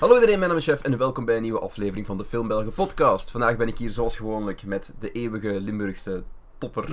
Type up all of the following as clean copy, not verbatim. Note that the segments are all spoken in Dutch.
Hallo iedereen, mijn naam is Chef en welkom bij een nieuwe aflevering van de Film Belgen podcast. Vandaag ben ik hier zoals gewoonlijk met de eeuwige Limburgse topper.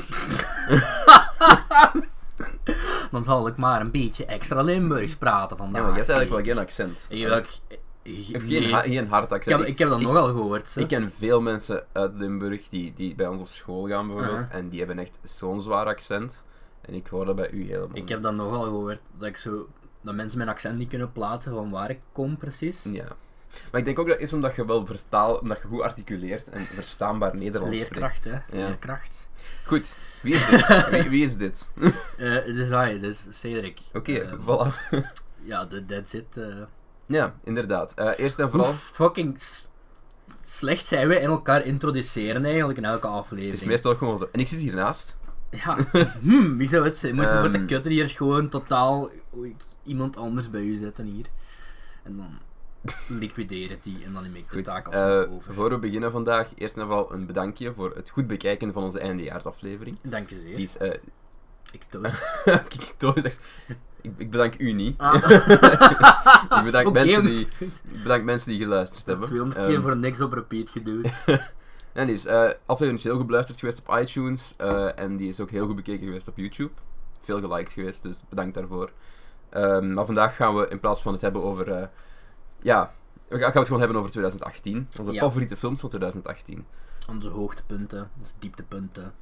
Dan zal ik maar een beetje extra Limburgs praten vandaag. Ja, maar je hebt eigenlijk wel geen accent. Geen hard accent. Ik heb dat nogal gehoord. Ik ken veel mensen uit Limburg die bij ons op school gaan bijvoorbeeld. En die hebben echt zo'n zwaar accent. En ik hoor dat bij u helemaal. Ik heb dat nogal gehoord. Dat mensen mijn accent niet kunnen plaatsen van waar ik kom precies. Ja. Maar ik denk ook dat is omdat je wel omdat je goed articuleert en verstaanbaar Nederlands Leerkracht, spreekt. hè. Ja. Leerkracht. Goed, wie is dit? wie is dit? Het is hij, het is Cedric. Oké, voilà. Ja, that's it. Ja, inderdaad. Eerst en vooral... Hoe fucking slecht zijn wij in elkaar introduceren eigenlijk in elke aflevering. Het is meestal gewoon zo. En ik zit hiernaast. Ja, wie zou het zijn? Moet je voor de kutter hier gewoon totaal iemand anders bij u zetten hier. En dan liquideren die en dan neem ik de taak alsnog over. Voor we beginnen vandaag, eerst en vooral een bedankje voor het goed bekijken van onze eindejaarsaflevering. Dank je zeer. Die is... Ik toast. ik toast echt... Ik bedank u niet. Ah. ik bedank mensen die geluisterd hebben. Dat is weer een keer voor niks op repeat gedoe. En die is, aflevering is heel goed beluisterd geweest op iTunes. En die is ook heel goed bekeken geweest op YouTube. Veel geliked geweest, dus bedankt daarvoor. Maar vandaag gaan we in plaats van het hebben over... we gaan het gewoon hebben over 2018. Onze favoriete films van 2018. Onze hoogtepunten, onze dieptepunten.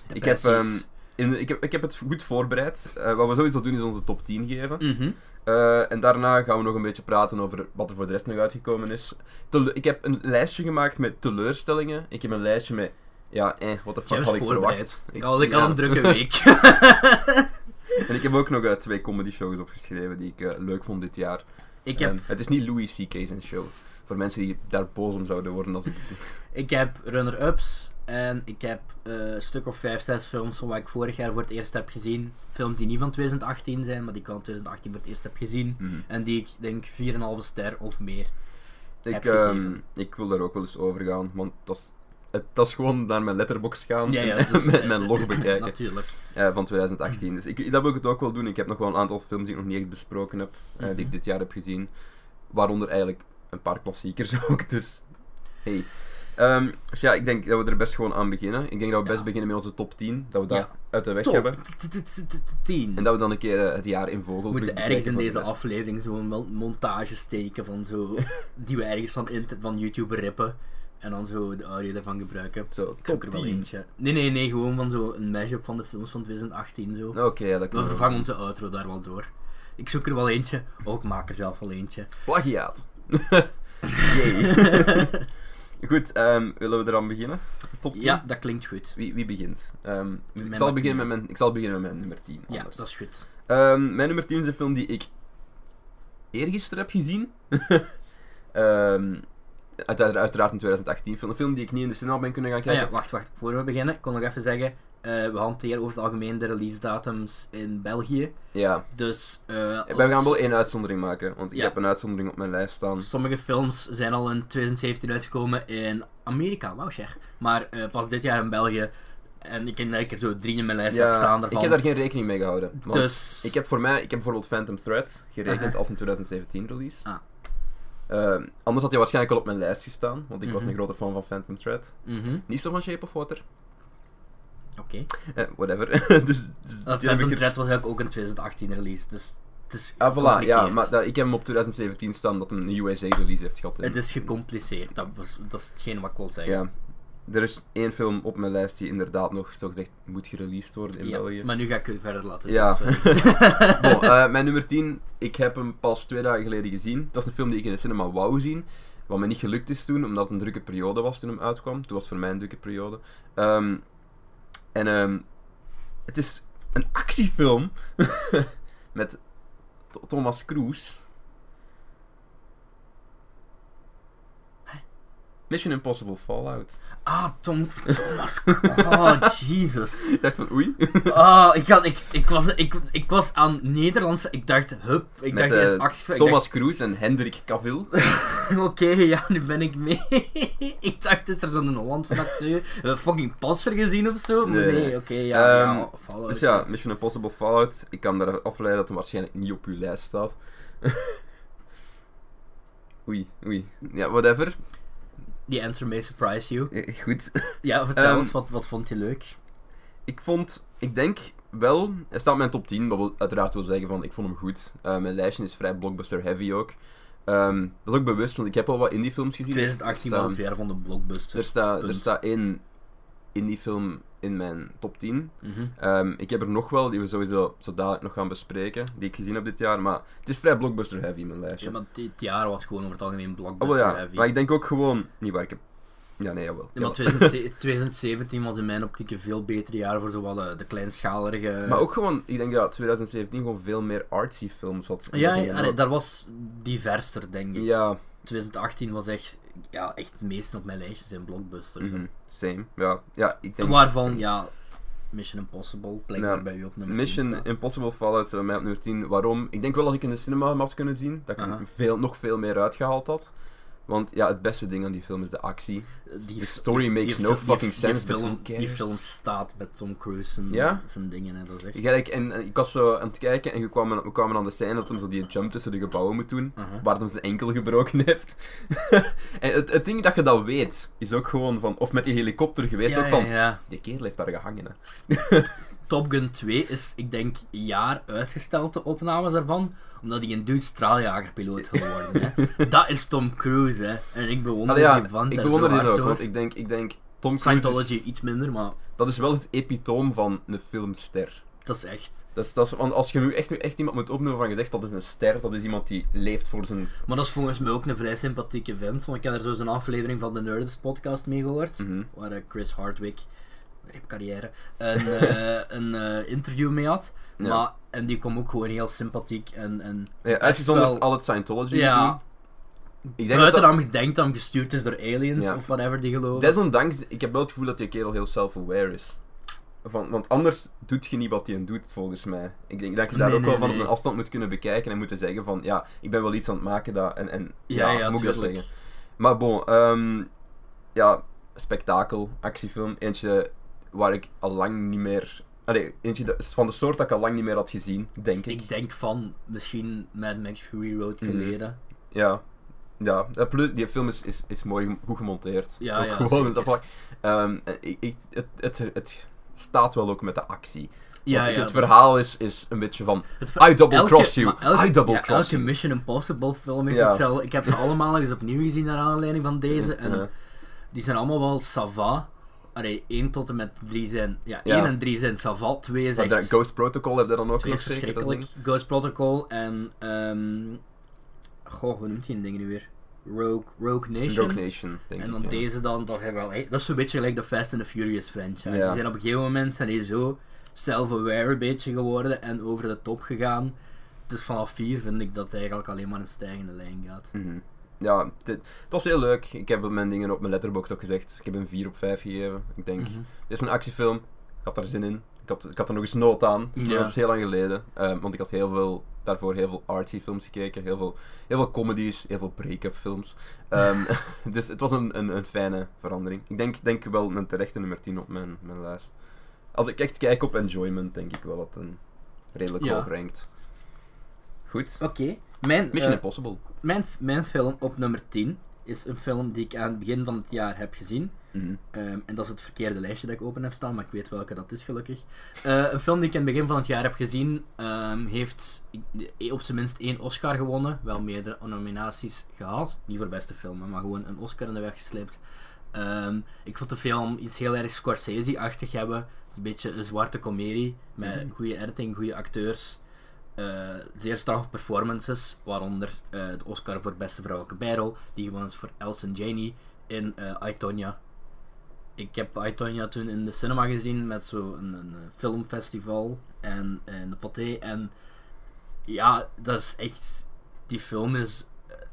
Ik heb het goed voorbereid. Wat we sowieso doen is onze top 10 geven. Mm-hmm. En daarna gaan we nog een beetje praten over wat er voor de rest nog uitgekomen is. Ik heb een lijstje gemaakt met teleurstellingen. Ik heb een lijstje met... what the fuck had ik verwacht? Ik had een drukke week. En ik heb ook nog 2 comedy shows opgeschreven die ik leuk vond dit jaar. Het is niet Louis C.K.'s show. Voor mensen die daar boos om zouden worden als ik... Ik heb runner-ups. En ik heb een stuk of 5, 6 films van wat ik vorig jaar voor het eerst heb gezien. Films die niet van 2018 zijn, maar die ik wel in 2018 voor het eerst heb gezien. Mm-hmm. En die ik denk 4,5 ster of meer heb gegeven. Ik wil daar ook wel eens over gaan, want dat is gewoon naar mijn letterbox gaan en mijn log bekijken. Natuurlijk. Van 2018. Dus dat wil ik het ook wel doen. Ik heb nog wel een aantal films die ik nog niet echt besproken heb, die ik dit jaar heb gezien. Waaronder eigenlijk een paar klassiekers ook, dus hey. Dus ja, ik denk dat we er best gewoon aan beginnen. Ik denk dat we best beginnen met onze top 10. Dat we dat uit de weg hebben. 10. En dat we dan een keer het jaar in vogels moeten ergens in deze aflevering zo'n montage steken van zo... die we ergens van YouTube rippen. En dan zo de audio daarvan gebruiken. Zo, ik zoek er wel eentje. Nee, gewoon van zo een mashup van de films van 2018 zo. Oké, dat kan. We vervangen onze outro daar wel door. Ik zoek er wel eentje. Ik maak er zelf wel eentje. Plagiaat. Jee. Goed, willen we eraan beginnen? Top 10? Ja, dat klinkt goed. Wie begint? Ik zal beginnen met mijn nummer 10. Ja, dat is goed. Mijn nummer 10 is een film die ik eergisteren heb gezien. Uiteraard een 2018 film. Een film die ik niet in de cinema ben kunnen gaan kijken. Wacht. Voor we beginnen, ik kon nog even zeggen... we hanteren over het algemeen de release datums in België. Ja. Dus... we gaan wel 1 uitzondering maken, want ik heb een uitzondering op mijn lijst staan. Sommige films zijn al in 2017 uitgekomen in Amerika, wauw zeg. Maar pas dit jaar in België. En ik denk dat ik er zo 3 in mijn lijst heb staan daarvan. Ik heb daar geen rekening mee gehouden. Want dus... ik heb bijvoorbeeld Phantom Thread gerekend als een 2017 release. Anders had hij waarschijnlijk al op mijn lijst gestaan, want ik was een grote fan van Phantom Thread. Niet zo van Shape of Water. Oké. Whatever. dus Phantom Thread was eigenlijk ook een 2018 release, dus het is voilà, ja, maar ik heb hem op 2017 staan dat een USA release heeft gehad. Het is gecompliceerd, dat is hetgeen wat ik wil zeggen. Ja. Er is 1 film op mijn lijst die inderdaad nog, zo gezegd, moet gereleased worden in België. Maar nu ga ik u verder laten doen. Ja. Mijn nummer 10, ik heb hem pas 2 dagen geleden gezien. Dat is een film die ik in de cinema wou zien. Wat me niet gelukt is toen, omdat het een drukke periode was toen hem uitkwam. Toen was het voor mij een drukke periode. Het is een actiefilm met Thomas Cruise. Mission Impossible Fallout. Thomas. Oh, Jesus. Ik dacht van, oei. Ik was aan Nederlands. Ik dacht, ik dacht eerst actiefilm. Thomas Cruise en Hendrik Cavill. Oké, ja, nu ben ik mee. Ik dacht, is er zo'n Hollandse acteur? Fucking Passer gezien of zo? Nee, oké, Fallout. Dus ja, Mission Impossible Fallout. Ik kan daar afleiden dat hij waarschijnlijk niet op uw lijst staat. Oei. Ja, whatever. The answer may surprise you. Goed. Ja, vertel eens, wat vond je leuk? Ik denk wel, hij staat in mijn top 10, wat wil uiteraard wil zeggen van, ik vond hem goed. Mijn lijstje is vrij blockbuster heavy ook. Dat is ook bewust, want ik heb al wat indie films gezien. 2018 was het jaar van de blockbuster. Er staat één indie film in mijn top 10. Mhm. Ik heb er nog wel, die we sowieso zo dadelijk nog gaan bespreken, die ik gezien heb dit jaar, maar het is vrij blockbuster heavy, mijn lijstje. Ja, maar dit jaar was gewoon over het algemeen Oh, wel blockbuster ja, heavy. maar ik denk ook gewoon, niet waar ik heb... Ja, nee, jawel. Ja, maar 2017 was in mijn optiek een veel beter jaar voor zowel de kleinschalige... Maar ook gewoon, ik denk dat 2017 gewoon veel meer artsy films had. Ja, dat was diverser, denk ik. Ja. 2018 was echt het meeste op mijn lijstje zijn blockbusters. Same, ja, ik denk... Waarvan, Mission Impossible, blijkbaar bij u op nummer 10 Mission staat. Impossible Fallout staat bij mij op nummer 10. Waarom? Ik denk wel als ik in de cinema hem had kunnen zien, dat ik er nog veel meer uitgehaald had. Want ja, het beste ding aan die film is de actie. De story makes no fucking sense, but who cares? Die film staat met Tom Cruise zijn dingen, hè, dat is echt... Kijk, en ik was zo aan het kijken en we kwamen aan de scène dat hij zo die jump tussen de gebouwen moet doen, waar hij zijn enkel gebroken heeft. En het ding dat je dat weet, is ook gewoon van... Of met die helikopter, je weet ook van... Die kerel heeft daar gehangen, hè. Top Gun 2 is, ik denk, een jaar uitgesteld, de opnames daarvan, omdat hij een dude straaljagerpiloot wil worden. Hè. Dat is Tom Cruise, hè. En ik bewonder die van. Ik bewonder die ook, want ik denk Tom Cruise Scientology iets minder, maar... Dat is wel het epitoom van een filmster. Dat is echt... Want als je nu echt iemand moet opnoemen van je zegt dat is een ster, dat is iemand die leeft voor zijn... Maar dat is volgens mij ook een vrij sympathieke vent, want ik heb er zo een aflevering van de Nerdist podcast mee gehoord, waar Chris Hardwick... carrière, een interview mee had. Ja. Maar, en die kwam ook gewoon heel sympathiek en uitgezonderd al het Scientology. Ja. Ik denk buiten dat hem denkt dat hem gestuurd is door aliens of whatever die geloven. Desondanks, ik heb wel het gevoel dat die kerel heel self-aware is. Want anders doet je niet wat hij doet, volgens mij. Ik denk dat je daar ook wel van op een afstand moet kunnen bekijken en moeten zeggen van, ja, ik ben wel iets aan het maken dat... moet ik dat zeggen. Maar bon, spektakel, actiefilm, eentje waar ik al lang niet meer... eentje van de soort dat ik al lang niet meer had gezien, denk ik. Ik denk van, misschien Mad Max Fury Road geleden. Ja, die film is mooi, goed gemonteerd. Ja, gewoon in dat vlak. Het staat wel ook met de actie. Het verhaal is een beetje van... I double cross you. Elke Mission Impossible film heeft hetzelfde. Ik heb ze allemaal eens opnieuw gezien naar aanleiding van deze. En die zijn allemaal wel sava. 1 tot en met 3 zijn... 1 en 3 zijn sava. 2 is echt... Ghost Protocol heb je dan ook 2 nog is verschrikkelijk. Ghost Protocol en... hoe noemt die een ding nu weer? Rogue Nation. Rogue Nation, denk ik. En dan deze dan, dat zijn wel... Dat is zo'n beetje gelijk de Fast and the Furious franchise. Die zijn op een gegeven moment zijn zo self-aware een beetje geworden en over de top gegaan. Dus vanaf 4 vind ik dat het eigenlijk alleen maar een stijgende lijn gaat. Ja, het was heel leuk. Ik heb mijn dingen op mijn Letterboxd ook gezegd. Ik heb een 4 op 5 gegeven. Ik denk, dit is een actiefilm. Ik had daar zin in. Ik had er nog eens nood aan. Dus dat is heel lang geleden. Want ik had daarvoor heel veel artsy films gekeken. Heel veel comedies, heel veel break-up films. Dus het was een fijne verandering. Ik denk wel een terechte nummer 10 op mijn lijst. Als ik echt kijk op enjoyment, denk ik wel dat het een redelijk hoog rankt. Goed. Oké. Mission Impossible. Mijn film op nummer 10 is een film die ik aan het begin van het jaar heb gezien. En dat is het verkeerde lijstje dat ik open heb staan, maar ik weet welke dat is gelukkig. Een film die ik aan het begin van het jaar heb gezien, heeft op zijn minst 1 Oscar gewonnen. Wel meerdere nominaties gehaald. Niet voor beste film, maar gewoon een Oscar in de weg gesleept. Ik vond de film iets heel erg Scorsese-achtig hebben. Het is een beetje een zwarte komedie, met goede editing, goede acteurs. Zeer straffe performances, waaronder de Oscar voor beste vrouwelijke bijrol, die gewonnen is voor Allison Janney in I, Tonya. Ik heb I, Tonya toen in de cinema gezien met zo'n filmfestival en de Pathé. En ja, dat is echt... Die film is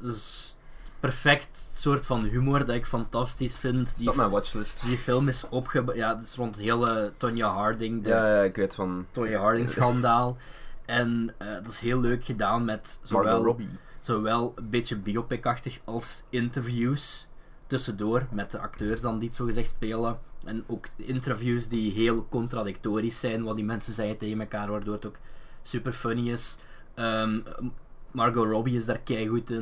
perfect soort van humor dat ik fantastisch vind. Is dat mijn watchlist? Die film is opgebouwd... Ja, het is rond het hele Tonya Harding. Ja, ik weet van... Tonya Harding schandaal. En dat is heel leuk gedaan met zowel een beetje biopic-achtig als interviews tussendoor met de acteurs dan die het zogezegd spelen. En ook interviews die heel contradictorisch zijn, wat die mensen zeggen tegen elkaar, waardoor het ook super funny is. Margot Robbie is daar keigoed in.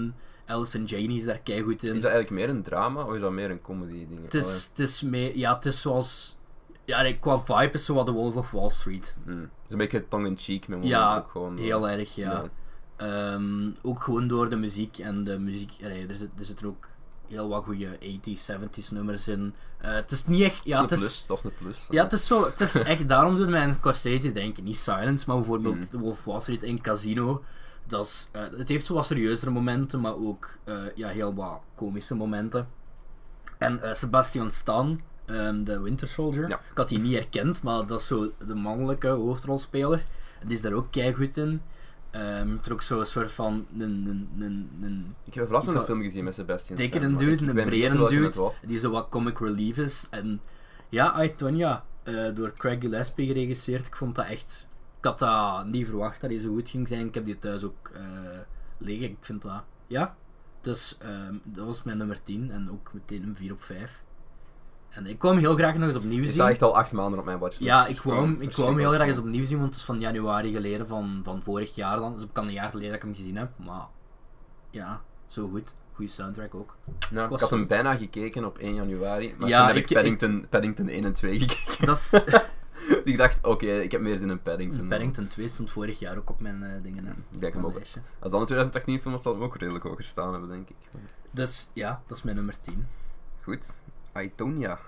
Alice Janney is daar keigoed in. Is dat eigenlijk meer een drama of is dat meer een comedy ding? Het is zoals... Ja, qua vibe is zo wat The Wolf of Wall Street. Het is een beetje tongue-in-cheek met ja, ook gewoon. Heel erg, ja. Ook gewoon door de muziek en de muziek... er zitten ook heel wat goede 80s, 70s nummers in. Het is niet echt... Ja, dat is een plus. Ja, het is echt... Daarom doet mij een Scorsese denken. Niet Silence, maar bijvoorbeeld The Wolf of Wall Street in Casino. Het heeft zo wat serieuzere momenten, maar ook heel wat komische momenten. En Sebastian Stan, de Winter Soldier, ik had die niet herkend, maar dat is zo de mannelijke hoofdrolspeler. Die is daar ook keigoed in. Er ook zo'n soort van ik heb een verrassende film gezien met Sebastian Stan. Dikke dude, een brede dude, die zo wat comic relief is. En ja, I, Tonya, door Craig Gillespie geregisseerd. Ik vond dat echt... Ik had dat niet verwacht dat hij zo goed ging zijn. Ik heb die thuis ook liggen. Ik vind dat... Ja. Dus dat was mijn nummer 10 en ook meteen een 4 op 5. En ik wou hem heel graag nog eens opnieuw zien. Je staat echt al 8 maanden op mijn watchlist. Ja, ik wou hem heel graag eens opnieuw zien, want het is van januari geleden van vorig jaar dan. Dus het kan een jaar geleden dat ik hem gezien heb. Maar ja, zo goed. Goede soundtrack ook. Ja, ik had hem bijna gekeken op 1 januari, maar ja, toen heb ik Paddington 1 en 2 gekeken. Dat is... Ik dacht, oké, ik heb meer zin in Paddington. Paddington 2 stond vorig jaar ook op mijn dingen. Ik denk hem ook. Als dan een 2018 film was, zal hem ook redelijk hoog gestaan hebben, denk ik. Dus ja, dat is mijn nummer 10. Goed. Aitonia.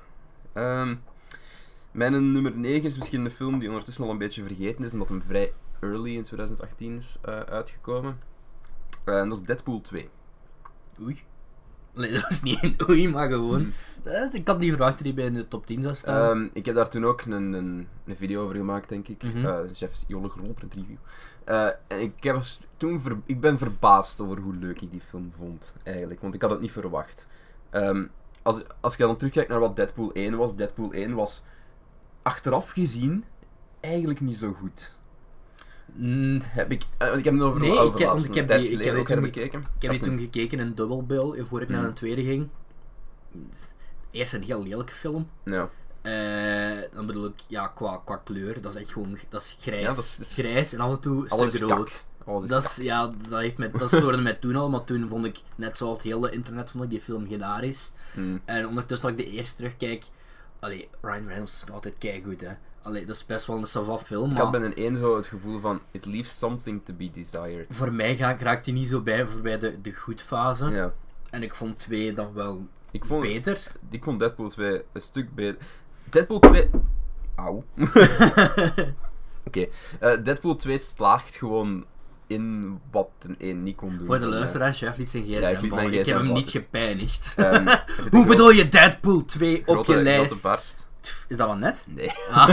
Mijn nummer 9 is misschien een film die ondertussen al een beetje vergeten is, omdat hem vrij early in 2018 is uitgekomen. En dat is Deadpool 2. Oei. Nee, dat is niet een oei, maar gewoon... Ik had niet verwacht dat hij bij de top 10 zou staan. Ik heb daar toen ook een video over gemaakt, denk ik. Chef's Jolle Groep review. En ik ben verbaasd over hoe leuk ik die film vond, eigenlijk. Want ik had het niet verwacht. Als je dan terugkijkt naar wat Deadpool 1 was achteraf gezien eigenlijk niet zo goed. Ik heb het over ik heb die toen gekeken in Double Bill, voor ik naar een tweede ging. Eerst een heel lelijke film. Ja. Dan bedoel ik, ja, qua kleur, dat is echt gewoon, dat is grijs. Ja, dat is grijs en af en toe een stuk rood. Dat stoorde mij toen al, maar toen vond ik, net zoals het hele internet, vond ik die film hilarisch. En ondertussen dat ik de eerste terugkijk, Ryan Reynolds is nog altijd keigoed, hè. Dat is best wel een savant film, ik had bij een 1 zo het gevoel van, it leaves something to be desired. Voor mij raakt hij niet zo voorbij de goedfase. Ja. En ik vond 2 dan wel beter. Ik vond Deadpool 2 een stuk beter. Deadpool 2... Auw. Oké. Deadpool 2 slaagt gewoon in wat een 1 niet kon doen. Voor de luisteraar, Chef liet zijn gsm vallen. Ik heb hem niet gepijnigd. Hoe bedoel je Deadpool 2 op je lijst? Grote barst. Is dat wel net? Nee.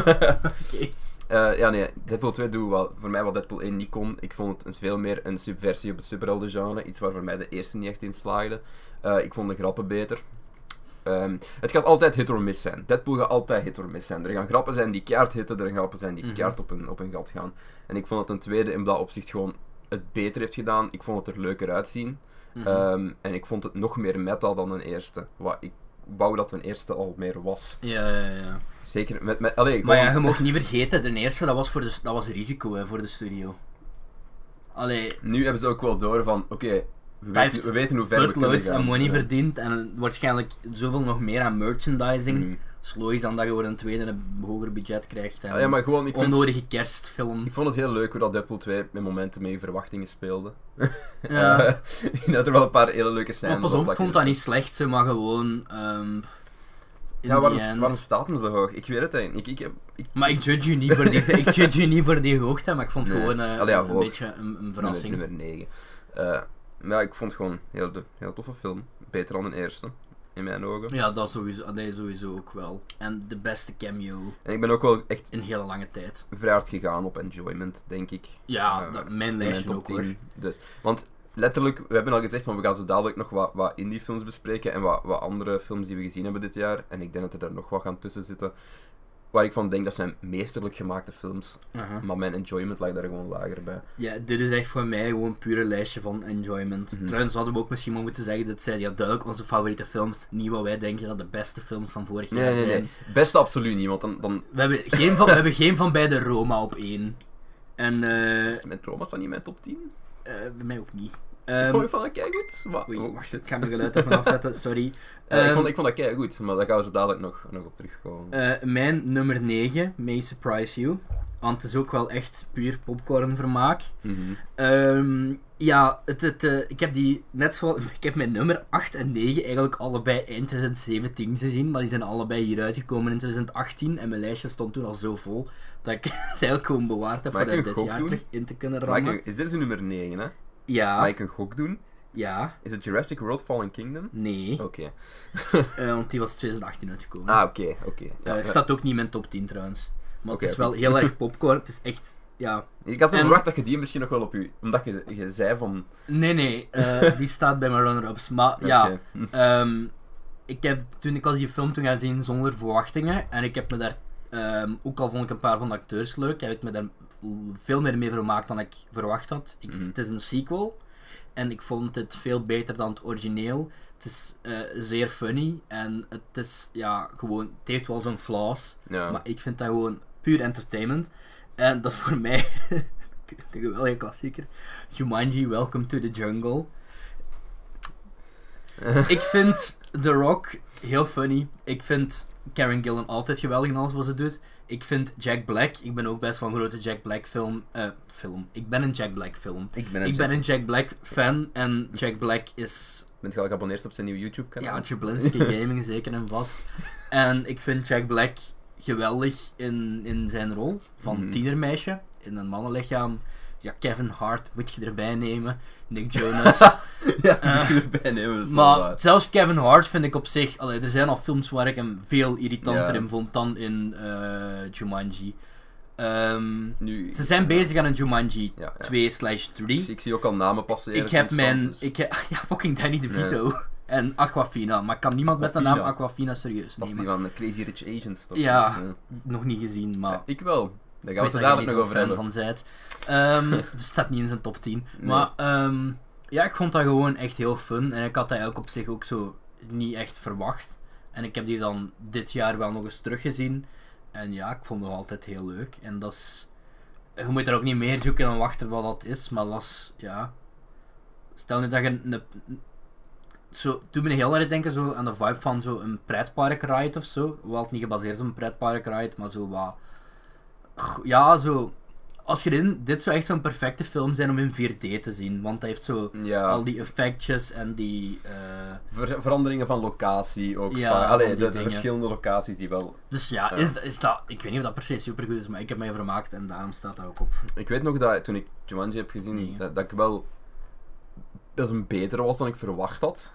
Oké. Nee. Deadpool 2 doet voor mij wat Deadpool 1 niet kon. Ik vond het veel meer een subversie op het superheldengenre. Iets waar voor mij de eerste niet echt in slaagde. Ik vond de grappen beter. Het gaat altijd hit or miss zijn. Deadpool gaat altijd hit or miss zijn. Er gaan grappen zijn die keihard hitten, er gaan grappen zijn die keihard op een gat gaan. En ik vond dat een tweede in dat opzicht gewoon het beter heeft gedaan. Ik vond het er leuker uitzien. En ik vond het nog meer meta dan een eerste. Wat ik wou dat een eerste al meer was. Ja. Zeker met maar ja, je mag niet vergeten, de eerste dat was risico, hè, voor de studio. Nu hebben ze ook wel door van, oké, we weten hoe ver we kunnen gaan. En money verdiend en waarschijnlijk zoveel nog meer aan merchandising. Slow dan dat je voor een tweede een hoger budget krijgt. En maar gewoon, onnodige kerstfilm. Ik vond het heel leuk hoe dat Deadpool 2 met momenten mee verwachtingen speelde. Ja. Dat er wel een paar hele leuke scènes. Maar pas op, ik vond dat niet slecht, maar gewoon... waarom staat hem zo hoog? Ik weet het eigenlijk. Maar ik judge you niet voor die hoogte, maar ik vond het gewoon een beetje een verrassing. Nummer 9. Ja, ik vond het gewoon een heel toffe film. Beter dan een eerste, in mijn ogen. Ja, dat sowieso ook wel. En de beste cameo. En ik ben ook wel echt... in hele lange tijd. Vrij hard gegaan op enjoyment, denk ik. Ja, mijn lijstje ook, hoor. Dus, want letterlijk, we hebben al gezegd van we gaan zo dadelijk nog wat indie films bespreken en wat andere films die we gezien hebben dit jaar. En ik denk dat er daar nog wat gaan tussen zitten. Waar ik van denk, dat zijn meesterlijk gemaakte films. Maar mijn enjoyment lag daar gewoon lager bij. Ja, dit is echt voor mij gewoon een pure lijstje van enjoyment. Trouwens hadden we ook misschien maar moeten zeggen, dat zijn duidelijk onze favoriete films. Niet wat wij denken dat de beste films van vorig jaar zijn. Nee. Beste absoluut niet, want dan... We hebben geen van beide Roma op 1. En Met Roma staat niet in mijn top 10? bij mij ook niet. Ik vond dat keigoed. Oei, wacht, ik ga mijn geluid even afzetten, sorry. Ik vond dat keigoed, maar daar gaan we zo dadelijk nog op terugkomen. Mijn nummer 9, May Surprise You. Want het is ook wel echt puur popcornvermaak. Ja, ik heb die net zo... Ik heb mijn nummer 8 en 9 eigenlijk allebei eind 2017 gezien, maar die zijn allebei hier uitgekomen in 2018 en mijn lijstje stond toen al zo vol dat ik ze eigenlijk gewoon bewaard heb voor dit jaar terug in te kunnen rammen. Is dit nummer 9, hè? Ja. Mag ik een gok doen? Ja. Is het Jurassic World Fallen Kingdom? Nee. Oké. Want die was 2018 uitgekomen. Ah, oké. Ja, staat ook niet in mijn top 10 trouwens. Maar Oké, het is wel heel erg popcorn. Het is echt... Ja. Ik had zo verwacht dat je die misschien nog wel op je... Omdat je zei van... Nee. Die staat bij mijn runner-ups. Maar ja... Toen ik al die film toen gaan zien zonder verwachtingen. En ik heb me daar... ook al vond ik een paar van de acteurs leuk. Heb ik me daar veel meer mee vermaakt dan ik verwacht had. Het is een sequel. En ik vond het veel beter dan het origineel. Het is zeer funny. En het is gewoon... Het heeft wel zijn flaws. Ja. Maar ik vind dat gewoon puur entertainment. En dat is voor mij... de geweldige klassieker. Jumanji, Welcome to the Jungle. Ik vind The Rock heel funny. Ik vind Karen Gillan altijd geweldig in alles wat ze doet. Ik vind Jack Black... Ik ben ook best wel een grote Jack Black film. Ik ben een Jack Black film. Ik ben een Jack Black fan. En Jack Black is... Bent je al geabonneerd op zijn nieuwe YouTube-kanaal? Ja, Jablinski Gaming zeker en vast. En ik vind Jack Black geweldig in zijn rol van tienermeisje in een mannenlichaam. Ja, Kevin Hart moet je erbij nemen. Nick Jonas. Moet je erbij nemen. Maar zelfs Kevin Hart vind ik op zich... er zijn al films waar ik hem veel irritanter in vond dan in Jumanji. Ze zijn bezig aan een Jumanji 2/3. Ik zie ook al namen passeren. Ik heb fucking Danny DeVito. Ja. En Aquafina, maar ik kan niemand met de naam Aquafina serieus nemen. Dat is die van Crazy Rich Asians toch? Ja, nog niet gezien, maar... ik wel. Daar gaan we het dadelijk nog over hebben. Van zijt. Dus het staat niet in zijn top 10. Nee. Maar ik vond dat gewoon echt heel fun. En ik had dat ook op zich ook zo niet echt verwacht. En ik heb die dan dit jaar wel nog eens teruggezien. En ja, ik vond het altijd heel leuk. En dat is... Je moet er ook niet meer zoeken en wachten wat dat is. Maar dat is... Ja... Stel nu dat je toen ben ik heel erg denken zo aan de vibe van zo een pretparkride of zo. Wel het niet gebaseerd is op een pretparkride, maar zo wat... Ja, zo... Als je dit zou echt zo'n perfecte film zijn om in 4D te zien. Want hij heeft zo al die effectjes en die... veranderingen van locatie ook. Ja, de verschillende locaties die wel... Dus ja, is dat... Ik weet niet of dat per se supergoed is, maar ik heb mij vermaakt en daarom staat dat ook op. Ik weet nog dat toen ik Jumanji heb gezien, dat ik wel... Dat een beter was dan ik verwacht had.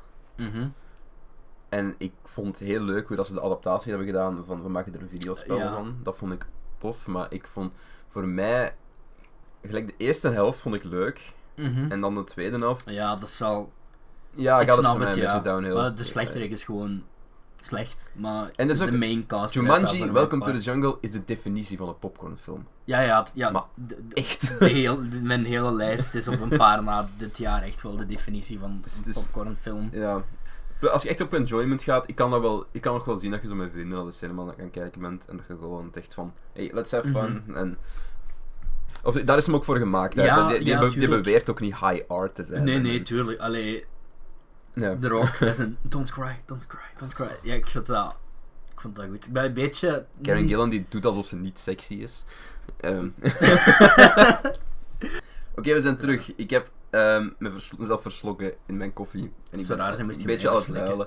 En ik vond het heel leuk hoe dat ze de adaptatie hebben gedaan van we maken er een videospel van. Dat vond ik tof, maar ik vond voor mij gelijk de eerste helft vond ik leuk en dan de tweede helft. Ja, dat zal. Ja, ik had het voor mij een beetje downhill. Maar de slechterik is gewoon slecht, maar en dus de main cast. Jumanji, Welcome to the Jungle is de definitie van een popcornfilm. Ja, maar echt. Mijn hele lijst is op een paar na dit jaar echt wel de definitie van een popcornfilm. Ja. Als je echt op enjoyment gaat, ik kan nog wel zien dat je zo met vrienden naar de cinema gaan kijken bent en dat je gewoon echt van, hey, let's have fun. En daar is hem ook voor gemaakt. Die beweert ook niet high art te zijn. Nee, tuurlijk. Allee, The Rock is een don't cry. Ja, ik vond dat goed. Ik ben een beetje... Karen Gillan die doet alsof ze niet sexy is. Oké, we zijn terug. Ik heb mezelf verslokken in mijn koffie. En ik ben een beetje aan het huilen.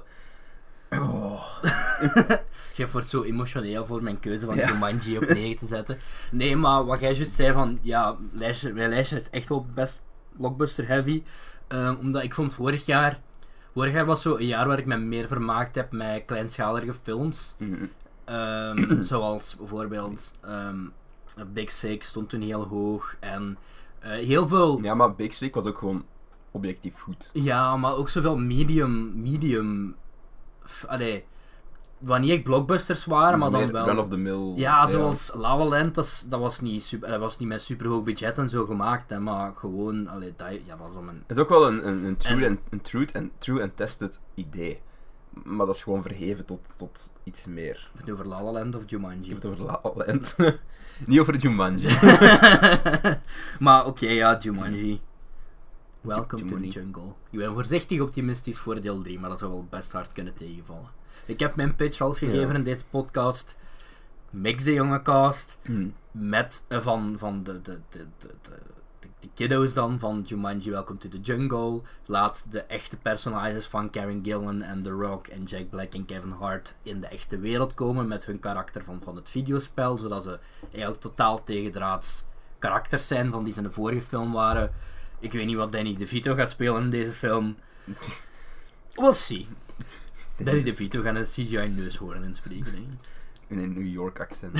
Je wordt zo emotioneel voor mijn keuze van Jumanji op 9 te zetten. Nee, maar wat jij juist zei van... Ja, mijn lijstje is echt wel best blockbuster heavy. Omdat ik vond vorig jaar was zo een jaar waar ik me meer vermaakt heb met kleinschalige films. Zoals bijvoorbeeld Big Sick stond toen heel hoog. En heel veel... Ja, maar Big Sick was ook gewoon objectief goed. Ja, maar ook zoveel medium... Allee, wat niet echt blockbusters waren, maar dan wel... Run of the Mill. Ja, zoals La La Land, dat was niet met superhoog budget en zo gemaakt, hè, maar gewoon... Allee, dat was dan Het is ook wel een true and tested idee. Maar dat is gewoon verheven tot iets meer. Heb je het over La La Land of Jumanji? Ik heb het over La La Land. Niet over Jumanji. Maar oké, ja, Jumanji. Welcome to the Jumanji. Jungle. Ik ben voorzichtig optimistisch voor deel 3, maar dat zou wel best hard kunnen tegenvallen. Ik heb mijn pitch al eens gegeven in deze podcast. Mix de jonge cast met van de kiddo's dan van Jumanji Welcome to the Jungle. Laat de echte personages van Karen Gillan en The Rock en Jack Black en Kevin Hart in de echte wereld komen met hun karakter van het videospel, zodat ze eigenlijk totaal tegendraads karakters zijn van die ze in de vorige film waren. Ik weet niet wat Danny DeVito gaat spelen in deze film. We'll see. Danny DeVito gaat een CGI-neushoorn inspreken, denk ik. In een New York accent.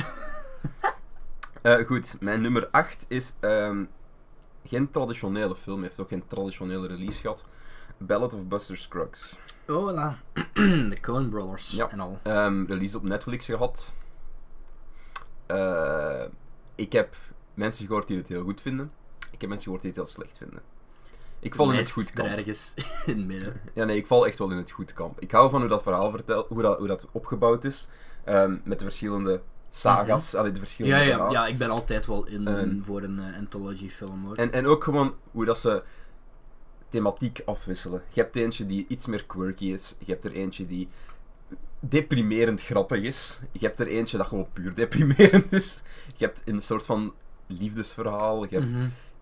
Goed, mijn nummer 8 is geen traditionele film, heeft ook geen traditionele release gehad. Ballad of Buster Scruggs. Oh, voilà. De Coen Brothers Ja. en al. Release op Netflix gehad. Ik heb mensen gehoord die het heel goed vinden. Ik heb mensen gehoord die het heel slecht vinden. Ik val in het goed kamp. ergens in het midden. Ja, nee, ik val echt wel in het goed kamp. Ik hou van hoe dat verhaal vertelt, hoe dat opgebouwd is. Met de verschillende sagas, de verschillende verhalen. Ja, ik ben altijd wel in voor een anthology film, hoor. En ook gewoon hoe dat ze thematiek afwisselen. Je hebt eentje die iets meer quirky is. Je hebt er eentje die deprimerend grappig is. Je hebt er eentje dat gewoon puur deprimerend is. Je hebt een soort van liefdesverhaal. Je hebt...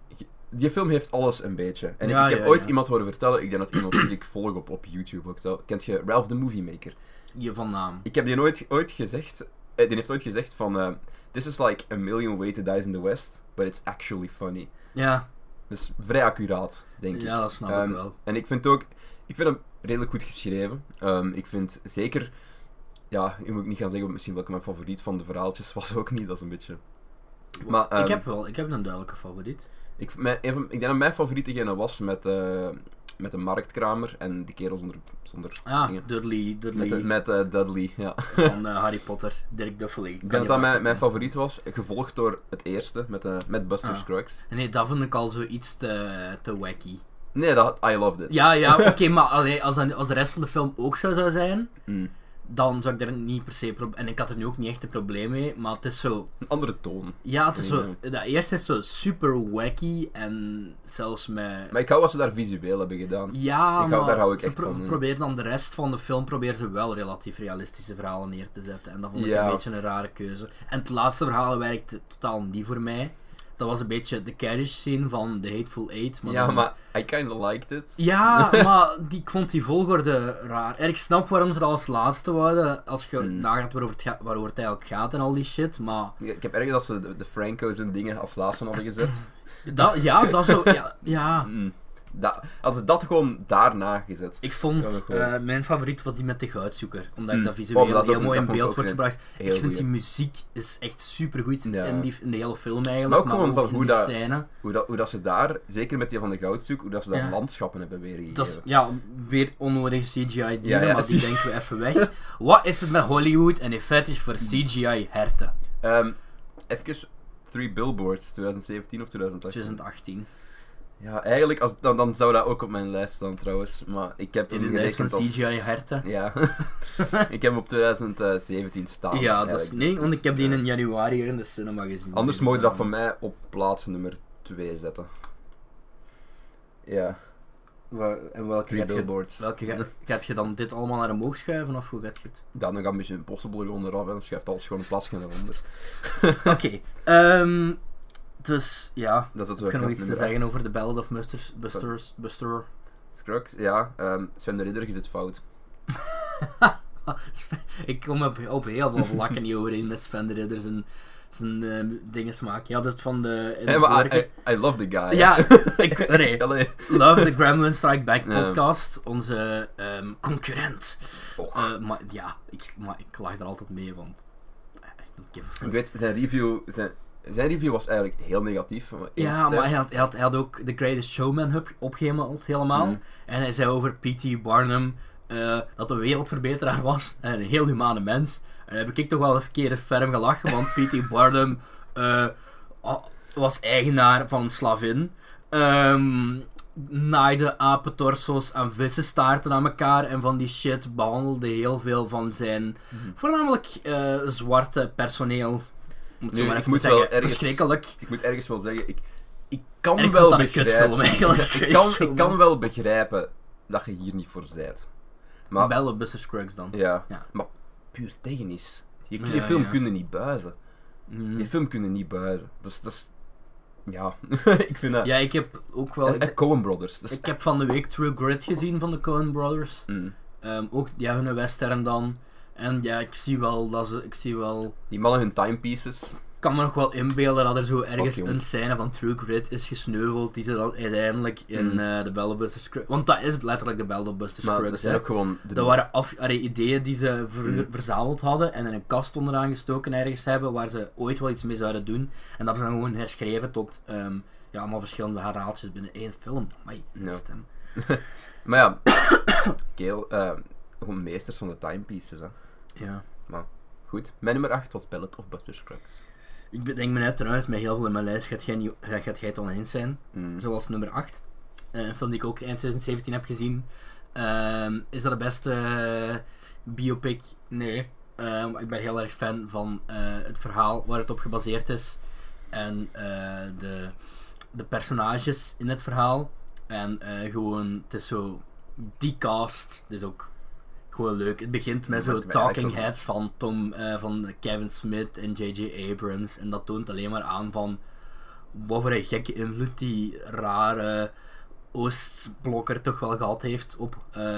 Die film heeft alles een beetje. En ik heb ooit iemand horen vertellen, ik denk dat iemand die ik volg op YouTube ook zo. Kent je Ralph the Movie Maker? Je van naam. Ik heb die ooit gezegd, die heeft ooit gezegd van, this is like a million way to dies in the West, but it's actually funny. Ja. Dus vrij accuraat, denk ik. Ja, dat snap ik wel. En ik vind hem redelijk goed geschreven. Ik vind zeker, ja, je moet niet gaan zeggen misschien welke mijn favoriet van de verhaaltjes was ook niet, dat is een beetje... Maar, ik heb een duidelijke favoriet. Ik denk dat mijn favoriet degene was met de marktkramer en die kerel zonder dingen. Dudley. Met Dudley, ja. Van Harry Potter, Dirk Duffley. Ik denk dat dat mijn favoriet was, gevolgd door het eerste, met Buster Scruggs. Nee, dat vond ik al zoiets te wacky. Nee, I loved it. Ja, oké, maar als de rest van de film ook zo zou zijn, dan zou ik er niet per se... En ik had er nu ook niet echt een probleem mee, maar het is zo... Een andere toon. Ja, het is zo... Dat eerste is zo super wacky en zelfs met... Maar ik hou wat ze daar visueel hebben gedaan. Ja, daar hou ik echt van. Proberen dan de rest van de film ze wel relatief realistische verhalen neer te zetten. En dat vond ik een beetje een rare keuze. En het laatste verhaal werkte totaal niet voor mij. Dat was een beetje de carriage scene van The Hateful Eight. Maar I kinda liked it. Ja, maar ik vond die volgorde raar. En ik snap waarom ze dat als laatste wouden, als je nagaat waarover het eigenlijk gaat en al die shit, maar... Ik heb erg dat ze de Franco's en dingen als laatste hadden gezet. Dat zo... Ja. Hadden ze dat gewoon daarna gezet. Ik vond, mijn favoriet was die met de goudzoeker. Omdat ik dat visueel heel mooi in beeld wordt gebracht. Ik vind die muziek is echt supergoed in de hele film eigenlijk. Maar ook gewoon van hoe dat ze daar, zeker met die van de goudzoek, hoe dat ze daar landschappen hebben weergegeven. Dat is, weer onnodige CGI dieren, maar die denken we even weg. Wat is het met Hollywood en een fetish voor CGI herten? Even 3 Billboards, 2017 of 2018? 2018. Ja, eigenlijk, dan zou dat ook op mijn lijst staan trouwens, maar ik heb in de lijst van CGI-herten? Ja, ik heb hem op 2017 staan. Ja, dat is... Nee, want ik heb die in januari hier in de cinema gezien. Anders moet je dat voor mij op plaats nummer 2 zetten. Ja. En welke 3 Billboards. Gaat je dan dit allemaal naar omhoog schuiven, of hoe gaat je het? Dan gaat een beetje Impossible eronder af en dan schuift alles gewoon een plasje naar onder. Oké, dus ja, dat is ik ga nog iets te zeggen over de Ballad of Buster Scruggs. Ja, Sven de Ridder is het fout. Ik kom op heel veel vlakken niet overeen met Sven de Ridder zijn dingesmaak. Ja, dat is van de... I love the guy. Ja, Love the Gremlin Strike Back podcast. Onze concurrent. Maar ja, ik lach er altijd mee, want... Ik weet, zijn review was eigenlijk heel negatief. Ja, maar hij had ook The Greatest Showman opgehemeld helemaal. En hij zei over P.T. Barnum dat een wereldverbeteraar was en een heel humane mens. En dan heb ik toch wel een verkeerde ferm gelachen, want P.T. Barnum was eigenaar van een slavin. Naaide apentorso's en vissenstaarten aan elkaar en van die shit, behandelde heel veel van zijn voornamelijk zwarte personeel. Om het zo maar even te zeggen, verschrikkelijk. Ik moet ergens wel zeggen, Ik kan En ik wel vond dat een kutfilm eigenlijk. ik kan wel begrijpen dat je hier niet voor zijt. Maar, Bellen of Buster Scruggs dan. ja, Ja. maar puur technisch. Die Ja, film ja. kunnen niet buizen. Mhm. Die film kunnen niet buizen. Dat is... Ja, ik vind dat... Ja, ik heb ook wel... En Coen Brothers. Dat is Ik heb van de week True Grit gezien van de Coen Brothers. Mm. Ook ja, hun western dan. En ja, ik zie wel... Die mannen hun timepieces. Ik kan me nog wel inbeelden dat er zo ergens Fuck, een scène van True Grit is gesneuveld die ze dan uiteindelijk in de Bell of Buster Scruggs... Want dat is letterlijk de Bell of Buster Maar dat Scruggs, zijn hè. ook gewoon... Dat waren ideeën die ze verzameld hadden en in een kast onderaan gestoken ergens hebben waar ze ooit wel iets mee zouden doen. En dat hebben ze dan gewoon herschreven tot allemaal verschillende herhaaltjes binnen één film. Amai, Ja. stem. Maar ja, Keel, gewoon meesters van de timepieces, hè. Ja. Goed, mijn nummer 8 was Ballad of Buster Scruggs. Ik bedenk me net trouwens, met heel veel in mijn lijst gaat jij het oneens zijn. Mm. Zoals nummer 8. Een film die ik ook eind 2017 heb gezien. Is dat de beste biopic? Nee. Ik ben heel erg fan van het verhaal waar het op gebaseerd is. En de personages in het verhaal. En gewoon, het is zo... Die cast, het is ook gewoon leuk. Het begint met zo talking heads van Kevin Smith en J.J. Abrams. En dat toont alleen maar aan van wat voor een gekke invloed die rare Oostblokker toch wel gehad heeft op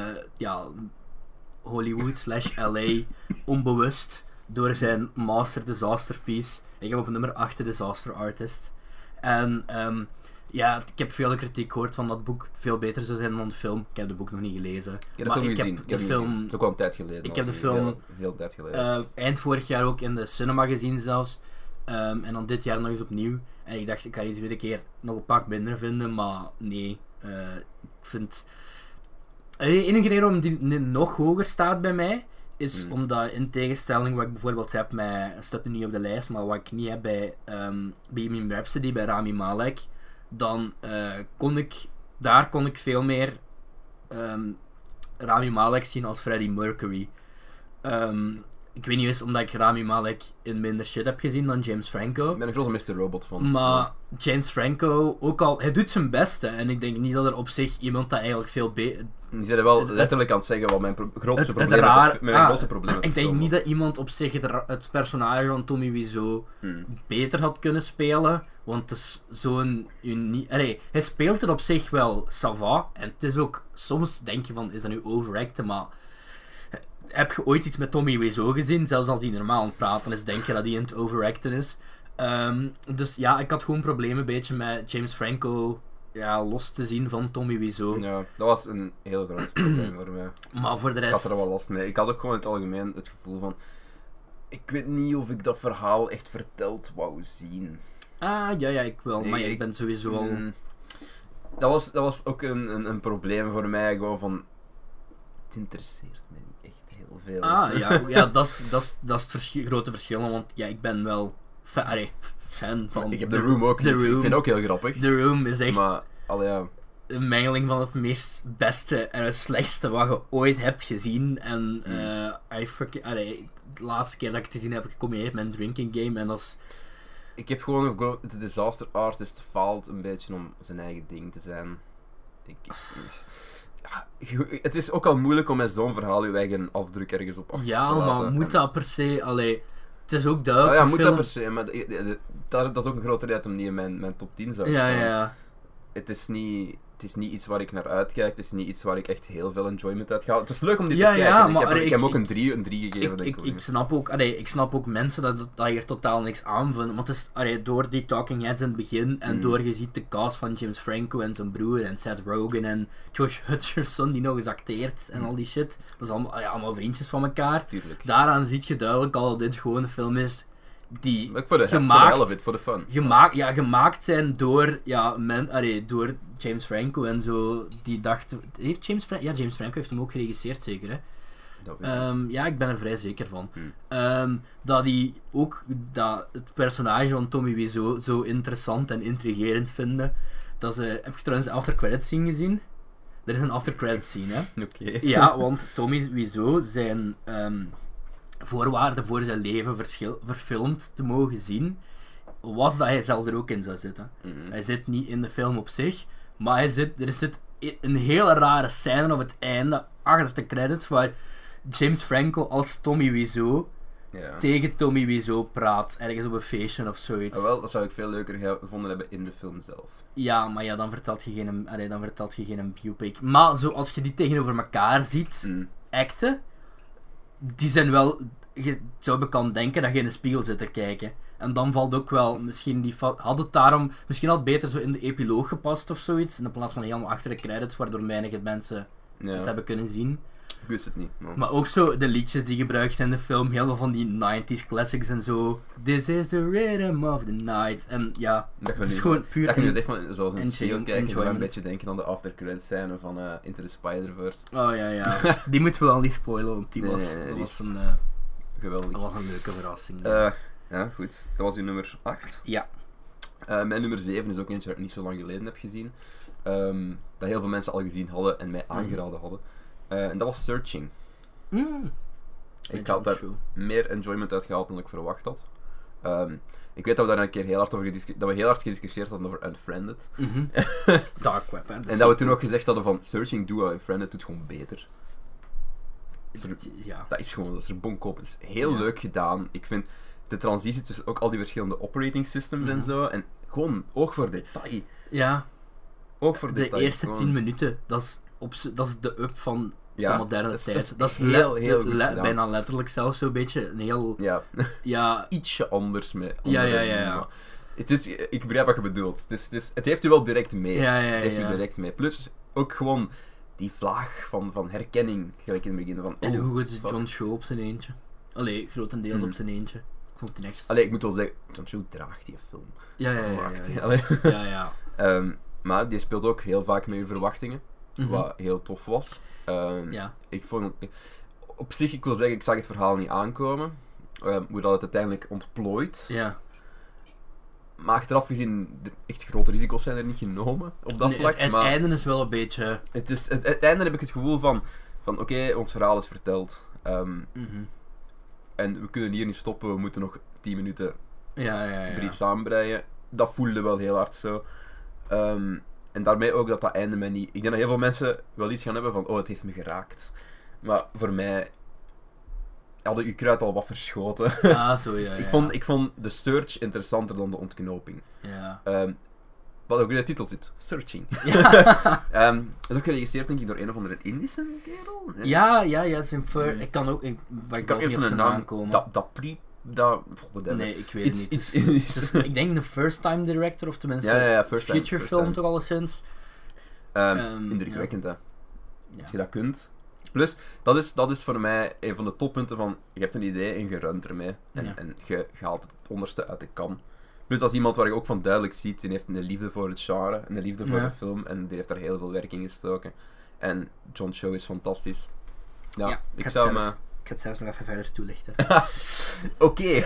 Hollywood / LA onbewust door zijn master disasterpiece. Ik heb op nummer 8 de Disaster Artist. En ik heb veel kritiek gehoord van dat boek veel beter zou zijn dan de film. Ik heb de boek nog niet gelezen. Ik heb de film gezien. De film... Dat is ook al een tijd geleden. Ik heb de film heel tijd geleden. eind vorig jaar ook in de cinema gezien zelfs. En dan dit jaar nog eens opnieuw. En ik dacht, ik ga deze tweede keer nog een pak minder vinden, maar nee. Ik vind... De enige reden waarom die nog hoger staat bij mij, is omdat in tegenstelling wat ik bijvoorbeeld heb met... Het staat nu niet op de lijst, maar wat ik niet heb bij Bohemian Rhapsody, bij Rami Malek, dan kon ik veel meer Rami Malek zien als Freddie Mercury. Ik weet niet eens omdat ik Rami Malek in minder shit heb gezien dan James Franco. Ik ben een grote Mr. Robot van. Maar James Franco, ook al, hij doet zijn beste. En ik denk niet dat er op zich iemand dat eigenlijk veel beter... Die zijn wel letterlijk aan het zeggen wat mijn grootste probleem Ik denk niet dat iemand op zich het personage van Tommy Wiseau beter had kunnen spelen. Want het is zo'n uniek... Hij speelt het op zich wel ça va. En het is ook... Soms denk je van, is dat nu overacten? Maar... Heb je ooit iets met Tommy Wiseau gezien? Zelfs als hij normaal aan het praten is, denk je dat hij in het overacten is. Dus ja, ik had gewoon problemen een beetje met James Franco los te zien van Tommy Wiseau. Ja, dat was een heel groot probleem voor mij. Maar voor de rest... Ik had er wel last mee. Ik had ook gewoon in het algemeen het gevoel van... Ik weet niet of ik dat verhaal echt verteld wou zien. Ja, ik wel. Maar ik ben sowieso al... Dat was ook een probleem voor mij. Gewoon van... Het interesseert me niet echt heel veel. Dat is het grote verschil. Want ja, ik ben wel fan van... Ik heb The Room ook. Ik vind het ook heel grappig. The Room is echt... Maar, een mengeling van het meest beste en het slechtste wat je ooit hebt gezien. En de laatste keer dat ik het gezien heb, heb ik gecombineerd met een drinking game. En dat is... Ik heb gewoon... De Disaster Artist faalt een beetje om zijn eigen ding te zijn. Het is ook al moeilijk om met zo'n verhaal je eigen afdruk ergens op achter te laten. Ja, maar moet dat per se... het is ook duidelijk. Ja, moet dat per se, maar dat is ook een grote reden om die in mijn top 10 zou staan. Ja. Het is niet iets waar ik naar uitkijk, het is niet iets waar ik echt heel veel enjoyment uit ga. Het is leuk om die te kijken. Maar ik heb ook een 3 gegeven, denk ik. Ik snap ook mensen dat hier totaal niks aan vinden. Want het is, door die talking heads in het begin en door je ziet de cast van James Franco en zijn broer en Seth Rogen en Josh Hutcherson die nog eens acteert en al die shit. Dat is allemaal vriendjes van elkaar. Tuurlijk. Daaraan ziet je duidelijk al dat dit gewoon een film is die voor de hell of it, voor de fun. Gemaakt zijn door, door James Franco en zo. Die dachten... James Franco heeft hem ook geregisseerd, zeker, hè? Ik ben er vrij zeker van. Dat het personage van Tommy Wiseau zo interessant en intrigerend vinden. Heb je trouwens de after credits scene gezien? Er is een after credits scene, hè? Oké. Ja, want Tommy Wiseau zijn... voorwaarden voor zijn leven verfilmd te mogen zien was dat hij zelf er ook in zou zitten. Hij zit niet in de film op zich, maar er zit een hele rare scène op het einde, achter de credits, waar James Franco als Tommy Wiseau tegen Tommy Wiseau praat, ergens op een feestje of zoiets. Wel, dat zou ik veel leuker gevonden hebben in de film zelf. Ja, maar ja, dan vertelt je geen biopic. Maar zoals je die tegenover elkaar ziet, acten, die zijn wel... Je zou bekend denken dat je in de spiegel zit te kijken. En dan valt ook wel, misschien had het beter zo in de epiloog gepast of zoiets, in plaats van helemaal achter de credits, waardoor weinig mensen het hebben kunnen zien. Ik wist het niet. No. Maar ook zo de liedjes die gebruikt zijn in de film, heel veel van die 90s classics en zo. This is the rhythm of the night. En ja, het is gewoon puur... Dat je nu echt van, zoals in spiegel kijken, enjoyment. een beetje denken aan de after credits scène van Into the Spider-Verse. Oh ja. Die moeten we wel niet spoilen, want die was geweldig. Dat was een leuke verrassing. Ja, goed. Dat was uw nummer 8. Ja. Mijn nummer 7 is ook eentje dat ik niet zo lang geleden heb gezien. Dat heel veel mensen al gezien hadden en mij aangeraden hadden. En dat was Searching. Ik had daar meer enjoyment uit gehaald dan ik verwacht had. Ik weet dat we daar een keer heel hard over gediscussieerd hadden over Unfriended. Dark Web, hè. En dat we toen ook gezegd hadden van Searching Duo Unfriended doet gewoon beter. Dat is er bonkop. Het is heel leuk gedaan. Ik vind de transitie tussen ook al die verschillende operating systems en zo. En gewoon oog voor detail. Ja. Oog voor detail. De eerste 10 minuten, dat is de up van de moderne tijd. Dat is heel goed gedaan. Bijna letterlijk zelfs zo'n beetje een heel... Ja. Ietsje anders met Ja. Ik begrijp wat je bedoelt. Het heeft u wel direct mee. Het heeft u direct mee. Plus ook gewoon die vlaag van herkenning, gelijk in het begin. Van, en hoe goed is John Cho op zijn eentje? Allee, grotendeels op zijn eentje. Ik vond het echt... Allee, ik moet wel zeggen, John Cho draagt die film. Ja. Maar die speelt ook heel vaak met uw verwachtingen. Wat heel tof was. Ik vond... Op zich, ik wil zeggen, ik zag het verhaal niet aankomen. Hoe dat het uiteindelijk ontplooit. Ja. Maar achteraf gezien, echt grote risico's zijn er niet genomen op dat vlak. Het einde is wel een beetje... Het einde heb ik het gevoel van oké, ons verhaal is verteld. En we kunnen hier niet stoppen, we moeten nog 10 minuten er iets aanbreien. Dat voelde wel heel hard zo. En daarmee ook dat einde mij niet... Ik denk dat heel veel mensen wel iets gaan hebben van, het heeft me geraakt. Maar voor mij hadden uw kruid al wat verschoten. Ik vond de search interessanter dan de ontknoping. Ja. Wat ook in de titel zit. Searching. Dat is ook geregisseerd, denk ik, door een of andere Indische kerel. Ja, ik kan ook... Ik kan even een naam komen. Nee, ik weet het niet. Ik denk de first time director, of tenminste feature film toch alleszins. Indrukwekkend, hè. Als je dat kunt. Plus, dat is voor mij een van de toppunten van... Je hebt een idee en je runt ermee. En je haalt het onderste uit de kan. Plus, dat is iemand waar je ook van duidelijk ziet, die heeft een liefde voor het genre, een liefde voor de film, en die heeft daar heel veel werk in gestoken. En John Cho is fantastisch. Ik ga het zelfs nog even verder toelichten. Oké.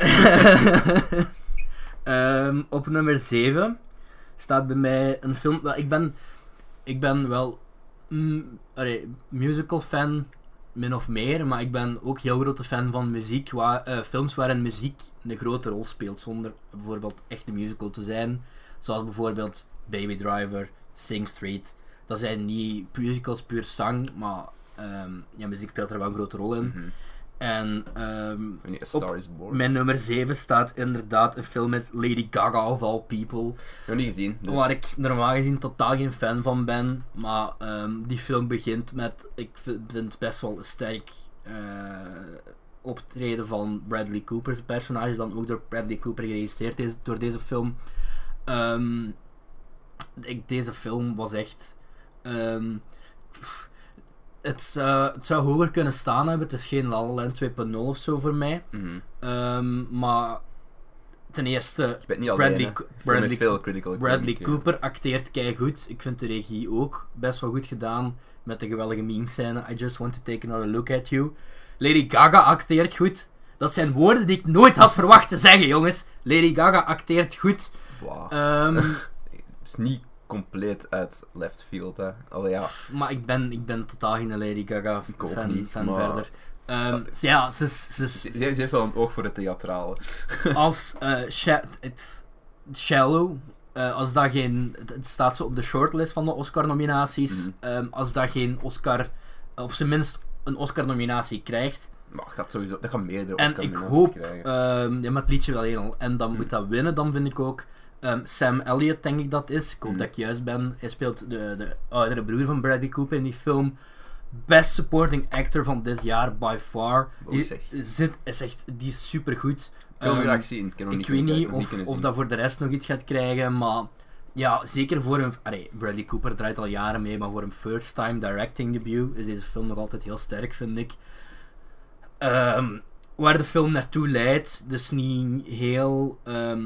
Op nummer 7 staat bij mij een film... Ik ben wel musical fan, min of meer, maar ik ben ook heel grote fan van muziek, films waarin muziek een grote rol speelt, zonder bijvoorbeeld echt een musical te zijn. Zoals bijvoorbeeld Baby Driver, Sing Street. Dat zijn niet musicals puur zang, maar muziek speelt er wel een grote rol in. En Star is Born. Mijn nummer 7 staat inderdaad een film met Lady Gaga of all people. Ik heb het niet gezien. Dus. Waar ik normaal gezien totaal geen fan van ben. Maar die film begint met... Ik vind het best wel een sterk optreden van Bradley Cooper's personage. Dan ook door Bradley Cooper geregisseerd is door deze film. Deze film was echt... Het zou hoger kunnen staan hebben. Het is geen La La Land 2.0 of zo voor mij. Maar ten eerste, Bradley Cooper acteert keigoed. Ik vind de regie ook best wel goed gedaan. Met de geweldige meme-scène. I just want to take another look at you. Lady Gaga acteert goed. Dat zijn woorden die ik nooit had verwacht te zeggen, jongens. Lady Gaga acteert goed. Wow. Is niet compleet uit left field, hè. Allee, maar ik ben totaal geen Lady Gaga fan maar... verder. Ze heeft wel een oog voor het theatrale. Als Shallow, als dat geen... Het staat zo op de shortlist van de Oscar-nominaties. Als dat geen Oscar... Of ze minst een Oscar-nominatie krijgt. Maar het gaat sowieso... Dat gaat meerdere En ik Oscar-nominaties krijgen. hoop... ja, maar het liedje wel heel al. En dan moet dat winnen, dan vind ik ook... Sam Elliott, denk ik dat is. Ik hoop dat ik juist ben. Hij speelt de oudere broer van Bradley Cooper in die film. Best supporting actor van dit jaar, by far. Die is supergoed. Ik wil hem graag zien. Ik weet niet of dat voor de rest nog iets gaat krijgen, maar... Ja, zeker voor een... Bradley Cooper draait al jaren mee, maar voor een first time directing debut is deze film nog altijd heel sterk, vind ik. Waar de film naartoe leidt, dus niet heel...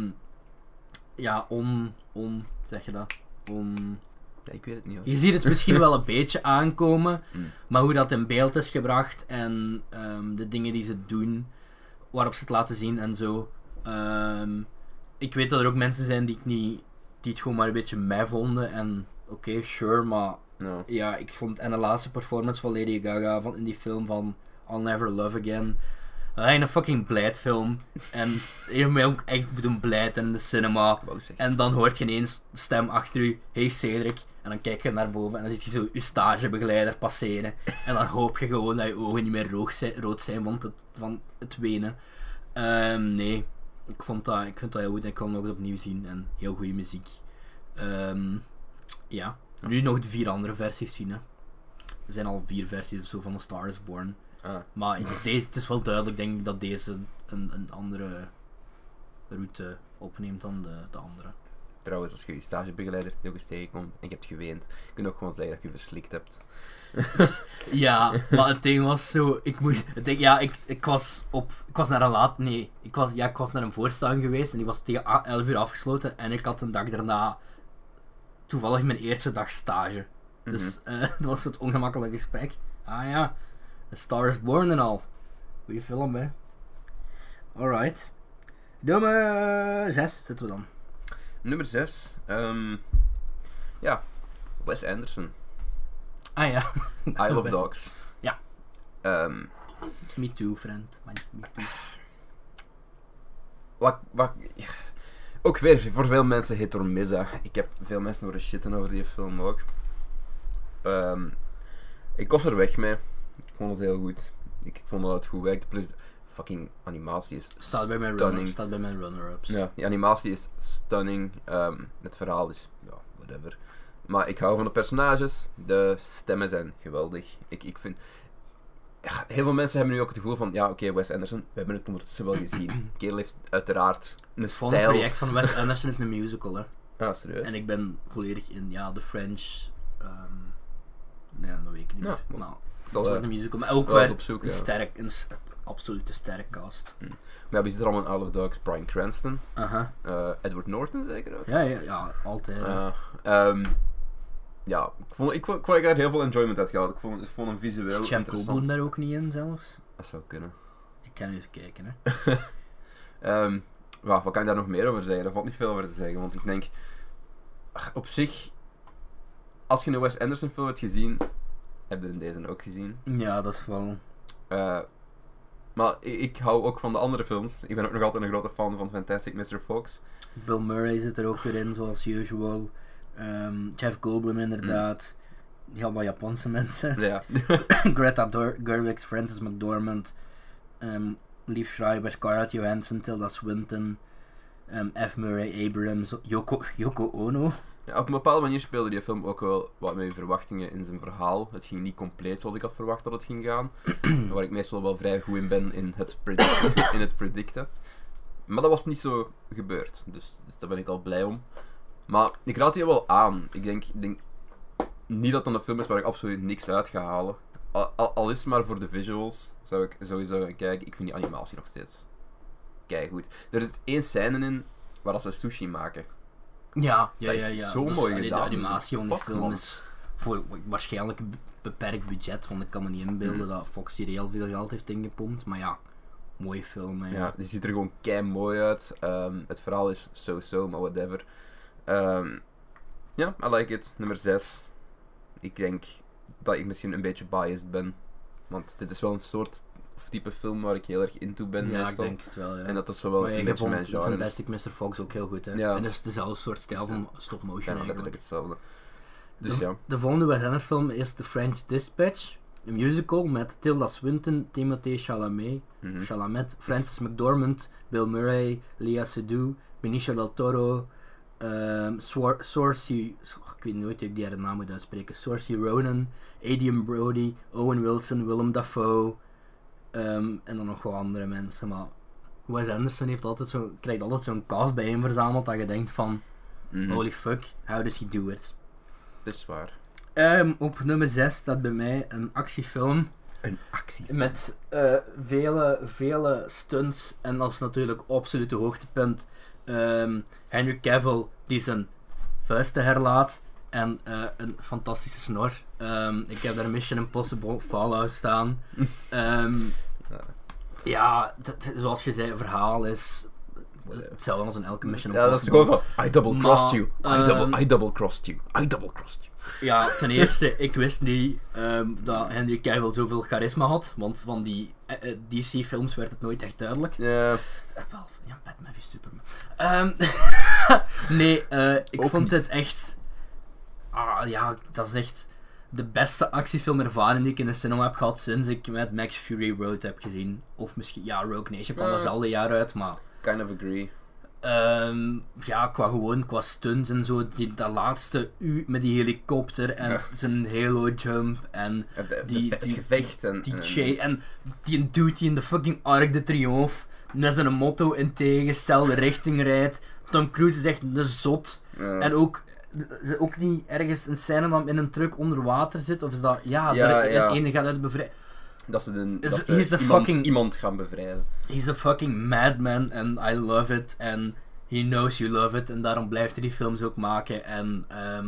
zeg je dat? Ja, ik weet het niet. Hoor. Je ziet het misschien wel een beetje aankomen, maar hoe dat in beeld is gebracht en de dingen die ze doen, waarop ze het laten zien en zo. Ik weet dat er ook mensen zijn die het gewoon maar een beetje meh vonden en oké, sure, maar ja, ik vond en de laatste performance van Lady Gaga in die film van I'll Never Love Again. Een fucking blijd film. En ik heb mij ook echt doen blijd in de cinema. En dan hoort je ineens de stem achter u. Hey Cedric. En dan kijk je naar boven en dan ziet je zo je stagebegeleider passeren. En dan hoop je gewoon dat je ogen niet meer rood zijn van het wenen. Nee. Ik vind dat heel goed en ik kan het nog eens opnieuw zien. En heel goede muziek. Ja. Nu nog de 4 andere versies zien. Hè. Er zijn al 4 versies of zo van A Star Is Born. Maar het is wel duidelijk, denk ik, dat deze een andere route opneemt dan de andere. Trouwens, als je je stagebegeleider nog eens tegenkomt en je hebt geweend, kun je ook gewoon zeggen dat je verslikt hebt. Ja, maar het ding was zo, ik was naar een voorstelling geweest en die was tegen 11 uur afgesloten en ik had een dag daarna toevallig mijn eerste dag stage. Dus dat was het ongemakkelijk gesprek. Ah ja. A Star Is Born en al. Goeie film, hè. Alright. Nummer 6 zitten we dan. Nummer 6. Ja. Wes Anderson. Ah ja. Isle of Dogs. Ja. Me too, friend. Me too. Ook weer, voor veel mensen hit or miss. Ik heb veel mensen horen shitten over die film ook. Ik was er weg mee. Ik vond het heel goed. Ik vond dat het goed werkte. Plus, fucking animatie is staat bij mijn runner-ups. Ja, die animatie is stunning. Het verhaal is, ja, whatever. Maar ik hou van de personages. De stemmen zijn geweldig. Ik vind... Ja, heel veel mensen hebben nu ook het gevoel van, ja, oké, Wes Anderson, we hebben het ondertussen wel gezien. Kerel heeft uiteraard een stijl. Het project van Wes Anderson is een musical, hè. Ah, serieus? En ik ben volledig in, de French... nee, dat weet ik niet meer. Maar nou, het is een musical, maar ook wel op zoek, een absolute sterke cast. Maar wie zit er allemaal in Isle of Dogs? Bryan Cranston. Edward Norton zeker ook? Ja, altijd. Ja, ik vond er heel veel enjoyment uit gehad. Ik vond een visueel interessant. Is Jeff Goldblum daar ook niet in zelfs? Dat zou kunnen. Ik kan eens kijken, hè. Wat kan ik daar nog meer over zeggen? Daar valt niet veel over te zeggen, want ik denk... Op zich... Als je een Wes Anderson film hebt gezien... Heb je in deze ook gezien? Ja, dat is wel... Maar ik hou ook van de andere films. Ik ben ook nog altijd een grote fan van Fantastic Mr. Fox. Bill Murray zit er ook weer in, zoals usual. Jeff Goldblum inderdaad. Heel wat Japanse mensen. Ja. Greta Gerwig, Frances McDormand, Liev Schreiber, Scarlett Johansson, Tilda Swinton, F. Murray Abrams, Yoko Ono. Ja, op een bepaalde manier speelde die film ook wel wat met verwachtingen in zijn verhaal. Het ging niet compleet zoals ik had verwacht dat het ging gaan. Waar ik meestal wel vrij goed in ben in het predicten. Maar dat was niet zo gebeurd. Dus daar ben ik al blij om. Maar ik raad die wel aan. Ik denk niet dat het een film is waar ik absoluut niks uit ga halen. Al is het maar voor de visuals, zou ik sowieso gaan kijken. Ik vind die animatie nog steeds keigoed. Er is 1 scène in waar ze sushi maken. Ja. Zo dus, mooi gedaan. De animatie van die film is voor waarschijnlijk een beperkt budget, want ik kan me niet inbeelden dat Fox hier heel veel geld heeft ingepompt. Maar ja, mooie film. Ja, die ziet er gewoon kei mooi uit. Het verhaal is so-so, maar whatever. Ja, I like it. Nummer 6. Ik denk dat ik misschien een beetje biased ben. Want dit is wel een soort of type film waar ik heel erg into ben Ja, ik meestal. denk het wel, ja. En dat is zo wel Maar een je beetje mijn vond genre. Fantastic Mr. Fox ook heel goed, hè. Ja. En dat is dezelfde soort stijl van stop-motion Ja, letterlijk eigenlijk. hetzelfde. Dus ja. De volgende Wes Anderson film is The French Dispatch. Een musical met Tilda Swinton, Timothée Chalamet, Frances McDormand, Bill Murray, Lea Seydoux, Benicio del Toro, Saoirse... ik weet nooit hoe ik die haar naam moet uitspreken. Saoirse Ronan, Adrien Brody, Owen Wilson, Willem Dafoe en dan nog wel andere mensen. Maar Wes Anderson krijgt altijd zo'n cast bij hem verzameld dat je denkt van holy fuck, how does he do it? Dat is waar. Op nummer 6 staat bij mij een actiefilm. Een actie. Met vele stunts en als natuurlijk absolute hoogtepunt Henry Cavill die zijn vuisten herlaat en een fantastische snor. Ik heb daar Mission Impossible Fallout staan. Ja, zoals je zei, het verhaal is hetzelfde als in elke Mission Ja, dat is Impossible. gewoon van I double-crossed you. Maar, I double-crossed you. I double-crossed you. Ja, ten eerste, ik wist niet dat Henry Cavill zoveel charisma had, want van die DC-films werd het nooit echt duidelijk. Ja. Wel, ja, Batman v Superman. Nee, ik Ook vond niet. het echt... ja, dat is echt de beste actiefilmervaring die ik in de cinema heb gehad sinds ik met Max Fury Road heb gezien. Of misschien, ja, Rogue Nation kwam datzelfde jaar uit, maar... Kind of agree. Ja, qua stunts en zo, dat laatste met die helikopter en zijn halo jump en Het gevecht en... en die dude die in de fucking Arc de Triomphe met zijn motto in tegengestelde richting rijdt. Tom Cruise is echt een zot. En ook niet ergens een scène dat in een truck onder water zit, of is dat, de ene gaat uit bevrijd. Dat He's ze iemand gaan bevrijden. He's a fucking madman and I love it and he knows you love it en daarom blijft hij die films ook maken en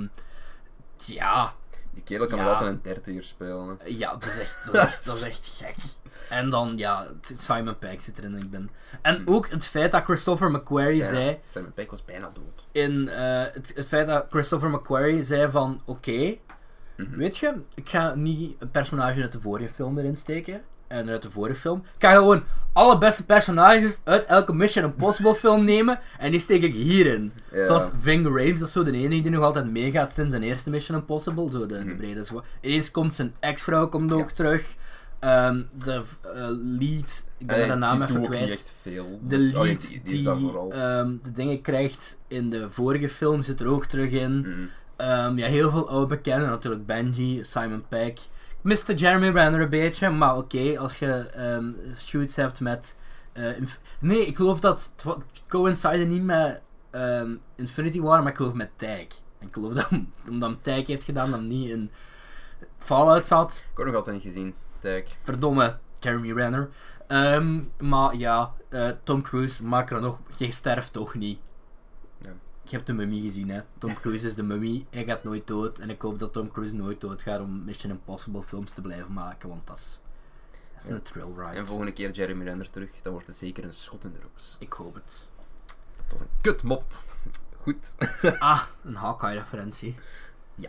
ja. Die kerel kan nog altijd een 30er spelen. Hè. Ja, dat is echt gek. En dan, ja, Simon Pegg zit erin en ik ben... En ook het feit dat Christopher McQuarrie zei... Simon Pegg was bijna dood. Het feit dat Christopher McQuarrie zei van... Oké, weet je, ik ga niet een personage uit de vorige film erin steken. En uit de vorige film. Ik ga gewoon alle beste personages uit elke Mission Impossible film nemen. En die steek ik hierin. Ja. Zoals Ving Rhames, dat is zo de enige die nog altijd meegaat sinds zijn eerste Mission Impossible. Zo de brede zwaar. Ineens komt zijn ex-vrouw ook terug. De lead, ik ben haar naam even kwijt. Echt veel. De Dus, lead die die de dingen krijgt in de vorige film zit er ook terug in. Ja, heel veel oude bekenden, natuurlijk Benji, Simon Pegg. Mr. Jeremy Renner een beetje, maar oké, als je shoots hebt met... nee, ik geloof dat het coincide niet met Infinity War, maar ik geloof met Tag. En ik geloof dat omdat hem Tag heeft gedaan, dat hem niet in Fallout zat. Ik heb nog altijd niet gezien. Tag. Verdomme, Jeremy Renner. Maar ja, Tom Cruise, maak er nog... Je sterft toch niet. Ja. Je hebt de Mummy gezien, hè. Tom Cruise is de Mummy. Hij gaat nooit dood. En ik hoop dat Tom Cruise nooit dood gaat om Mission Impossible films te blijven maken. Want dat is een thrill ride. En volgende keer Jeremy Renner terug. Dan wordt het zeker een schot in de roos. Ik hoop het. Dat was een kutmop. Goed. Een Hawkeye-referentie. Ja.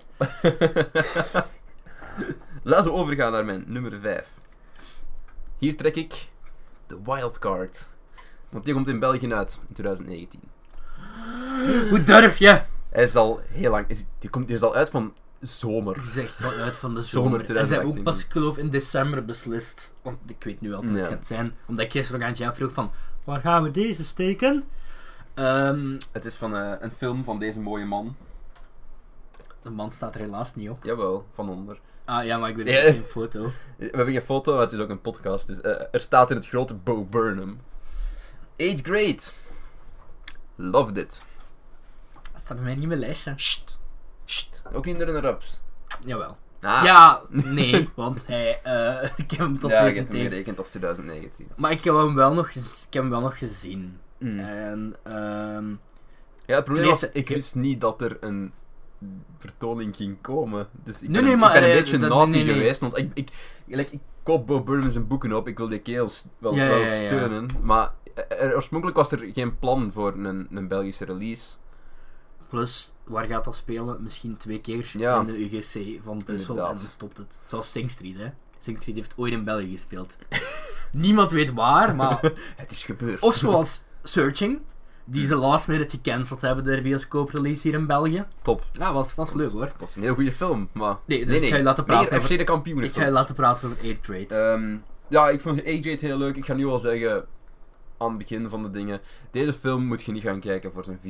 Laten we overgaan naar mijn nummer 5. Hier trek ik de Wildcard. Want die komt in België uit in 2019. Hoe durf je? Hij is al heel lang... Die is al uit van zomer. Die zegt wel uit van de Zomer zomer. En ze hebben 2018. ook pas, ik geloof, in december beslist. Want ik weet nu al dat het gaat zijn. Omdat ik gisteren nog aan Jeff vroeg van... Waar gaan we deze steken? Het is van een film van deze mooie man. De man staat er helaas niet op. Jawel, van onder. Ja, maar ik weet geen foto. We hebben geen foto, maar het is ook een podcast. Dus, er staat in het grote Bo Burnham. 8th grade. Loved it. Dat staat bij mij niet in mijn lijstje. Sst. Ook niet in de runner-ups. Jawel. Ah. Ja, nee, want hij... ik heb hem tot Ja, ik heb hem 2019. gerekend als 2019. Maar ik heb hem wel nog gezien. Mm. En... Ja, het probleem ten was, eerste, ik wist niet dat er een vertoning ging komen. Dus ik Nee, ben, nee, maar, ik ben een beetje dat- naughty nee. geweest. Want ik koop Bo Burnham zijn boeken op. Ik wil die kerels wel Ja. steunen. Maar oorspronkelijk was er geen plan voor een Belgische release. Plus, waar gaat dat spelen? Misschien 2 keer Ja. in de UGC van Brussel Inderdaad. en dan stopt het. Zoals Sing Street, hè. Assassin's Creed heeft ooit in België gespeeld. Niemand weet waar, maar... Het is gebeurd. Of zoals Searching, die ze last minute gecanceld hebben, de bioscoop-release hier in België. Top. Ja, was leuk hoor. Het was een heel goede film, maar... Nee, dus ik ga je laten praten meer FC de kampioenen. Ik ga je laten praten over 8th Grade. Ja, ik vond 8th Grade heel leuk. Ik ga nu al zeggen, aan het begin van de dingen, deze film moet je niet gaan kijken voor zijn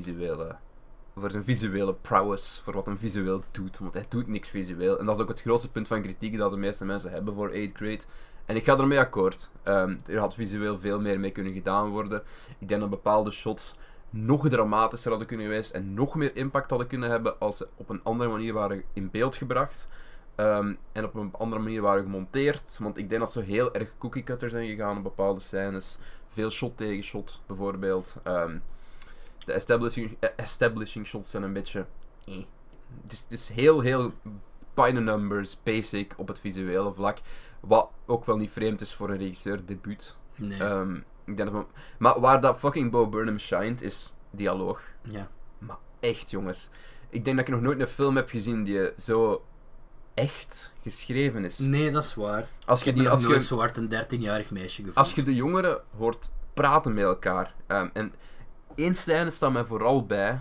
visuele prowess, voor wat hem visueel doet, want hij doet niks visueel. En dat is ook het grootste punt van kritiek dat de meeste mensen hebben voor 8th Grade. En ik ga ermee akkoord. Er had visueel veel meer mee kunnen gedaan worden. Ik denk dat bepaalde shots nog dramatischer hadden kunnen geweest en nog meer impact hadden kunnen hebben als ze op een andere manier waren in beeld gebracht. En op een andere manier waren gemonteerd. Want ik denk dat ze heel erg cookie cutter zijn gegaan op bepaalde scènes. Veel shot tegen shot, bijvoorbeeld. De establishing shots zijn een beetje... Het is heel by the numbers, basic op het visuele vlak. Wat ook wel niet vreemd is voor een regisseur-debuut. Nee. Ik denk dat maar waar dat fucking Bo Burnham shined, is dialoog. Ja. Maar echt, jongens. Ik denk dat ik nog nooit een film heb gezien die zo echt geschreven is. Nee, dat is waar. Als je Ik heb zo hard een 13-jarig meisje gevoeld. Als je de jongeren hoort praten met elkaar. En één scène staat mij vooral bij.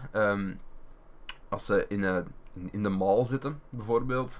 Als ze in de mall zitten, bijvoorbeeld.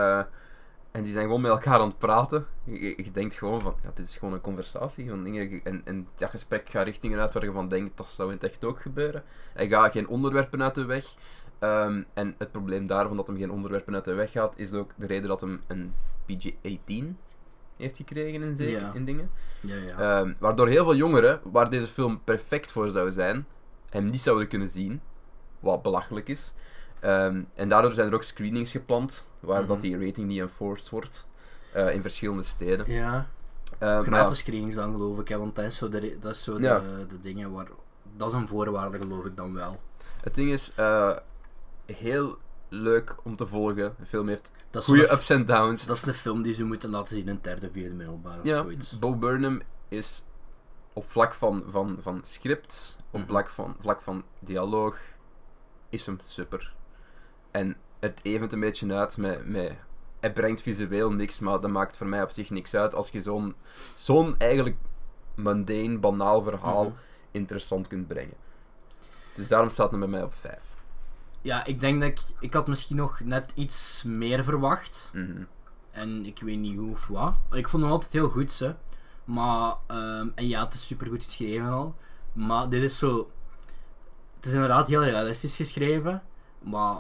En die zijn gewoon met elkaar aan het praten. Je denkt gewoon van, ja, dit is gewoon een conversatie van dingen. En dat gesprek gaat richtingen uit waar je van denkt, dat zou in het echt ook gebeuren. Hij gaat geen onderwerpen uit de weg. En het probleem daarvan dat hem geen onderwerpen uit de weg gaat, is ook de reden dat hem een PG-18 heeft gekregen in dingen. Ja. Waardoor heel veel jongeren, waar deze film perfect voor zou zijn, hem niet zouden kunnen zien. Wat belachelijk is. En daardoor zijn er ook screenings gepland, waar dat die rating niet enforced wordt. In verschillende steden. Ja. Gratis screenings dan, geloof ik, hè, want dat is zo de dingen waar... Dat is een voorwaarde, geloof ik dan wel. Het ding is... heel leuk om te volgen. De film heeft goede ups en downs. Dat is een film die ze moeten laten zien in het derde, vierde middelbaar of zoiets. Bo Burnham is op vlak van script, op vlak van dialoog, is hem super. En het event een beetje uit met hij brengt visueel niks, maar dat maakt voor mij op zich niks uit als je zo'n eigenlijk mundane, banaal verhaal interessant kunt brengen. Dus daarom staat hij bij mij op 5. Ja, ik denk dat ik had misschien nog net iets meer verwacht. En ik weet niet hoe of wat. Ik vond het altijd heel goed, hè. Maar, en ja, het is super goed geschreven al. Maar dit is zo... Het is inderdaad heel realistisch geschreven. Maar...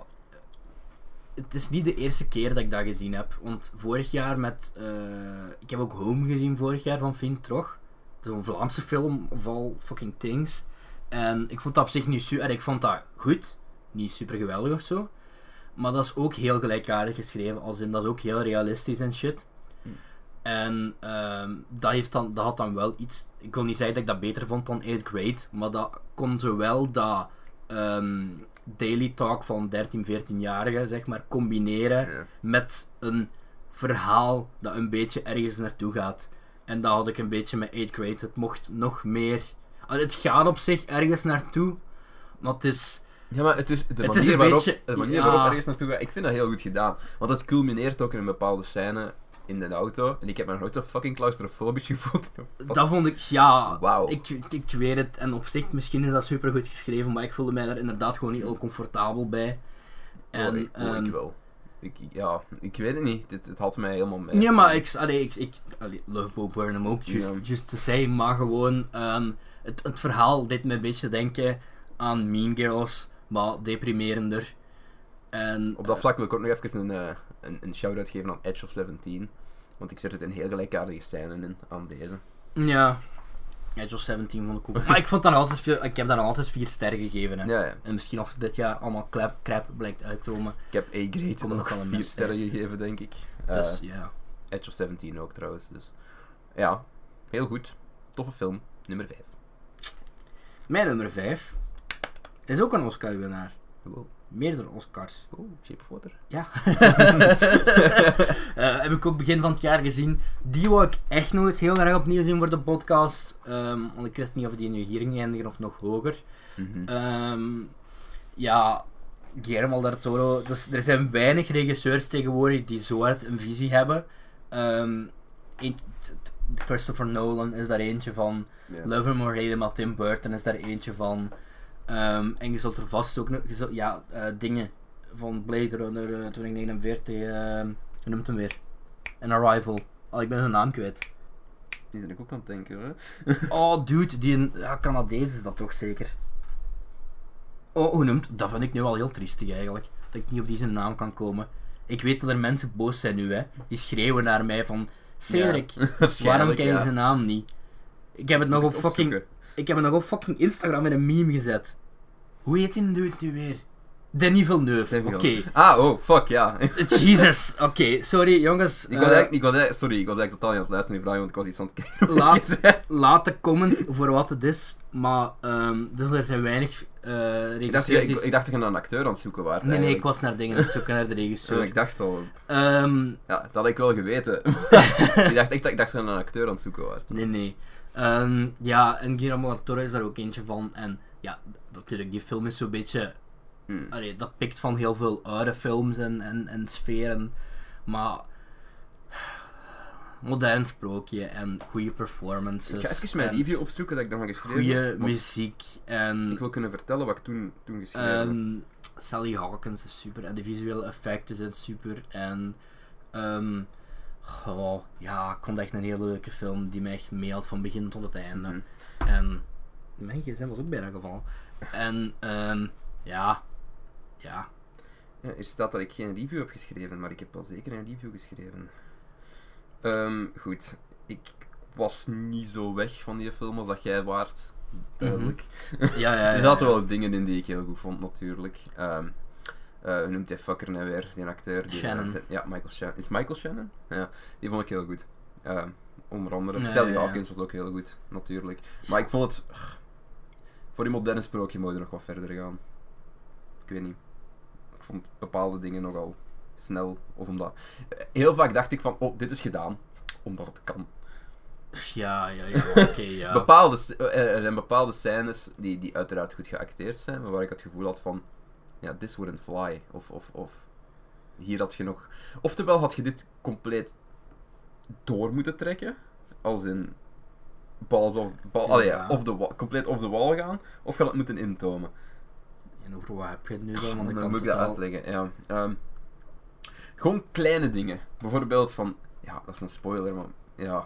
Het is niet de eerste keer dat ik dat gezien heb. Want vorig jaar met... ik heb ook Home gezien vorig jaar van Fien Trog. Zo'n Vlaamse film of all fucking things. En ik vond dat op zich niet super... Ik vond dat goed. Niet super geweldig of zo. Maar dat is ook heel gelijkaardig geschreven. Als in, dat is ook heel realistisch en shit. En dat had dan wel iets... Ik wil niet zeggen dat ik dat beter vond dan 8th Grade. Maar dat kon zowel dat daily talk van 13, 14-jarigen, zeg maar, combineren met een verhaal dat een beetje ergens naartoe gaat. En dat had ik een beetje met 8th Grade. Het mocht nog meer... Het gaat op zich ergens naartoe. Maar het is... Ja, maar het is de manier waarop ergens naartoe gaat. Ik vind dat heel goed gedaan. Want het culmineert ook in een bepaalde scène in de auto. En ik heb me nog nooit zo fucking claustrofobisch gevoeld. Dat vond ik, ja... Wow. Ik weet het. En op zich, misschien is dat super goed geschreven. Maar ik voelde mij daar inderdaad gewoon niet heel comfortabel bij. En, ik wel. Ik weet het niet. Het had mij helemaal mee. Nee, maar ik love Bo Burnham ook, just to say. Maar gewoon... Het verhaal deed me een beetje denken aan Mean Girls... maar deprimerender. En, op dat vlak wil ik ook nog even een shout-out geven aan Edge of 17. Want ik zet het in heel gelijkaardige scènes in aan deze. Ja, Edge of 17 vond ik ook. Maar ik heb daar altijd 4 sterren gegeven. Hè. Ja. En misschien als er dit jaar allemaal crap blijkt uitkomen. Ik heb A-grade ook 4 sterren gegeven, denk ik. Dus ja. Edge of 17 ook trouwens. Dus. Ja, heel goed. Toffe film. Nummer 5. Mijn nummer 5 is ook een Oscar-winnaar. Wow. Meerdere Oscars. Shape of Water. Ja. Heb ik ook begin van het jaar gezien. Die wou ik echt nog eens heel graag opnieuw zien voor de podcast. Want ik wist niet of die nu hier ging eindigen of nog hoger. Ja, Guillermo del Toro. Dus er zijn weinig regisseurs tegenwoordig die zo hard een visie hebben. Christopher Nolan is daar eentje van. Ja. Love Him or Hate Him, maar Tim Burton is daar eentje van. En je zult er vast ook nog... dingen van Blade Runner 2049... hoe noemt hem weer? An Arrival. Ik ben zijn naam kwijt. Die ben ik ook aan het denken, hoor. Oh, dude, Canadees is dat toch zeker? Oh, hoe noemt? Dat vind ik nu al heel triestig eigenlijk. Dat ik niet op die zijn naam kan komen. Ik weet dat er mensen boos zijn nu, hè. Die schreeuwen naar mij van... Cedric, waarom ken je zijn naam niet? Ik heb het nog op fucking Instagram in een meme gezet. Hoe heet die dude nu weer? Denis Villeneuve, oké. Oh, fuck, ja. Jesus, oké, sorry jongens. Ik was eigenlijk totaal niet aan het luisteren die vraag, want ik was iets aan het kijken. Laat de comment voor wat het is, maar dus er zijn weinig regisseurs. Ik dacht dat je naar een acteur aan het zoeken was. Nee, ik was naar dingen aan het zoeken, naar de regisseur. Ik dacht al. Dat had ik wel geweten. ik dacht dat je naar een acteur aan het zoeken was. Nee. En Guillermo del Toro is daar ook eentje van. En ja, natuurlijk, die film is zo'n beetje... dat pikt van heel veel oude films en sferen. Maar... modern sprookje en goede performances. Ik ga even mijn review opzoeken dat ik dan ga geschreven. Goede muziek en... Ik wil kunnen vertellen wat ik toen geschreven heb. Sally Hawkins is super en de visuele effecten zijn super en... ik vond echt een hele leuke film die mij echt meehad van begin tot het einde. En... mijn gsm was ook bijna gevallen. En... Ja, er staat dat ik geen review heb geschreven, maar ik heb wel zeker een review geschreven. Goed. Ik was niet zo weg van die film als dat jij waart. Duidelijk. Ja. Er zaten wel dingen in die ik heel goed vond, natuurlijk. Hoe noemt die fucker nou weer? Die acteur? Shannon. Michael Shannon. Is Michael Shannon? Ja, die vond ik heel goed. Onder andere. Sally Hawkins was ook heel goed, natuurlijk. Maar ik vond het... voor die moderne sprookje moet je nog wat verder gaan. Ik weet niet. Ik vond bepaalde dingen nogal snel. Of omdat... heel vaak dacht ik van, dit is gedaan. Omdat het kan. Ja, oké, ja. Er zijn bepaalde scènes die uiteraard goed geacteerd zijn, maar waar ik het gevoel had van... ja, this wouldn't fly. Of hier had je nog... Oftewel had je dit compleet door moeten trekken. Als in... compleet off the wall gaan. Of je dat moeten intomen. En over wat heb je het nu dan? Dan moet ik dat uitleggen. Ja. Gewoon kleine dingen. Bijvoorbeeld van... ja, dat is een spoiler, maar... ja...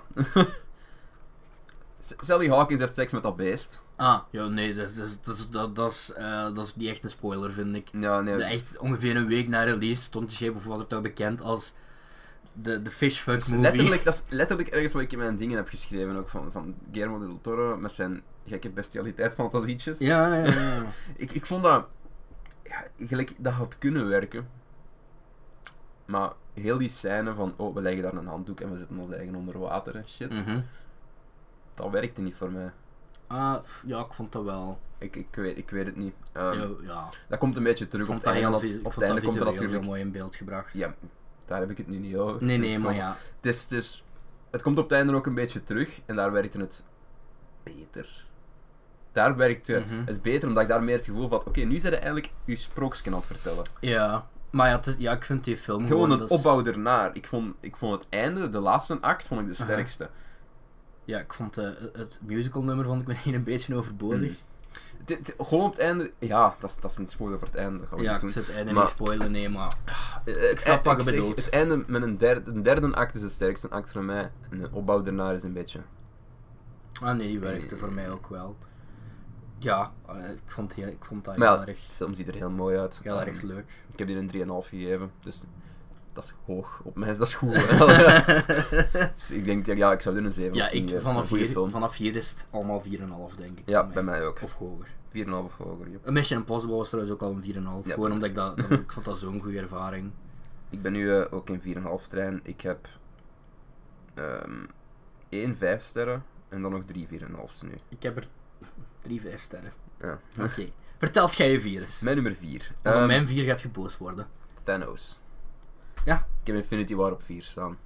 Sally Hawkins heeft seks met dat beest. Nee, dat is niet echt een spoiler, vind ik. Ja, nee. Echt ongeveer een week na release stond The Shape of Water toch bekend als de fishfuck movie. Dat is letterlijk ergens wat ik in mijn dingen heb geschreven, ook van Guillermo del Toro, met zijn gekke bestialiteit fantasietjes. Ja. ik vond dat... ja, gelijk, dat had kunnen werken. Maar heel die scène van, we leggen daar een handdoek en we zetten ons eigen onder water en shit. Dat werkte niet voor mij. Ik vond dat wel. Ik weet het niet. Ja. Dat komt een beetje terug op het einde. Op het einde komt er natuurlijk heel mooi in beeld gebracht. Ja, daar heb ik het nu niet over. Nee, maar ja. Het komt op het einde ook een beetje terug en daar werkte het beter. Daar werkte het beter, omdat ik daar meer het gevoel van oké, nu zijn je eigenlijk je sprookje aan het vertellen. Ja. Maar ik vind die film gewoon een opbouw ernaar. Ik vond het einde, de laatste act, vond ik de sterkste. Ja, ik vond het musical nummer vond ik misschien een beetje overbodig. Gewoon op het einde... ja, dat is een spoiler voor het einde. Dat gaan we niet doen. Ik zit het einde niet spoilen, nee, maar... ik snap wat je bedoelt. Het einde met een derde act is de sterkste act voor mij. En de opbouw daarnaar is een beetje... nee, die werkte voor mij ook wel. Ja, ik vond dat maar heel erg... de film ziet er heel mooi uit. Heel erg leuk. Ik heb die een 3,5 gegeven, dus... dat is hoog. Op mij is dat goed. Dus ik denk, ik zou er een 7 geven. Vanaf 4 is het allemaal 4,5, denk ik. Ja, bij mij ook. Of hoger. 4,5 of hoger, ja. Mission Impossible was trouwens ook al een 4,5. Ja, gewoon omdat ik vond dat zo'n goede ervaring. Ik ben nu ook in 4,5 trein. Ik heb 1 5 sterren en dan nog 3 4,5's nu. Ik heb er 3 5 sterren. Ja. Oké. Vertelt jij je 4 eens. Mijn nummer 4. Mijn 4 gaat geboos worden. Thanos. Ja. Ik heb Infinity War op 4 staan.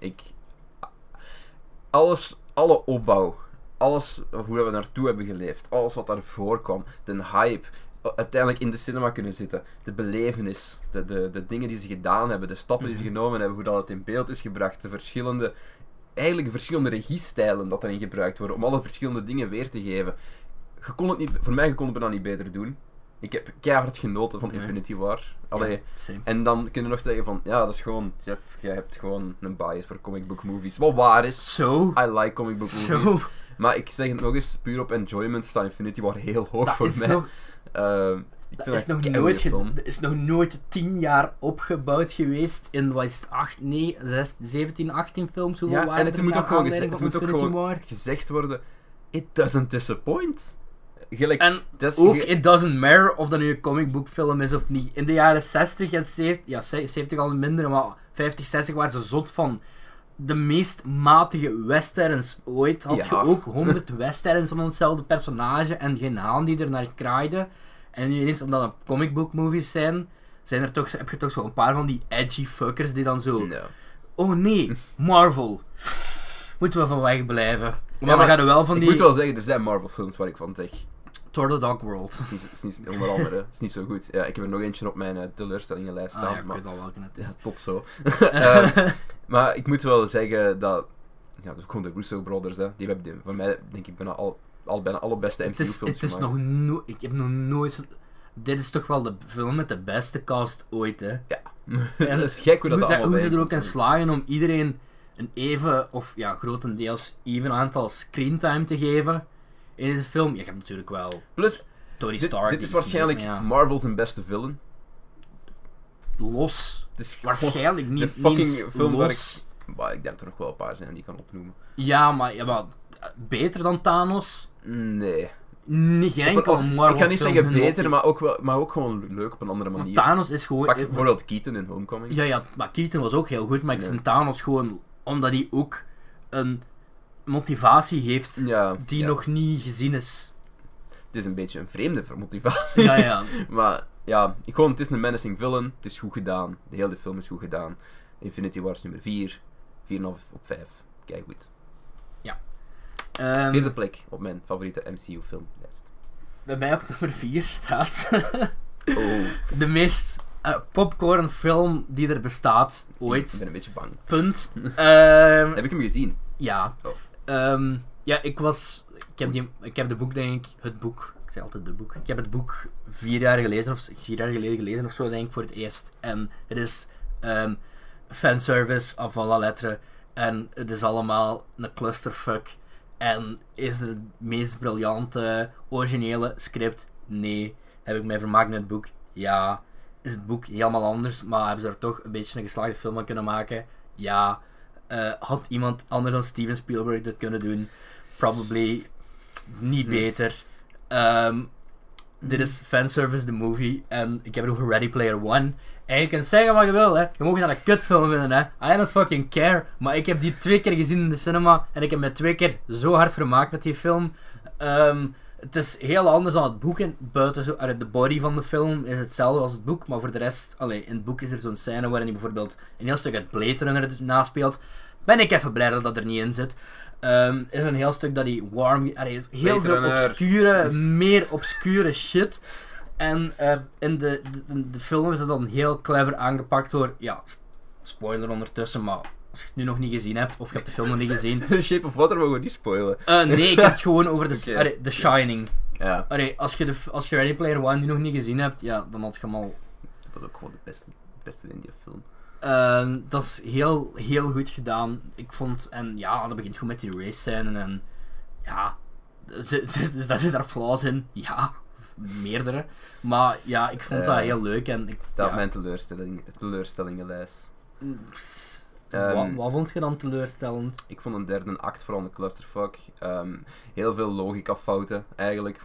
Alle opbouw, alles hoe we naartoe hebben geleefd, alles wat daarvoor kwam, de hype, uiteindelijk in de cinema kunnen zitten. De belevenis, de dingen die ze gedaan hebben, de stappen die ze genomen hebben, hoe dat het in beeld is gebracht, de verschillende regiestijlen dat erin gebruikt worden, om alle verschillende dingen weer te geven. Voor mij kon het bijna niet beter doen. Ik heb keihard genoten van Infinity War. Allee, en dan kun je nog zeggen van, ja, dat is gewoon, Jeff, jij hebt gewoon een bias voor comic book movies. Wat waar is. I like comic book movies. Maar ik zeg het nog eens, puur op enjoyment staat Infinity War heel hoog voor mij. Dat is nog nooit 10 jaar opgebouwd geweest in, wat is het, 8, 17, 18 films, hoeveel waren en het moet ook gewoon gezegd, gezegd worden, it doesn't disappoint. En ook, it doesn't matter of dat nu een comic book film is of niet. In de jaren 60 en 70, ja 70 al minder, maar 50, 60 waren ze zot van de meest matige westerns ooit. Had je ook 100 westerns van hetzelfde personage en geen haan die er naar kraaide. En nu ineens, omdat het comic book movies zijn er toch, heb je toch zo een paar van die edgy fuckers die dan zo... No. Oh nee, Marvel. Moeten we van weg blijven. Maar dan gaan we wel van die... Ik moet wel zeggen, er zijn Marvel films waar ik van zeg... Thor The Dark World. Is niet, onder andere, is niet zo goed. Ja, ik heb er nog eentje op mijn teleurstellingenlijst staan. Ja, ik weet al welke het is. Ja, tot zo. Maar ik moet wel zeggen dat... Ja, dat is gewoon de Russo Brothers, hè. Die hebben voor mij, denk ik, bijna alle beste MCU-films gemaakt. Het is nog ik heb nog nooit... Dit is toch wel de film met de beste cast ooit, hè. Ja. En dat is gek hoe dat allemaal hoe ze er ook in slagen om iedereen een even, of ja, grotendeels even aantal screentime te geven in deze film. Je hebt natuurlijk wel... Plus, Tony Stark. Dit is waarschijnlijk Marvel's zijn villain. Los. Het is waarschijnlijk niet... De fucking film los. Waar ik denk dat er nog wel een paar zijn die ik kan opnoemen. Ja, maar beter dan Thanos? Nee. Geen enkel Marvel. Ik ga niet zeggen beter, maar ook gewoon leuk op een andere manier. Maar Thanos is gewoon... Pak bijvoorbeeld Keaton in Homecoming. Ja, maar Keaton was ook heel goed, maar ik vind Thanos gewoon... Omdat hij ook een motivatie heeft die nog niet gezien is. Het is een beetje een vreemde motivatie. Ja. Maar ja, het is een menacing villain. Het is goed gedaan. De hele film is goed gedaan. Infinity War is nummer 4. 4,5 op 5. Kijk goed. Ja. Vierde plek op mijn favoriete MCU-filmlijst. Bij mij op nummer 4 staat... de meest popcorn film die er bestaat ooit. Ik ben een beetje bang. Punt. Heb ik hem gezien? Ja. Ja, ik heb de boek, denk ik, het boek. Ik zeg altijd de boek. Ik heb het boek 4 jaar geleden gelezen of zo, denk ik, voor het eerst. En het is fanservice af alle letteren. En het is allemaal een clusterfuck. En is het meest briljante, originele script? Nee. Heb ik mij vermaakt met het boek? Ja. Is het boek helemaal anders, maar hebben ze er toch een beetje een geslaagde film van kunnen maken? Ja. Had iemand anders dan Steven Spielberg dit kunnen doen? Probably niet beter. Dit is fanservice, the movie. En ik heb het over Ready Player One. En je kunt zeggen wat je wil, hè. Je mag dat een kutfilm vinden, hè. I don't fucking care. Maar ik heb die 2 keer gezien in de cinema. En ik heb me 2 keer zo hard vermaakt met die film. Het is heel anders dan het boek. Buiten zo, de body van de film is hetzelfde als het boek. Maar voor de rest, in het boek is er zo'n scène waarin hij bijvoorbeeld een heel stuk uit Blade Runner naspeelt. Ben ik even blij dat dat er niet in zit. Is een heel stuk dat hij warm... heel veel meer obscure shit. En in de film is het dan heel clever aangepakt door... Ja, spoiler ondertussen, maar als je het nu nog niet gezien hebt, of je hebt de film nog niet gezien... Shape of Water mogen we niet spoilen. Nee, ik heb het gewoon over The Shining. Ja. Als je Ready Player One nu nog niet gezien hebt, ja, dan had je hem al... Dat was ook gewoon de beste in die film. Dat is heel, heel goed gedaan. Ik vond... En ja, dat begint goed met die race scène en... Ja... Daar zit er flaws in. Ja... Meerdere. Maar ja, ik vond dat heel leuk. En het staat mijn teleurstellingenlijst. Wat vond je dan teleurstellend? Ik vond een derde act vooral een clusterfuck. Heel veel logicafouten eigenlijk.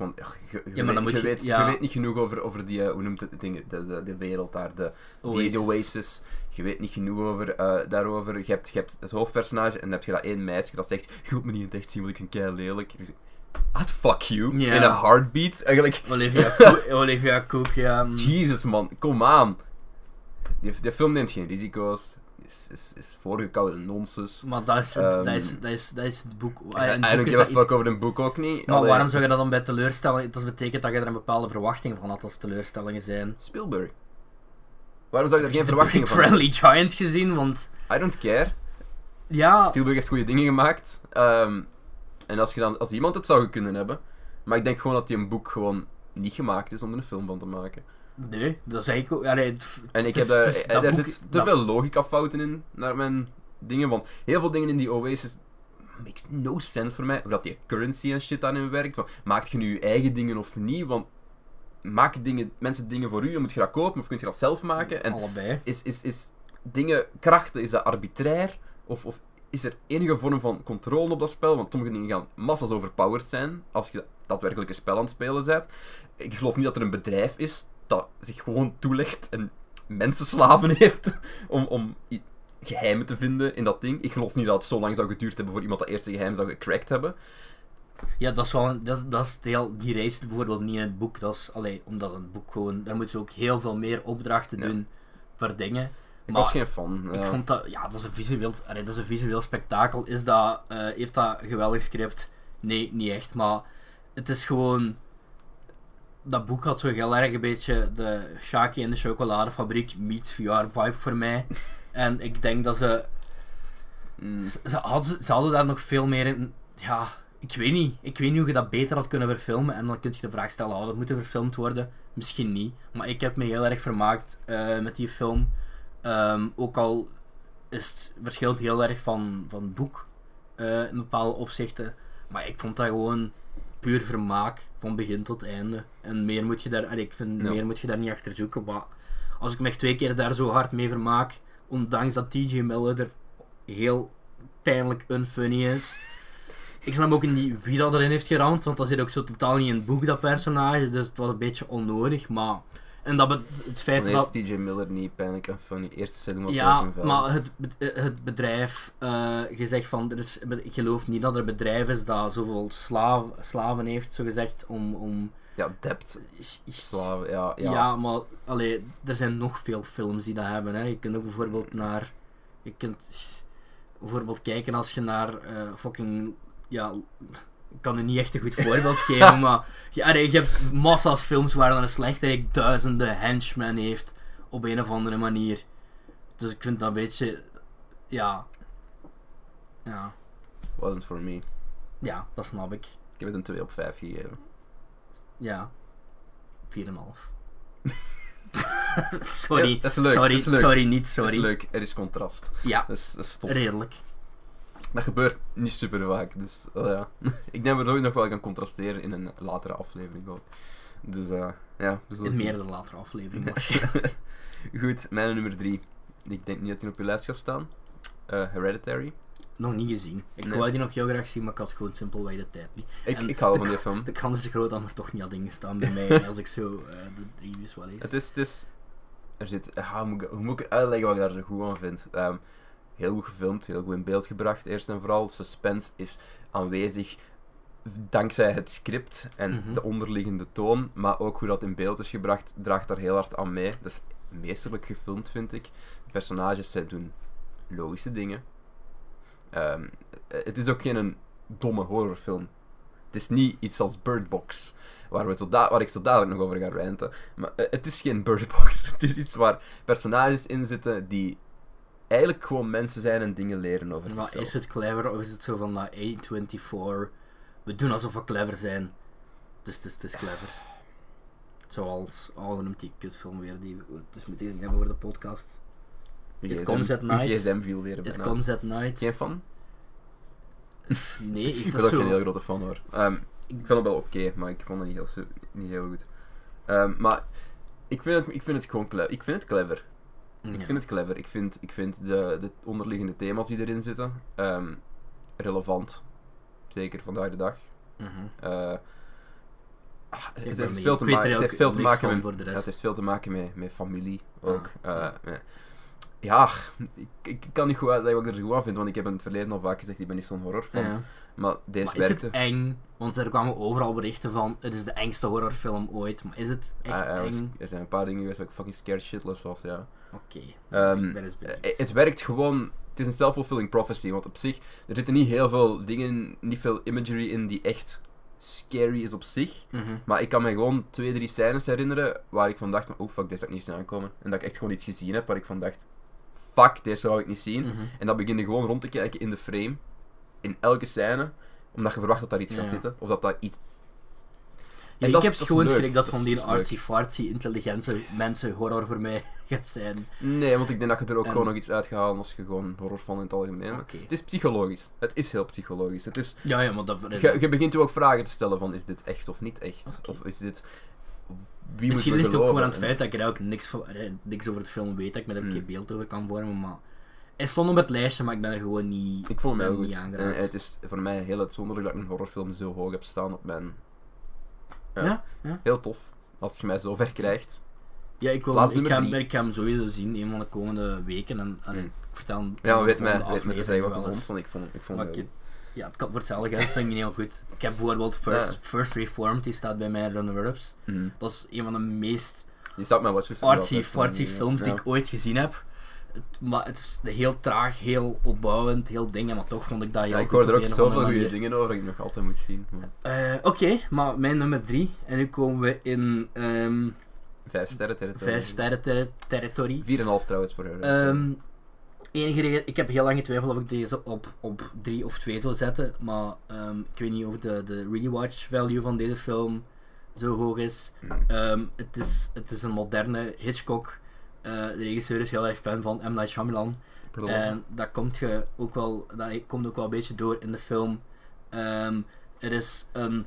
Je weet niet genoeg over die, hoe noemt het ding, de wereld daar, de Oasis. Je weet niet genoeg daarover. Je hebt het hoofdpersonage en dan heb je dat 1 meisje dat zegt: je wilt me niet in het echt zien, want ik ben kei lelijk. I'd fuck you. Yeah. In a heartbeat. Eigenlijk. Olivia Cook, ja. Jesus man, kom aan. Die film neemt geen risico's. is voorgekoude nonsens. Maar dat is het boek. I don't give a fuck over een boek ook niet. Maar waarom zou je dat dan bij teleurstellingen... Dat betekent dat je er een bepaalde verwachting van had als teleurstellingen zijn. Spielberg. Waarom zou je er geen verwachtingen van hebben? Friendly Giant gezien, want... I don't care. Ja... Spielberg heeft goede dingen gemaakt. En als iemand het zou kunnen hebben... Maar ik denk gewoon dat die een boek gewoon niet gemaakt is om er een film van te maken. Nee, dat zeg ik ook. Er zit te veel logicafouten in, naar mijn dingen. Want heel veel dingen in die Oasis makes no sense voor mij. Hoe dat die currency en shit aan in werkt. Van, maakt je nu je eigen dingen of niet? Want maken mensen dingen voor u, moet je dat kopen of kun je dat zelf maken? En allebei. Is dingen, krachten, is dat arbitrair? Of is er enige vorm van controle op dat spel? Want sommige dingen gaan massa's overpowered zijn als je daadwerkelijk een spel aan het spelen bent. Ik geloof niet dat er een bedrijf is dat zich gewoon toelegt en mensenslaven heeft om geheimen te vinden in dat ding. Ik geloof niet dat het zo lang zou geduurd hebben voor iemand dat eerste geheim zou gecrackt hebben. Ja, dat is wel... Dat is die reis bijvoorbeeld niet in het boek. Dat is... omdat het boek gewoon... Daar moeten ze ook heel veel meer opdrachten doen per dingen. Ik was geen fan. Ik vond dat... Ja, dat is een visueel spektakel. Heeft dat geweldig script? Nee, niet echt. Maar het is gewoon... Dat boek had zo heel erg een beetje de Shaki en de chocoladefabriek meets VR-vibe voor mij. En ik denk dat ze hadden daar nog veel meer in... Ja, ik weet niet. Ik weet niet hoe je dat beter had kunnen verfilmen. En dan kun je de vraag stellen, dat moet verfilmd worden? Misschien niet. Maar ik heb me heel erg vermaakt met die film. Ook al verschilt het heel erg van het boek in bepaalde opzichten. Maar ik vond dat gewoon puur vermaak van begin tot einde. En meer moet je daar, meer moet je daar niet achter zoeken. Maar als ik me 2 keer daar zo hard mee vermaak, ondanks dat T.J. Miller er heel pijnlijk unfunny is. Ik snap ook niet wie dat erin heeft geramd, want dat zit ook zo totaal niet in het boek, dat personage. Dus het was een beetje onnodig, maar... En dat het feit dat... dat... T.J. Miller niet pijnlijk en funny. Eerste seizoen was ja, maar het bedrijf... je zegt van... ik geloof niet dat er een bedrijf is dat zoveel slaven heeft, zogezegd, om... Ja, debt. Slaven, ja. Ja, maar... er zijn nog veel films die dat hebben, hè. Je kunt ook bijvoorbeeld naar... Je kunt bijvoorbeeld kijken als je naar fucking... Ja... Ik kan u niet echt een goed voorbeeld geven, maar je hebt massa's films waar dan een slechterik duizenden henchmen heeft op een of andere manier. Dus ik vind dat een beetje... Ja. Wasn't for me. Ja, dat snap ik. Ik heb het een 2 op 5 gegeven. Ja. 4,5. Sorry. Ja, dat is leuk. Sorry, dat is leuk. Sorry, niet sorry. Dat is leuk, er is contrast. Ja, dat is tof. redelijk. Dat gebeurt niet super vaak, dus ja. Ik denk dat we het ooit nog wel gaan contrasteren in een latere aflevering ook. Dus ja. In meerdere latere afleveringen. Goed, mijn nummer 3. Ik denk niet dat die op je lijst gaat staan. Hereditary. Nog niet gezien. Ik wou die nog heel graag zien, maar ik had gewoon simpelweg de tijd niet. Ik hou van die film. De kans is groot dat er toch niet had ingestaan bij mij, als ik zo de reviews wel lees. Het is... Er zit... hoe moet ik uitleggen wat ik daar zo goed aan vind? Heel goed gefilmd, heel goed in beeld gebracht, eerst en vooral. Suspense is aanwezig dankzij het script en de onderliggende toon, maar ook hoe dat in beeld is gebracht, draagt daar heel hard aan mee. Dat is meesterlijk gefilmd, vind ik. De personages, zij doen logische dingen. Het is ook geen domme horrorfilm. Het is niet iets als Bird Box, waar ik zo dadelijk nog over ga ranten. Maar het is geen Bird Box. Het is iets waar personages in zitten die eigenlijk gewoon mensen zijn en dingen leren over zichzelf. Is het clever of is het zo van A24, we doen alsof we clever zijn, dus het is clever. Zoals, noemt die kutfilm weer, die we dus meteen hebben voor de podcast. It Comes at Night. GSM viel weer It Comes at Night. Geen fan? Nee, ik ben ook geen heel grote fan hoor. Ik vind het wel oké, maar ik vond het niet heel goed. Maar ik vind het gewoon clever. Ik vind het clever. Ja. Ik vind het clever. Ik vind de onderliggende thema's die erin zitten relevant. Zeker vandaag de dag. Het heeft veel te maken met familie ook. Ja, ik kan niet goed uitleggen wat ik er zo goed aan vind, want ik heb in het verleden al vaak gezegd, ik ben niet zo'n horrorfan. Ja. Maar deze Maar is werkte. het eng? Want er kwamen overal berichten van, het is de engste horrorfilm ooit. Maar is het echt eng? Er zijn een paar dingen geweest waar ik fucking scared shitless was, ja. Oké, Ik ben eens benieuwd. Het werkt gewoon. Het is een self-fulfilling prophecy, want op zich, er zitten niet heel veel dingen, niet veel imagery in die echt scary is op zich. Maar ik kan me gewoon 2-3 scènes herinneren waar ik van dacht, oh fuck, deze had ik niet zien aankomen. En dat ik echt gewoon iets gezien heb waar ik van dacht, fuck, deze zou ik niet zien. En dan begin je gewoon rond te kijken in de frame, in elke scène, omdat je verwacht dat daar iets gaat zitten, of dat daar iets... Ja, En ik dat heb is gewoon leuk. schrik dat Dat van is die leuk. artsy-fartsy, intelligente mensen horror voor mij gaat zijn. Nee, want ik denk dat je er ook En- gewoon nog iets uit gaat halen als je gewoon horror van in het algemeen. Oké. Het is psychologisch. Het is heel psychologisch. Het is... Ja, maar dat... Je begint je ook vragen te stellen van, is dit echt of niet echt? Oké. Of is dit... Misschien Wie moet ligt we het ook geloven? gewoon aan het En- feit dat ik er ook niks over het film weet, dat ik me er ook Hmm. geen beeld over kan vormen, maar... Hij stond op het lijstje, maar ik ben er gewoon niet... Ik vond hem heel ben goed. niet En aangeraakt. het is voor mij heel uitzonderlijk dat ik een horrorfilm zo hoog heb staan op mijn... Ja? Heel tof. Als je mij zo ver krijgt. Ja, ik Plaats nummer 3. ga hem sowieso zien, een van de komende weken, en ik vertel... Ja, maar weet de mij volgende te zeggen aflevering wat je wel vond, eens. want ik vond Maar het ik- heel goed. Ja, het kan voor hetzelfde geld, vind ik niet heel goed. Ik heb bijvoorbeeld First Reformed, die staat bij mij in runner-ups. Mhm. Dat is een van de meest Je zou mijn watches artsy films die ik ooit gezien heb. Maar het is heel traag, heel opbouwend, heel dingen, maar toch vond ik dat heel Ja, ik goed hoor er op ook een of zoveel andere goede manier. dingen over dat ik nog altijd moet zien. Oké, maar mijn nummer 3. En nu komen we in 5 sterren territorie. 5 sterren territorie. 4,5 trouwens voor haar. Enige reden, ik heb heel lang getwijfeld of ik deze op 3 of 2 zou zetten, maar ik weet niet of de rewatch value van deze film zo hoog is. Het is een moderne Hitchcock. De regisseur is heel erg fan van M. Night Shyamalan. En dat komt ook wel een beetje door in de film. Het is een...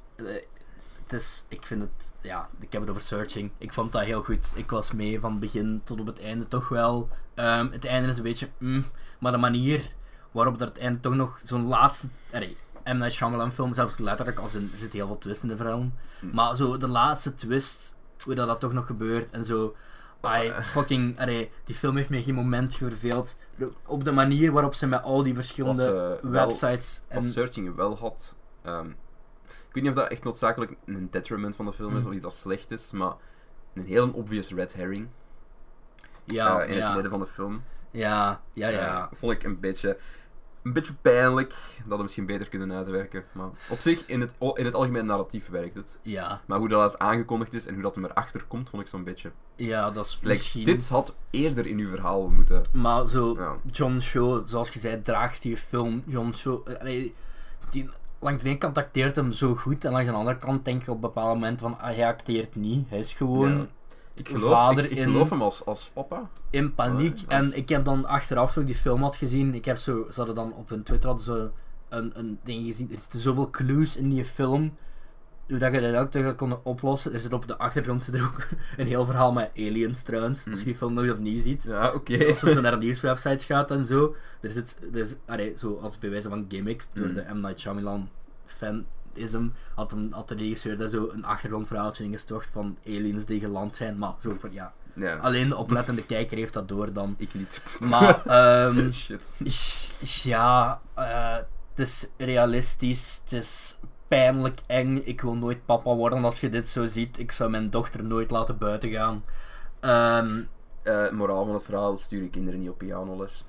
ik vind het... Ja, ik heb het over Searching. Ik vond dat heel goed. Ik was mee van het begin tot op het einde toch wel. Het einde is een beetje... maar de manier waarop dat het einde toch nog zo'n laatste... M. Night Shyamalan film, zelfs letterlijk, als in, er zit heel veel twist in de film. Maar zo de laatste twist, hoe dat toch nog gebeurt en zo... die film heeft me geen moment verveeld. Op de manier waarop ze met al die verschillende websites... Wat Searching wel had... ik weet niet of dat echt noodzakelijk een detriment van de film is, of iets dat slecht is, maar een heel obvious red herring in het midden van de film. Ja. Vond ik een beetje pijnlijk. Dat we misschien beter kunnen uitwerken. Maar op zich, in het algemeen narratief werkt het. Ja. Maar hoe dat aangekondigd is en hoe dat er erachter komt, vond ik zo'n beetje... Ja, dat is misschien... Dit had eerder in uw verhaal moeten... Maar zo, Ja. John Cho, zoals je zei, draagt die film. John Cho... langs de ene kant acteert hem zo goed, en langs de andere kant denk je op een bepaald moment van, hij acteert niet. Hij is gewoon... Ja. Ik geloof hem als papa. In paniek. En ik heb dan achteraf, toen ik die film had gezien, ze hadden dan op hun Twitter hadden ze een ding gezien. Er zitten zoveel clues in die film. Hoe dat je dat ook toch kon oplossen. Er zit op de achtergrond zit er ook een heel verhaal met aliens trouwens. Als je die film nog opnieuw ziet. Ja, oké. Als je zo naar de nieuwswebsites gaat en zo. Zo als bij wijze van gimmicks, door de M. Night Shyamalan fanism, had de regisseur daar zo een achtergrondverhaaltje in gestopt van aliens die geland zijn. Maar zo van, ja. Alleen de oplettende kijker heeft dat door dan. Ik niet. Maar, shit. Ja, het is realistisch, het is pijnlijk eng. Ik wil nooit papa worden als je dit zo ziet. Ik zou mijn dochter nooit laten buiten gaan. Moraal van het verhaal, stuur je kinderen niet op pianoles.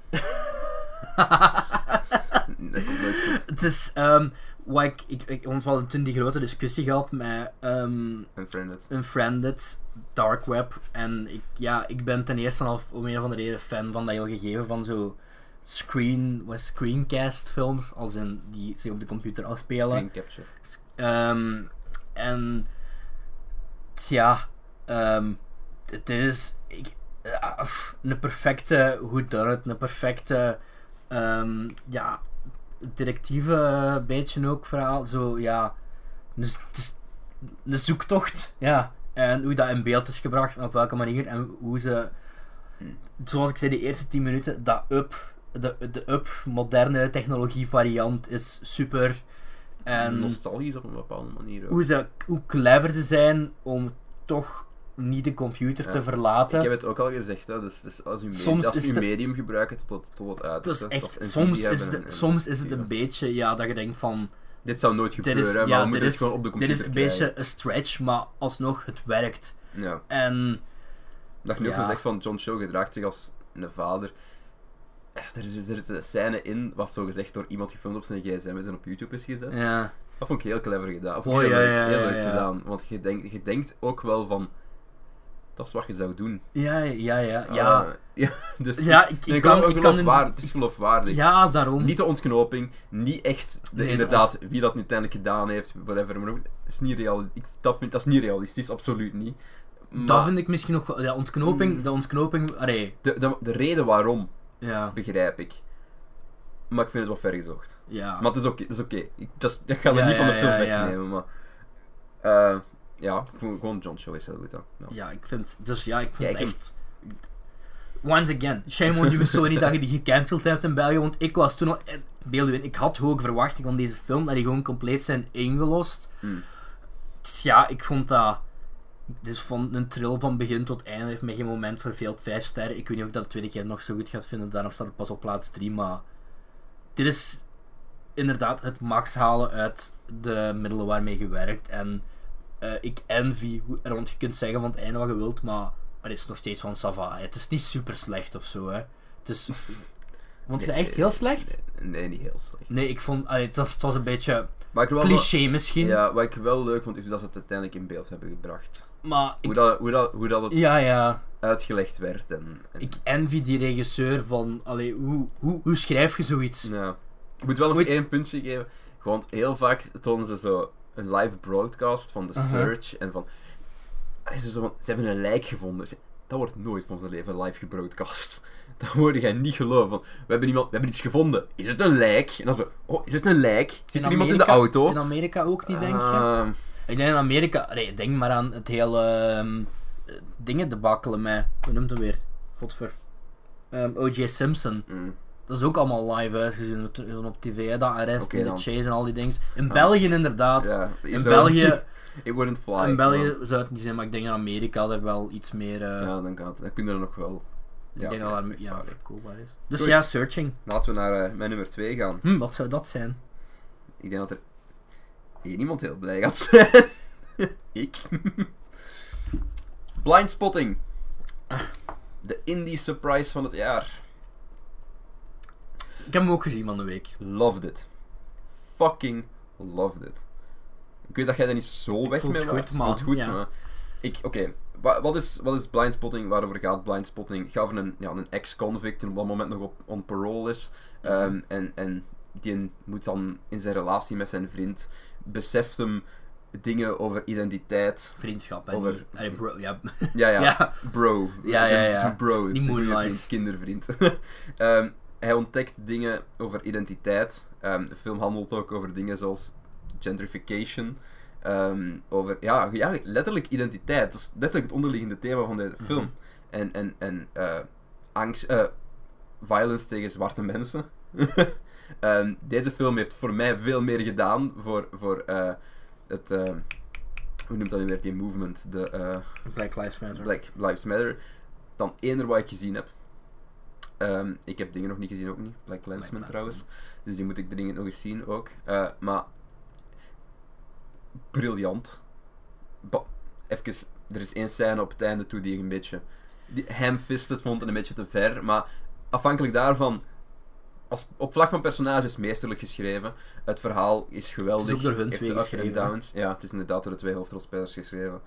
Dat komt nooit goed. Het is, want we hadden toen die grote discussie gehad met Unfriended, Dark Web. En ik ben ten eerste al om een of andere reden fan van dat heel gegeven van zo screencast films, als in die zich op de computer afspelen. Screen capture. En het is een perfecte whodunit, een perfecte detectieve beetje ook verhaal, zo ja, dus het is een zoektocht, ja, en hoe dat in beeld is gebracht en op welke manier en hoe ze, zoals ik zei, de eerste 10 minuten, de moderne technologie variant is super. En nostalgisch op een bepaalde manier ook. hoe clever ze zijn om toch niet de computer te verlaten. Ik heb het ook al gezegd, hè. Dus als je medium gebruikt tot het uiterste. Dat is echt, soms is het een beetje, ja, dat je denkt van... Dit zou nooit gebeuren, maar we moeten het gewoon op de computer Dit is een beetje een stretch, maar alsnog, het werkt. Ja. En... Dat je nu ook zo zegt van John Cho gedraagt zich als een vader. Er zit een scène in, wat zo gezegd door iemand gefilmd op zijn gsm is en op YouTube is gezet. Ja. Dat vond ik heel clever gedaan. Of heel leuk gedaan. Want je denkt ook wel van... Dat is wat je zou doen. Ja. Dus het is geloofwaardig. Ja, daarom. Niet de ontknoping, niet echt wie dat nu uiteindelijk gedaan heeft, whatever. Maar dat is niet realistisch, absoluut niet. Maar dat vind ik misschien nog wel... De ontknoping... Allee. De reden waarom, ja. Begrijp ik. Maar ik vind het wel ver gezocht. Ja. Maar het is oké. Ik ga het niet van de film wegnemen, maar... gewoon John Cho is heel goed dan. Ja, ik vind het echt... Once again, shame on you, sorry dat je die gecanceld hebt in België, want ik was toen al... ik had hoge verwachtingen van deze film, dat die gewoon compleet zijn ingelost. Dus ja, ik vond dat... Dus van een trill van begin tot einde heeft mij geen moment verveeld. 5 sterren. Ik weet niet of ik dat de tweede keer nog zo goed ga vinden, daarom staat het pas op plaats 3, maar... Dit is inderdaad het max halen uit de middelen waarmee je werkt. En ik envy, want je kunt zeggen van het einde wat je wilt, maar het is nog steeds van Sava. Het is niet super slecht of zo, hè. Het is... Vond je dat echt heel slecht? Nee, niet heel slecht. Nee, ik vond... het was een beetje cliché misschien. Ja, wat ik wel leuk vond, is dat ze het uiteindelijk in beeld hebben gebracht. Maar... Hoe dat het uitgelegd werd. En... Ik envy die regisseur van... Hoe schrijf je zoiets? Ja. Ik moet wel nog één puntje geven. Gewoon heel vaak tonen ze zo een live broadcast van The Search en van... Ze hebben een lijk gevonden. Dat wordt nooit van zijn leven live gebroadcast. Dat hoorde jij niet geloven. Van, we hebben iets gevonden. Is het een lijk? En dan zo, is het een lijk? Zit er iemand in de auto? In Amerika ook niet, denk je? Ik denk in Amerika... denk maar aan het hele... dingen debakkelen met... Hoe noemt hem weer? Godver. O.J. Simpson. Dat is ook allemaal live uitgezien op tv, hè? Dat arrest en de chase en al die dingen. In België inderdaad. Ja, in België... It wouldn't fly. In België zou het niet zijn, maar ik denk in Amerika er wel iets meer... Ja, dan kan het. Dan kunnen er nog wel... Ik denk dat dat verkoopbaar is. Dus goed. Ja, Searching. Laten we naar mijn nummer 2 gaan. Wat zou dat zijn? Ik denk dat er één iemand heel blij gaat zijn. Ik. Blindspotting. De indie surprise van het jaar. Ik heb hem ook gezien van de week. Loved it. Fucking loved it. Ik weet dat jij daar niet zo weg mee was. Voelt goed, maar... Oké. Wat is Blindspotting? Waarover gaat Blindspotting? Het gaat over een ex-convict die op dat moment nog on parole is. En die moet dan in zijn relatie met zijn vriend... Beseft hem dingen over identiteit. Vriendschap. Over... bro, ja. Ja. Bro. Zijn bro. Niet vriend, kindervriend. Hij ontdekt dingen over identiteit. De film handelt ook over dingen zoals gentrification. Over letterlijk identiteit. Dat is letterlijk het onderliggende thema van deze film. En angst, violence tegen zwarte mensen. Deze film heeft voor mij veel meer gedaan voor het hoe noemt dat nu weer die movement? De Black Lives Matter. Black Lives Matter. Dan eender wat ik gezien heb. Ik heb dingen nog niet gezien, ook niet. Black Klansman trouwens. Dus die moet ik dringend nog eens zien ook. Maar briljant. Even, er is één scène op het einde toe die ik een beetje ham-fisted vond en een beetje te ver. Maar afhankelijk daarvan, op vlak van personages meesterlijk geschreven. Het verhaal is geweldig. Het is ook door hun twee geschreven. Downs. Ja, het is inderdaad door de 2 hoofdrolspelers geschreven.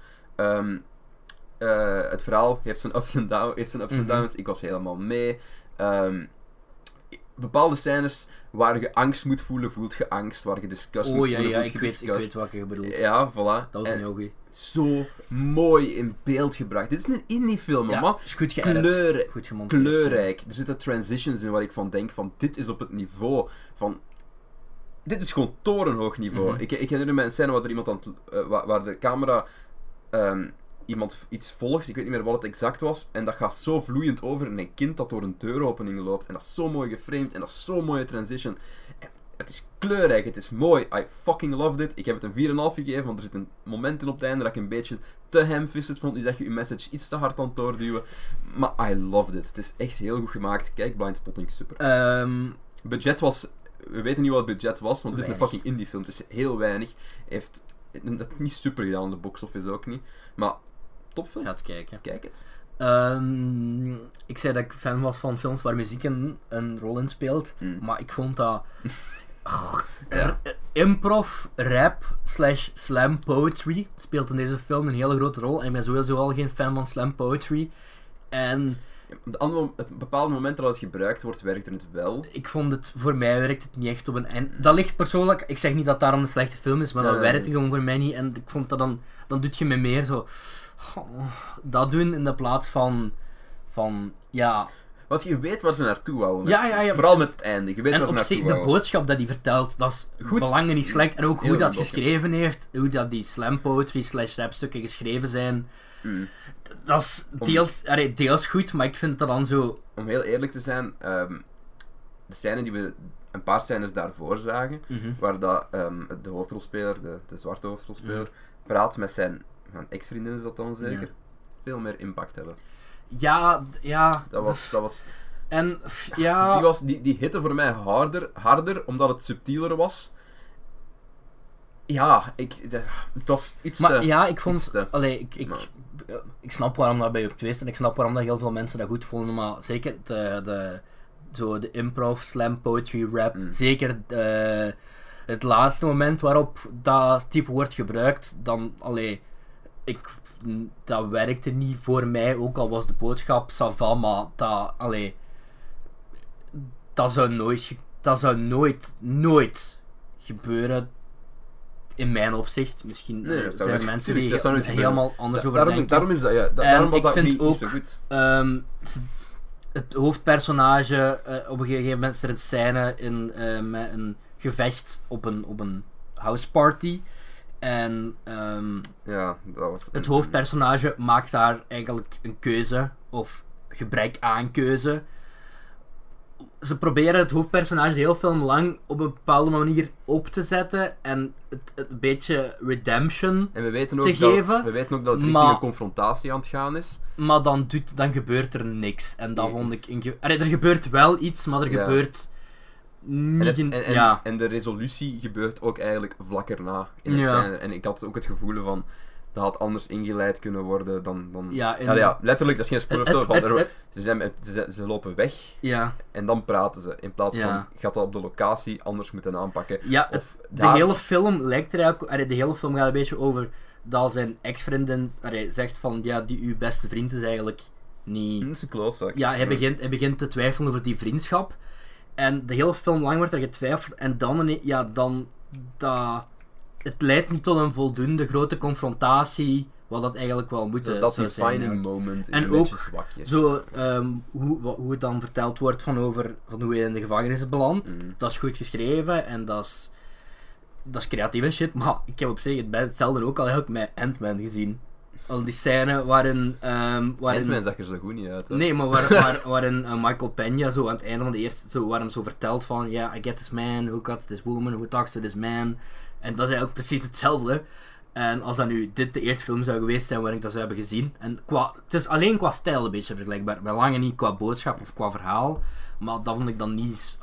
Het verhaal heeft zijn ups en downs. Ik was helemaal mee. Bepaalde scènes waar je angst moet voelen, voelt je angst. Waar je disgust moet voelen, voelt je disgust. Ik weet wat je bedoelt. Ja, voilà. Dat was een heel goed. Zo mooi in beeld gebracht. Dit is een indie film, man. Is goed kleurrijk. Er zitten transitions in waar ik van denk van dit is op het niveau van... Dit is gewoon torenhoog niveau. Ik herinner me een scène waar er iemand waar de camera iemand iets volgt, ik weet niet meer wat het exact was, en dat gaat zo vloeiend over in een kind dat door een deuropening loopt, en dat is zo mooi geframed, en dat is zo'n mooie transition. Het is kleurrijk, het is mooi. I fucking loved it. Ik heb het een 4,5 gegeven, want er zit een moment in op het einde dat ik een beetje te ham-fisted vond. Nu zeg je message iets te hard aan het doorduwen. Maar I loved it. Het is echt heel goed gemaakt. Kijk, Blindspotting, super. Budget was... We weten niet wat het budget was, want het is een fucking indie film. Het is heel weinig. Heeft het niet super gedaan, de box office ook niet. Maar, topfilm. Ga het kijken. Kijk het. Ik zei dat ik fan was van films waar muziek een rol in speelt. Maar ik vond dat... Improv, rap, / slam poetry speelt in deze film een hele grote rol. En ik ben sowieso al geen fan van slam poetry. En... Het bepaalde moment dat het gebruikt wordt, werkt het wel. Ik vond het, voor mij werkt het niet echt op een eind. Dat ligt persoonlijk, ik zeg niet dat daarom een slechte film is, maar dat werkt gewoon voor mij niet. En ik vond dat dan doet je me meer zo... dat doen in de plaats van ja... Want je weet waar ze naartoe houden. Ja. Vooral met het einde. Je weet en waar ze op naartoe zich, de boodschap dat hij vertelt, dat is goed. belangrijk niet slecht. En ook hoe dat goed. geschreven heeft, hoe dat die slam poetry / rap stukken geschreven zijn. Dat is deels goed, maar ik vind dat dan zo... Om heel eerlijk te zijn, de scène die we een paar scènes daarvoor zagen, waar dat, de hoofdrolspeler, de zwarte hoofdrolspeler, praat met zijn ex-vriendin, is dat dan zeker, veel meer impact hebben. Ja. Dat was... En, ja... Die hitte voor mij harder, omdat het subtieler was. Ja, het was iets maar, te... ja, ik vond... Ik snap waarom dat bij je geweest en ik snap waarom dat heel veel mensen dat goed vonden, maar zeker de improv, slam, poetry, rap, zeker het laatste moment waarop dat type wordt gebruikt, dan, dat werkte niet voor mij, ook al was de boodschap ça va, maar dat zou nooit gebeuren. In mijn opzicht, misschien zijn er mensen die helemaal anders over denken. Daarom is dat, daarom was dat niet zo goed. Het hoofdpersonage, op een gegeven moment is er een scène met een gevecht op een houseparty. En dat was het hoofdpersonage maakt daar eigenlijk een keuze, of gebrek aan keuze. Ze proberen het hoofdpersonage heel film lang op een bepaalde manier op te zetten en het een beetje redemption en we weten ook te geven. We weten ook dat het richting een confrontatie aan het gaan is. Maar dan gebeurt er niks. En dat vond ik... er gebeurt wel iets, maar er gebeurt niet... En de resolutie gebeurt ook eigenlijk vlak erna in de scène. En ik had ook het gevoel van... Dat had anders ingeleid kunnen worden dan... letterlijk, dat is geen spoiler. Ze lopen weg en dan praten ze. In plaats van, gaat dat op de locatie anders moeten aanpakken. Ja, de hele film lijkt er eigenlijk... De hele film gaat een beetje over dat zijn ex-vriendin zegt van, uw beste vriend is eigenlijk niet... Dat is een klootzak. Ja, hij begint te twijfelen over die vriendschap. En de hele film lang wordt er getwijfeld. En dan... Het leidt niet tot een voldoende grote confrontatie, wat dat eigenlijk wel moet zijn. Dat defining moment is en een beetje zwakjes. Zo, hoe het dan verteld wordt van hoe hij in de gevangenis is beland, dat is goed geschreven en dat is creatief en shit, maar ik heb op zich hetzelfde ook al eigenlijk met Ant-Man gezien. Al die scène waarin... Ant-Man zag er zo goed niet uit. Hè? Nee, maar waarin Michael Peña zo aan het einde van de eerste... waar hem zo vertelt van... I get this man, who got this woman, who talks to this man... En dat is eigenlijk precies hetzelfde. En als dat nu dit de eerste film zou geweest zijn waarin ik dat zou hebben gezien. En het is alleen qua stijl een beetje vergelijkbaar. Bij lange niet qua boodschap of qua verhaal. Maar dat vond ik dan niet...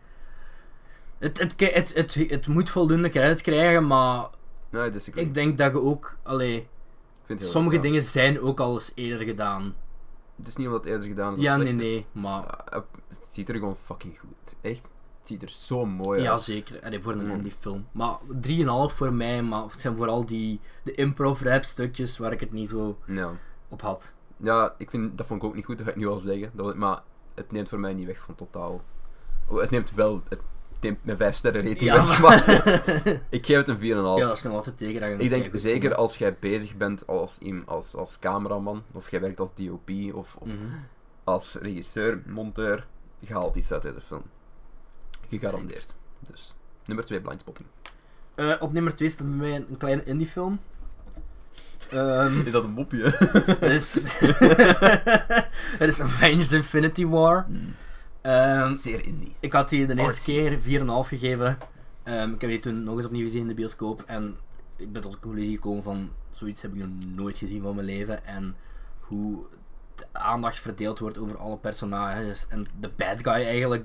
Het moet voldoende credit krijgen, maar... Nee, ik denk dat je ook... sommige dingen zijn ook al eens eerder gedaan. Het is niet omdat het eerder gedaan is. Ja, nee, maar... Het ziet er gewoon fucking goed. Echt. Het ziet er zo mooi uit. Ja, zeker. Voor een indie film. Maar 3,5 voor mij, maar het zijn vooral de improv rap stukjes waar ik het niet zo op had. Ja, dat vond ik ook niet goed, dat ga ik nu al zeggen. Maar het neemt voor mij niet weg van totaal. Het neemt mijn 5 sterren rating weg, maar ik geef het een 4,5. Ja, dat is nog altijd tegen. Ik denk zeker als jij bezig bent als cameraman, of jij werkt als DOP, of als regisseur, monteur, je haalt iets uit deze film. Gegarandeerd. Dus, nummer 2, Blindspotting. Op nummer 2 staat bij mij een kleine indiefilm. Is dat een mopje? Het is Avengers Infinity War. Zeer indie. Ik had die de eerste keer 4,5 gegeven. Ik heb die toen nog eens opnieuw gezien in de bioscoop. En ik ben tot de conclusie gekomen van... Zoiets heb ik nog nooit gezien van mijn leven. En hoe de aandacht verdeeld wordt over alle personages. En de bad guy eigenlijk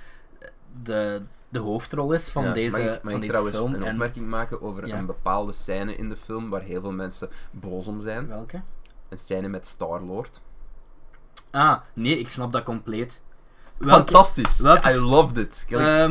de hoofdrol is van deze mag ik trouwens film. Een opmerking maken over een bepaalde scène in de film waar heel veel mensen boos om zijn. Welke? Een scène met Star-Lord. Nee, ik snap dat compleet. Fantastisch. I loved it.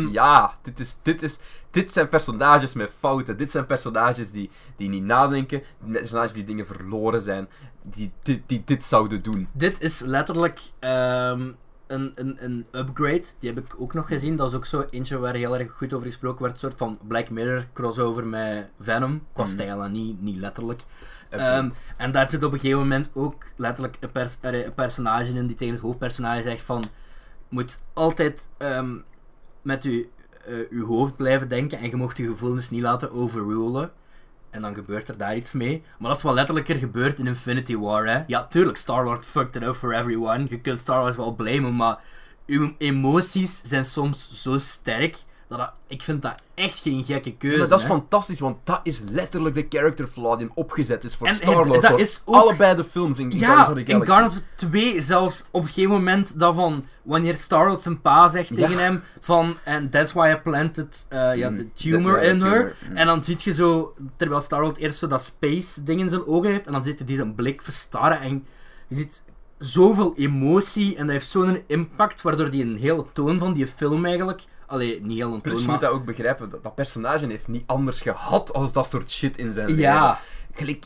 Dit zijn personages met fouten. Dit zijn personages die niet nadenken. Personages die dingen verloren zijn. Die dit zouden doen. Dit is letterlijk een upgrade. Die heb ik ook nog gezien. Dat is ook zo eentje waar heel erg goed over gesproken werd. Een soort van Black Mirror crossover met Venom. Qua stijl en niet letterlijk. En daar zit op een gegeven moment ook letterlijk een personage in die tegen het hoofdpersonage zegt van... Je moet altijd met je hoofd blijven denken en je mocht je gevoelens niet laten overrulen. En dan gebeurt er daar iets mee. Maar dat is wat letterlijker gebeurt in Infinity War, hè. Ja, tuurlijk, Star-Lord fucked it up for everyone. Je kunt Star-Lord wel blamen, maar je emoties zijn soms zo sterk ik vind dat echt geen gekke keuze. Maar dat is fantastisch, want dat is letterlijk de character flaw die opgezet is voor en Star-Lord. Dat is ook... allebei de films in Guardians of the Galaxy. In Guardians of 2 zelfs op een gegeven moment dat van... Wanneer Star-Lord zijn pa zegt tegen hem van... And that's why I planted the tumor in her. En dan ziet je zo... Terwijl Star-Lord eerst zo dat space ding in zijn ogen heeft. En dan zit hij zijn blik verstarren. En je ziet zoveel emotie. En dat heeft zo'n impact. Waardoor die een hele toon van die film eigenlijk... Allee, niet heel een toon, je moet dat ook begrijpen. Dat personage heeft niet anders gehad als dat soort shit in zijn leven. Ja. Gelijk...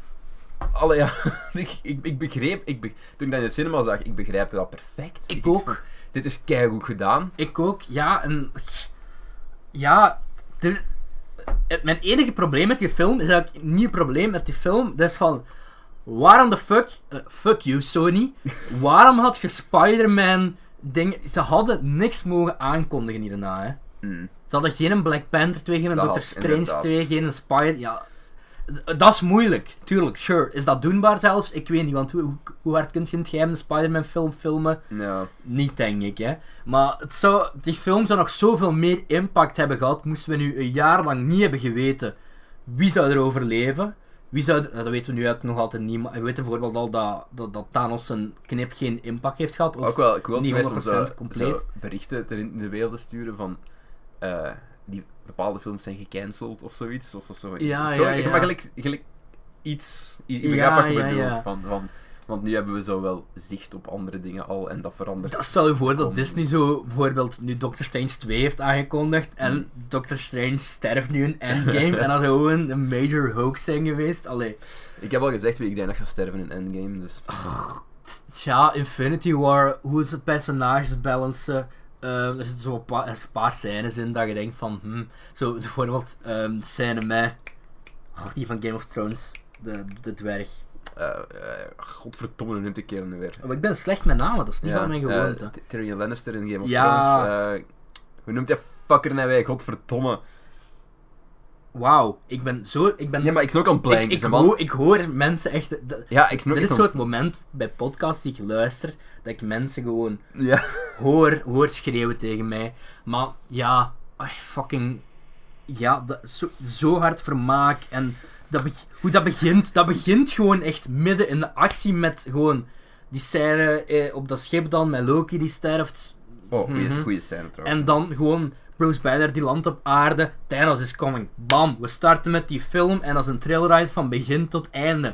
ik begreep... toen ik dat in het cinema zag, ik begrijpte dat perfect. Ik ook. Dit is keigoed gedaan. Ik ook, ja. En... Ja... Mijn enige probleem met die film is eigenlijk niet een probleem met die film. Dat is van... Waarom de fuck you, Sony. Waarom had je Spider-Man... Ze hadden niks mogen aankondigen hierna, hè. Ze hadden geen Black Panther 2, geen Doctor Strange 2, geen Spider... Ja, dat is moeilijk, tuurlijk, sure. Is dat doenbaar zelfs? Ik weet niet, want hoe hard kun je het geheim een Spider-Man film filmen? Ja. Niet, denk ik, hè. Maar die film zou nog zoveel meer impact hebben gehad, moesten we nu een jaar lang niet hebben geweten wie zou er overleven. Dat weten we nu eigenlijk nog altijd niet, maar we weten bijvoorbeeld al dat Thanos zijn knip geen impact heeft gehad. Of ook wel, ik wil niet 100% compleet. Zo berichten in de wereld sturen van die bepaalde films zijn gecanceld of zoiets. Of zo. Ja. Maar gelijk iets... Ik begrijp wat je bedoelt. Want nu hebben we zo wel zicht op andere dingen al en dat verandert. Dat stel je voor dat Disney zo bijvoorbeeld nu Doctor Strange 2 heeft aangekondigd en Doctor Strange sterft nu in Endgame en dat zou gewoon een major hoax zijn geweest. Allee. Ik heb al gezegd wie ik denk dat gaat sterven in Endgame, dus... Tja, Infinity War, hoe ze personages balancen. Er zitten zo een paar scènes in dat je denkt van... Zo bijvoorbeeld de scène met... die van Game of Thrones, de dwerg. Godverdomme, neemt de keer nu weer. Maar ik ben slecht met namen, dat is niet van mijn gewoonte. Tyrion Lannister in Game of Thrones. Hoe noemt die fucker nou weer? Godverdomme. Wauw, ik ben... Ja, maar ik ben ook aan het planken, ik hoor mensen echt... Dit is zo het moment bij podcasts die ik luister, dat ik mensen gewoon Ja. hoor schreeuwen tegen mij. Maar ja, fucking... Ja, zo hard vermaak en... Hoe dat begint gewoon echt midden in de actie met gewoon die scène op dat schip dan met Loki die sterft. Goeie scène trouwens. En dan gewoon Bruce Banner die landt op aarde, Thanos is coming, bam, we starten met die film en dat is een trailride van begin tot einde.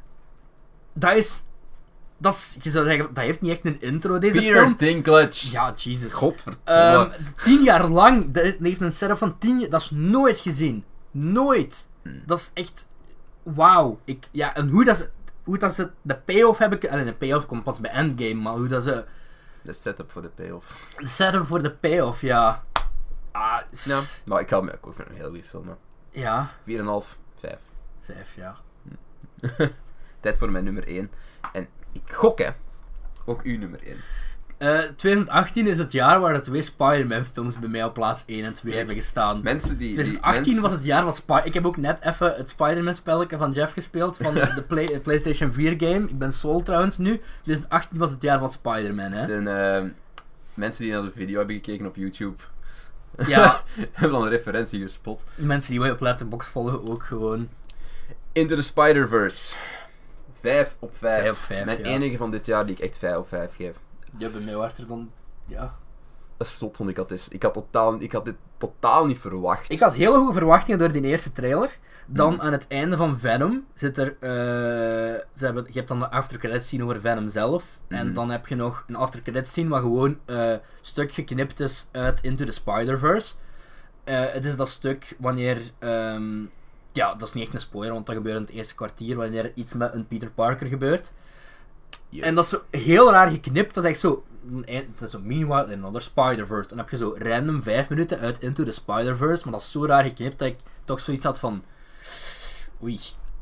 Je zou zeggen, dat heeft niet echt een intro, deze Peter film. Dinklage. Ja, Jesus. Godverdomme. 10 jaar lang, dat heeft een setup van 10 jaar, dat is nooit gezien. Nooit. Dat is echt... Wauw. En hoe dat ze... De payoff heb ik... de payoff komt pas bij Endgame, maar hoe dat ze... De setup voor de payoff. De setup voor de payoff, ja. Ja, maar ik vind het een heel goede film, hè. Ja. 4,5, 5. 5, ja. Tijd voor mijn nummer 1. En ik gok, hè. Ook uw nummer 1. 2018 is het jaar waar de 2 Spider-Man films bij mij op plaats 1 en 2 hebben gestaan. 2018 was het jaar van Spider-Man. Ik heb ook net even het Spider-Man spelletje van Jeff gespeeld, van de PlayStation 4 game. Ik ben sold trouwens nu. 2018 was het jaar van Spider-Man, hè. mensen die naar de video hebben gekeken op YouTube... Ja. hebben dan een referentie gespot. Mensen die wij op Letterboxd volgen ook gewoon. Into the Spider-Verse. 5 op 5. 5 op 5, Mijn enige van dit jaar die ik echt 5 op 5 geef. Ja, bij mij werd er dan... Ja. Dat is zot, want ik had dit totaal niet verwacht. Ik had hele hoge verwachtingen door die eerste trailer. Dan aan het einde van Venom zit er... je hebt dan de aftercredits scene over Venom zelf. En dan heb je nog een aftercredits scene waar gewoon stuk geknipt is uit Into the Spider-Verse. Het is dat stuk wanneer... ja, dat is niet echt een spoiler, want dat gebeurt in het eerste kwartier wanneer er iets met een Peter Parker gebeurt. Yep. En dat is zo heel raar geknipt. Dat is echt zo... Het is zo meanwhile in another Spider-Verse. En dan heb je zo random 5 minuten uit Into the Spider-Verse. Maar dat is zo raar geknipt dat ik toch zoiets had van... Oei.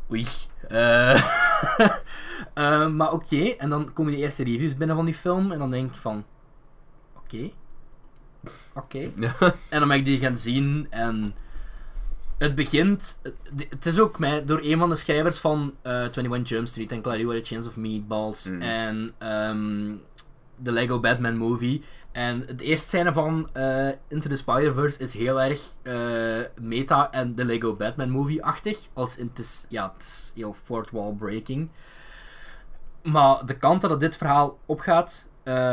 Maar oké. En dan komen die eerste reviews binnen van die film. En dan denk ik van... Oké. Ja. En dan ben ik die gaan zien. En... Het begint... Het is ook door een van de schrijvers van 21 Jump Street en Clary with a Chance of Meatballs en de Lego Batman movie. En de eerste scène van Into the Spider-Verse is heel erg meta en de Lego Batman movie-achtig. Het is heel fourth wall breaking. Maar de kant dat dit verhaal opgaat...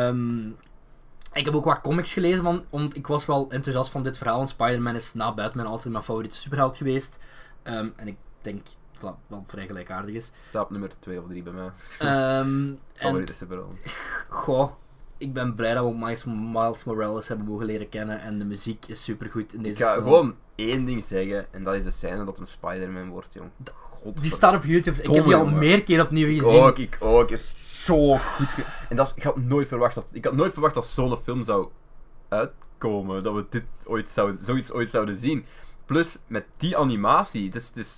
ik heb ook wat comics gelezen, want ik was wel enthousiast van dit verhaal. Want Spider-Man is na Batman altijd mijn favoriete superheld geweest. En ik denk dat het wel vrij gelijkaardig is. Staat op nummer 2 of 3 bij mij. Favoriete superheld. Goh, ik ben blij dat we Miles Morales hebben mogen leren kennen. En de muziek is supergoed in deze film. Ik ga gewoon één ding zeggen, en dat is de scène dat hem Spider-Man wordt, jong. Die staat op YouTube. Ik heb die al meer keer opnieuw gezien. Ik ook. Is zo goed. En ik had nooit verwacht dat zo'n film zou uitkomen. Dat we dit zoiets ooit zouden zien. Plus, met die animatie.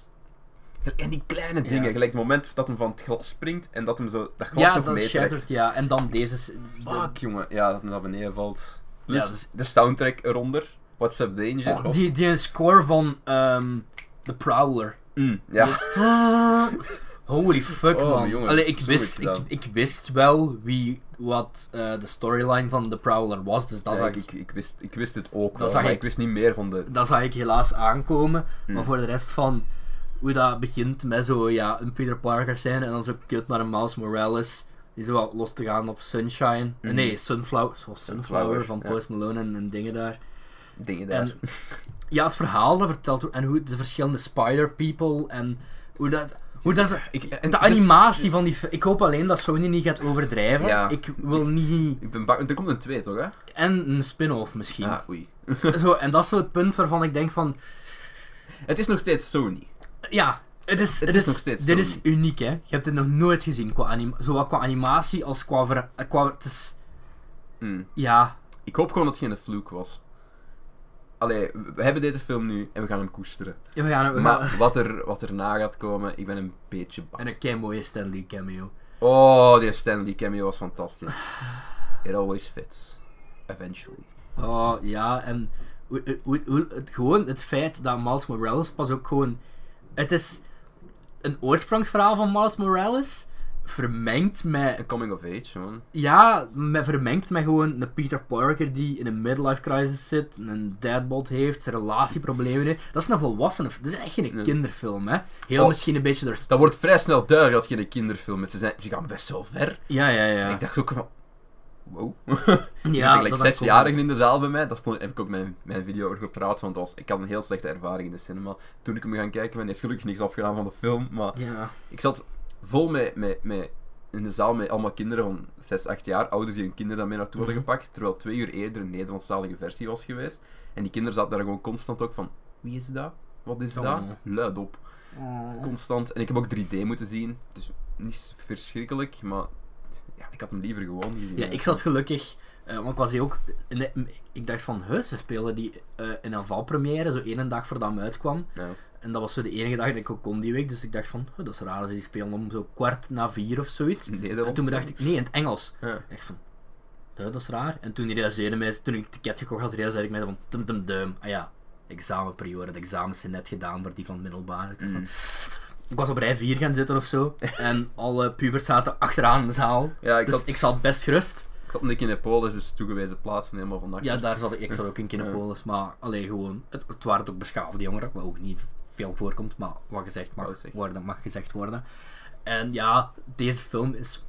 En die kleine dingen. Gelijk het moment dat hem van het glas springt en dat hem zo dat glas nog meetrekt. Shattert, ja. En dan deze... Fuck, jongen. Ja, dat hem naar beneden valt. Plus, de soundtrack eronder. What's Up Danger. Die score van The Prowler. Ja. Holy fuck, man. Jongens, allee, ik wist wel wat de storyline van The Prowler was, dus dat zag ik wist het ook wel, maar ik wist niet meer van de... Dat zag ik helaas aankomen, maar voor de rest van hoe dat begint met zo, een Peter Parker zijn en dan zo kut naar een Miles Morales, die zo wat los te gaan op Sunshine. Nee, Sunflower van Post Malone en dingen daar. En, het verhaal dat vertelt en hoe de verschillende Spider-People en hoe dat de animatie van die... Ik hoop alleen dat Sony niet gaat overdrijven. Ja. Ik wil niet... Ik ben bang... Er komt een 2, toch, hè? En een spin-off misschien. Ah, oei. En dat is zo het punt waarvan ik denk van... Het is nog steeds Sony. Ja, het is nog steeds Sony. Dit is uniek, hè. Je hebt het nog nooit gezien, zowel qua animatie als qua het is... Ja. Ik hoop gewoon dat het geen fluke was. Allee, we hebben deze film nu en we gaan hem koesteren. Maar wat er na gaat komen, ik ben een beetje bang. En een kei mooie Stan Lee cameo. Oh, die Stan Lee cameo was fantastisch. It always fits. Eventually. Oh, ja, en gewoon het feit dat Miles Morales pas ook gewoon... Het is een oorsprongsverhaal van Miles Morales... vermengd met... Een coming of age, man. Ja, vermengd met gewoon een Peter Parker die in een midlife crisis zit, een deadbot heeft, zijn relatieproblemen heeft. Dat is een volwassene... Dat is echt geen kinderfilm, hè. Misschien een beetje... Dat wordt vrij snel duidelijk dat het geen kinderfilm is. Ze gaan best wel ver. Ja. En ik dacht ook van... Wow. Ja, er zat 6-jarigen in de zaal bij mij. Daar heb ik ook mijn video over gepraat, want ik had een heel slechte ervaring in de cinema. Toen ik hem gaan kijken, men heeft gelukkig niks afgedaan van de film, maar... Ja. Ik zat... vol met in de zaal met allemaal kinderen van 6, 8 jaar, ouders die hun kinderen dan mee naartoe hadden gepakt, terwijl 2 uur eerder een Nederlandstalige versie was geweest. En die kinderen zaten daar gewoon constant ook van, wie is dat? Wat is dat? Luid op. Constant. En ik heb ook 3D moeten zien, dus niet verschrikkelijk, maar ik had hem liever gewoon gezien. Ja, ik zat gelukkig, want ik was die ook, ik dacht van, ze spelen die in een valpremière, zo 1 dag voordat hem uitkwam. Ja. En dat was zo de enige dag dat ik ook kon die week, dus ik dacht van, dat is raar dat ze die spelen om zo 3:15 of zoiets. En toen bedacht ik, nee, in het Engels. Ja. Ik dacht van, dat is raar. En toen realiseerde mij, toen ik het ticket gekocht had, realiseerde ik mij van, tum. Ah ja, examenperiode, de examens zijn net gedaan voor die van middelbaar. Ik dacht van, ik was op rij 4 gaan zitten of zo, en alle pubers zaten achteraan in de zaal. Ja, ik zat best gerust. Ik zat in de Kinepolis, dus toegewezen plaatsen helemaal vandaag. Ja, daar zat ik zat ook in Kinepolis, maar alleen gewoon, het waren ook beschaafde jongeren, wat ook niet veel voorkomt, maar wat gezegd mag gezegd worden. En ja, deze film is...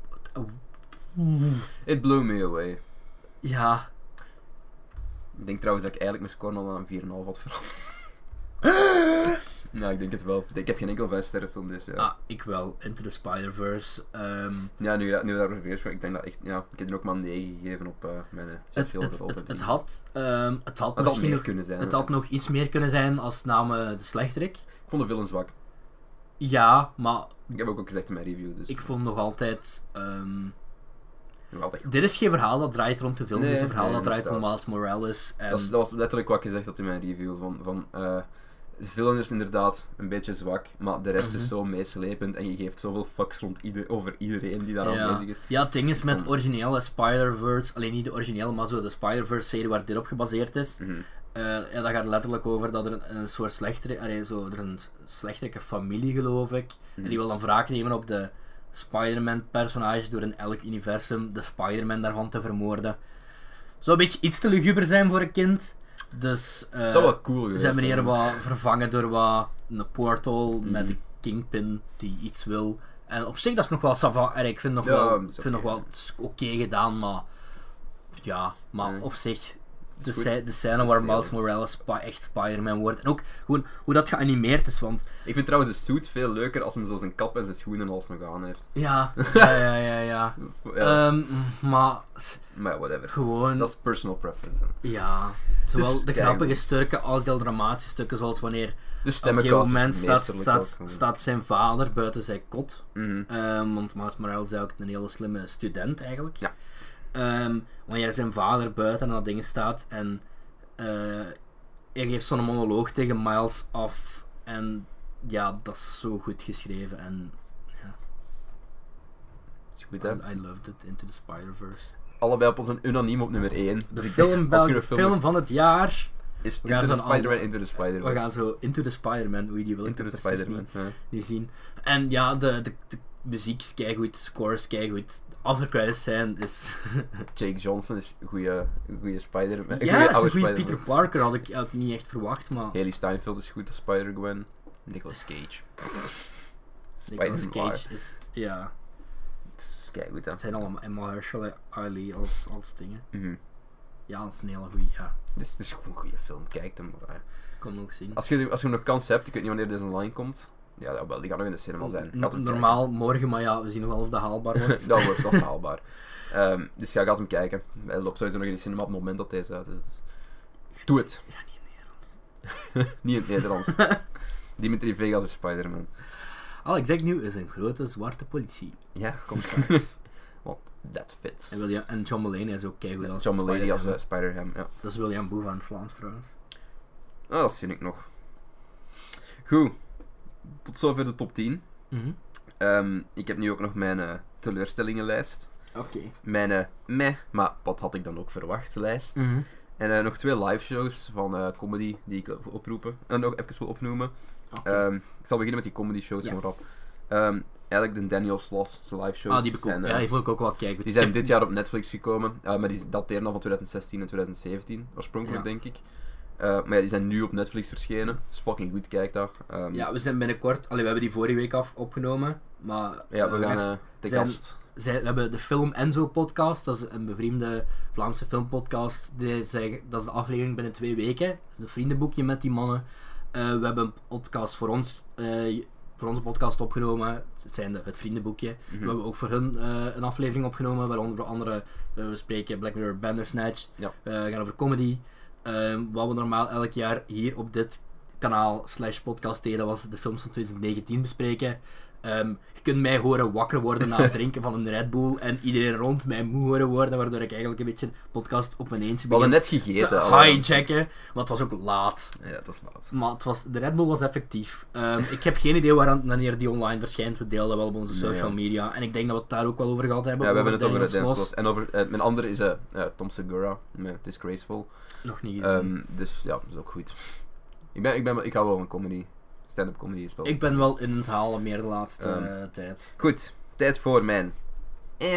It blew me away. Ja. Ik denk trouwens dat ik eigenlijk mijn score al aan 4,5 had veranderd. Ja, ik denk het wel. Ik heb geen enkel 5-sterren film, dus ja. Ah, ik wel. Into the Spider-Verse. Ja, nu daar weer ik denk dat echt... Ja, ik heb er ook maar een 9 gegeven op mijn het had misschien meer kunnen zijn. Het had nog iets meer kunnen zijn als name de slechterik. Ik vond de villain zwak. Ja, maar... Ik heb ook gezegd in mijn review, dus... Ik vond nog altijd... nog altijd goed. Dit is geen verhaal dat draait rond de film, dit is een verhaal dat draait rond Miles Morales. En... Dat was letterlijk wat ik gezegd had in mijn review. De villain is inderdaad een beetje zwak, maar de rest is zo meeslepend en je geeft zoveel fucks rond over iedereen die daar aanwezig is. Ja, het ding is met originele Spider-Verse, alleen niet de originele, maar zo de Spider-Verse-serie waar dit op gebaseerd is. Dat gaat letterlijk over dat er een soort slechterige familie, geloof ik. En die wil dan wraak nemen op de Spider-Man-personage door in elk universum de Spider-Man daarvan te vermoorden. Zou een beetje iets te luguber zijn voor een kind. Dus zou wel cool geweest ze hebben hier wat vervangen door een portal met de Kingpin die iets wil. En op zich dat is nog wel sava. Ik vind nog wel oké gedaan, maar op zich de scène waar Miles Morales echt Spider-Man wordt en ook gewoon hoe dat geanimeerd is, want... Ik vind trouwens de suit veel leuker als hem zo zijn kap en zijn schoenen als nog aan heeft. Ja. Maar whatever. Gewoon... Dat is personal preference. Ja. Zowel de grappige stukken als de dramatische stukken, zoals wanneer de op een gegeven moment staat zijn vader buiten zijn kot. Want Miles Morales is ook een hele slimme student eigenlijk. Ja. Wanneer zijn vader buiten aan dat ding staat en hij geeft zo'n monoloog tegen Miles af en ja, dat is zo goed geschreven en ja. Is goed, hè? I loved it, Into the Spider-Verse. Allebei op ons een unaniem op nummer 1. De film van het jaar is Into the Spider-Man, Into the Spider-Verse. We gaan zo Into the Spider-Man, hoe die wil Into the Spider-Man, niet zien. En ja, de muziek is keigoed, score is keigoed. After credits zijn is... Jake Johnson is een goede Spider-Man. Ja, is een goede Peter Parker, had ik niet echt verwacht, maar... Haley Steinfeld is goed als Spider-Gwen. Nicolas Cage. Nicolas Cage is... Ja. Kijk goed, hè. Het zijn allemaal Emma Herschel, Ali als dingen. Ja, dat is een hele goeie, ja. Dit is gewoon een goede film, kijk hem maar. Ik kan hem ook zien. Als je nog kans hebt, ik weet niet wanneer deze online komt. Ja, wel, die gaat nog in de cinema zijn. Normaal kijken. Morgen, maar ja, we zien nog wel of dat haalbaar wordt. dat is haalbaar. Dus ja, gaat hem kijken. Hij loopt sowieso nog in de cinema op het moment dat deze uit is. Dus. Doe het. Ja, niet in het Nederlands. Niet in het Nederlands. Dimitri Vegas is Spider-Man. Alex Agnew is een grote zwarte politie. Ja, commissaris. Want that fits. En John Mulaney is ook keigoed als John Mulaney als Spider-Ham, ja. Dat is William Boeva in het Vlaams trouwens. Oh, dat zie ik nog. Goed. Tot zover de top 10. Ik heb nu ook nog mijn teleurstellingenlijst. Oké. Mijn maar wat had ik dan ook verwacht lijst. En nog 2 live shows van comedy die ik wil oproepen. En nog even wil opnoemen. Okay. Ik zal beginnen met die comedy shows van Rob. Eigenlijk de Daniel Sloss live shows. Die vond ik ook wel kijken. Die zijn dit jaar op Netflix gekomen. Maar die dateren al van 2016 en 2017 oorspronkelijk, denk ik. Maar ja, die zijn nu op Netflix verschenen. Dat is fucking goed, kijk daar. Ja, we zijn binnenkort... we hebben die vorige week opgenomen. Maar... Ja, we gaan de gast... We hebben de Film Enzo podcast. Dat is een bevriende Vlaamse filmpodcast. Dat is de aflevering binnen 2 weken. Een vriendenboekje met die mannen. We hebben een podcast voor onze podcast opgenomen. Het zijn het vriendenboekje. We hebben ook voor hun een aflevering opgenomen. Waaronder andere... we spreken Black Mirror Bandersnatch. We gaan over comedy. Wat we normaal elk jaar hier op dit kanaal /podcast deden, was de films van 2019 bespreken. Je kunt mij horen wakker worden na het drinken van een Red Bull en iedereen rond mij moe horen worden, waardoor ik eigenlijk een beetje een podcast op mijn eentje begin net gegeten, te hijacken, maar het was ook laat. Ja, het was laat. Maar de Red Bull was effectief. Ik heb geen idee wanneer die online verschijnt. We deelden wel op onze social media en ik denk dat we het daar ook wel over gehad hebben. Ja, we hebben het over Daniel Sloss. En over mijn andere is Tom Segura met Disgraceful. Nog niet gezien. Dus ja, dat is ook goed. Ik hou wel van comedy. Stand-up comedy is wel... Ik ben wel in het halen meer de laatste tijd. Goed, tijd voor mijn...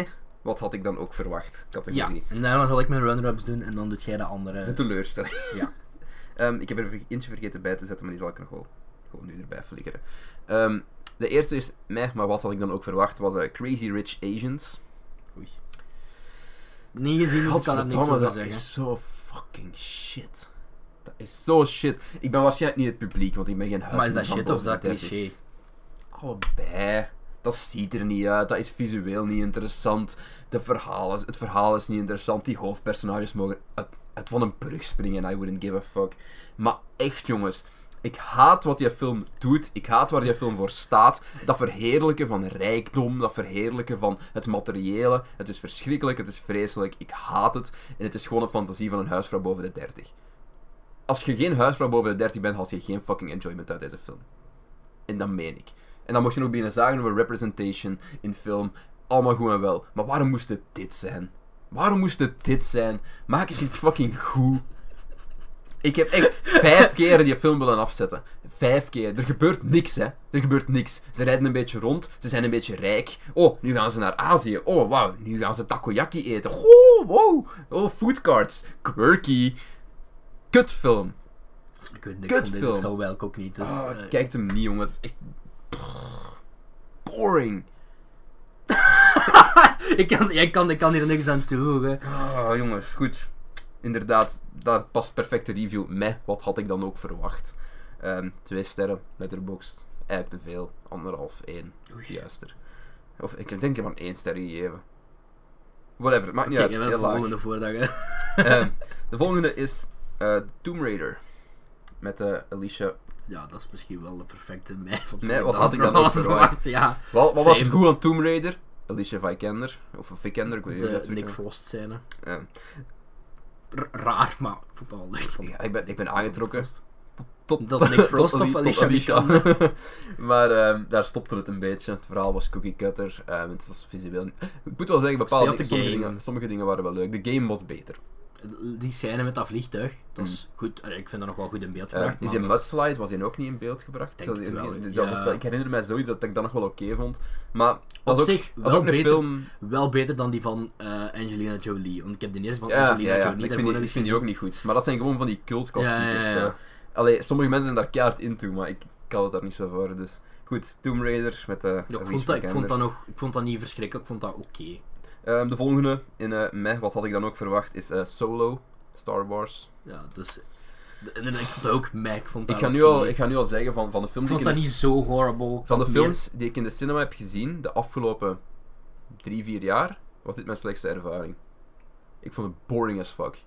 wat had ik dan ook verwacht? Categorie. Ja, en daarna zal ik mijn runner-ups doen en dan doet jij de andere. De teleurstelling. Ja. Ik heb er eentje vergeten bij te zetten, maar die zal ik nog wel gewoon nu erbij flikkeren. De eerste is, maar wat had ik dan ook verwacht, was Crazy Rich Asians. Oei. Niet gezien, dus ik kan er niks over dat zeggen. is zo fucking shit. Dat is zo shit. Ik ben waarschijnlijk niet het publiek, want ik ben geen huisman. Maar is dat van shit of boven dat de 30. cliché? Allebei. Dat ziet er niet uit, dat is visueel niet interessant. Het verhaal is niet interessant. Die hoofdpersonages mogen uit van een brug springen en I wouldn't give a fuck. Maar echt jongens, ik haat wat die film doet. Ik haat waar die film voor staat. Dat verheerlijken van rijkdom, dat verheerlijken van het materiële. Het is verschrikkelijk, het is vreselijk. Ik haat het. En het is gewoon een fantasie van een huisvrouw boven de 30. Als je geen huisvrouw boven de 30 bent, haal je geen fucking enjoyment uit deze film. En dat meen ik. En dan mocht je nog beginnen zagen over representation in film. Allemaal goed en wel. Maar waarom moest het dit zijn? Waarom moest het dit zijn? Maak eens iets fucking goed. Ik heb echt 5 keer die film willen afzetten. 5 keer. Er gebeurt niks, hè. Er gebeurt niks. Ze rijden een beetje rond. Ze zijn een beetje rijk. Oh, nu gaan ze naar Azië. Oh, wauw. Nu gaan ze takoyaki eten. Oh, wow. Oh, foodcarts. Quirky. Kutfilm. Ik weet niks van deze Kutfilm. film, welk ook niet. Dus, Kijk hem niet, jongen. Het is echt... boring. ik kan hier niks aan toevoegen. Jongens, goed. Inderdaad, daar past perfecte review met wat had ik dan ook verwacht. 2 sterren, Letterboxd. Eigenlijk te veel. 1,5, 1. Juister. Of ik denk ik heb maar 1 ster gegeven. Whatever, het maakt niet uit. Kijk, Heel de laag. volgende voordag, hè. De volgende is Tomb Raider. Met Alicia. Ja, dat is misschien wel de perfecte mij. Nee, wat had ik dan ook verwacht? Ja. Wat was het goed aan Tomb Raider? Alicia Vikander. Of Vikander, ik weet niet hoe je dat De Nick spreekt. Frost scène. Ja. Raar, maar ik vond het wel leuk. Ja, ik ben aangetrokken. Dat is Nick Frost of Alicia Vikander? Maar daar stopte het een beetje. Het verhaal was cookie cutter. Het was visueel. Ik moet wel zeggen, bepaalde sommige dingen waren wel leuk. De game was beter. Die scène met dat vliegtuig, dat is goed. Ik vind dat nog wel goed in beeld gebracht. Is die mudslide, was die ook niet in beeld gebracht? Denk het wel, Ik herinner mij zoiets dat ik dat nog wel oké vond. Maar Op dat is zich ook een beter, film... wel beter dan die van Angelina Jolie. Want ik heb de eerste van Ja, Angelina Jolie. ik vind die ook niet goed. Maar dat zijn gewoon van die cultklassiekers. Ja. Allee, sommige mensen zijn daar keihard into, maar ik had het daar niet zo voor. Dus goed, Tomb Raider met de ik vond dat niet verschrikkelijk, ik vond dat oké. De volgende in mei, wat had ik dan ook verwacht, is Solo, Star Wars. Ja, dus... Inderdaad, ik vond dat ook meh. Ik ga nu al zeggen van de films ik vond dat niet zo horrible. Van de films die ik in de cinema heb gezien, de afgelopen 3-4 jaar, was dit mijn slechtste ervaring. Ik vond het boring as fuck.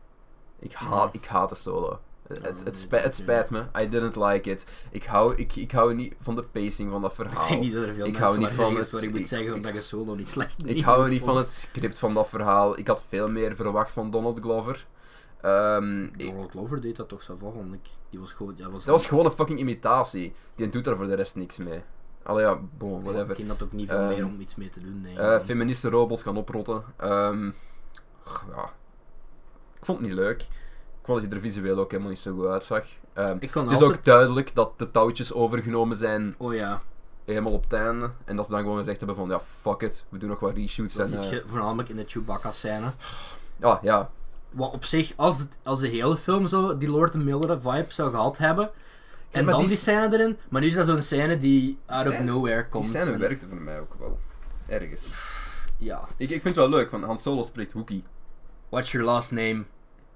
Ik haat de Solo. Het spijt me. I didn't like it. Ik hou niet van de pacing van dat verhaal. Ik denk niet dat er veel ik hou niet van het... Ik moet zeggen omdat je Solo niet slecht vindt. Ik hou niet van het script van dat verhaal. Ik had veel meer verwacht van Donald Glover. Donald Glover deed dat toch zo vond ik. Die was gewoon... Dat was gewoon een fucking imitatie. Die doet daar voor de rest niks mee. Allee ja, bon, whatever. Ik denk dat ook niet veel meer om iets mee te doen. Nee, feministe robots gaan oprotten. Ja. Ik vond het niet leuk. Ik vond dat hij er visueel ook helemaal niet zo goed uitzag. Het is ook duidelijk dat de touwtjes overgenomen zijn. Oh ja. Helemaal op het einde. En dat ze dan gewoon gezegd hebben van, ja, fuck it. We doen nog wat reshoots. Dat zit je voornamelijk in de Chewbacca-scène. Ja. Wat op zich, als de hele film zo die Lord Miller vibe zou gehad hebben... En dan die scène erin. Maar nu is dat zo'n scène die out of nowhere komt. Die scène werkte voor mij ook wel. Ergens. Ja. Ik vind het wel leuk, van Han Solo spreekt Wookiee. What's your last name?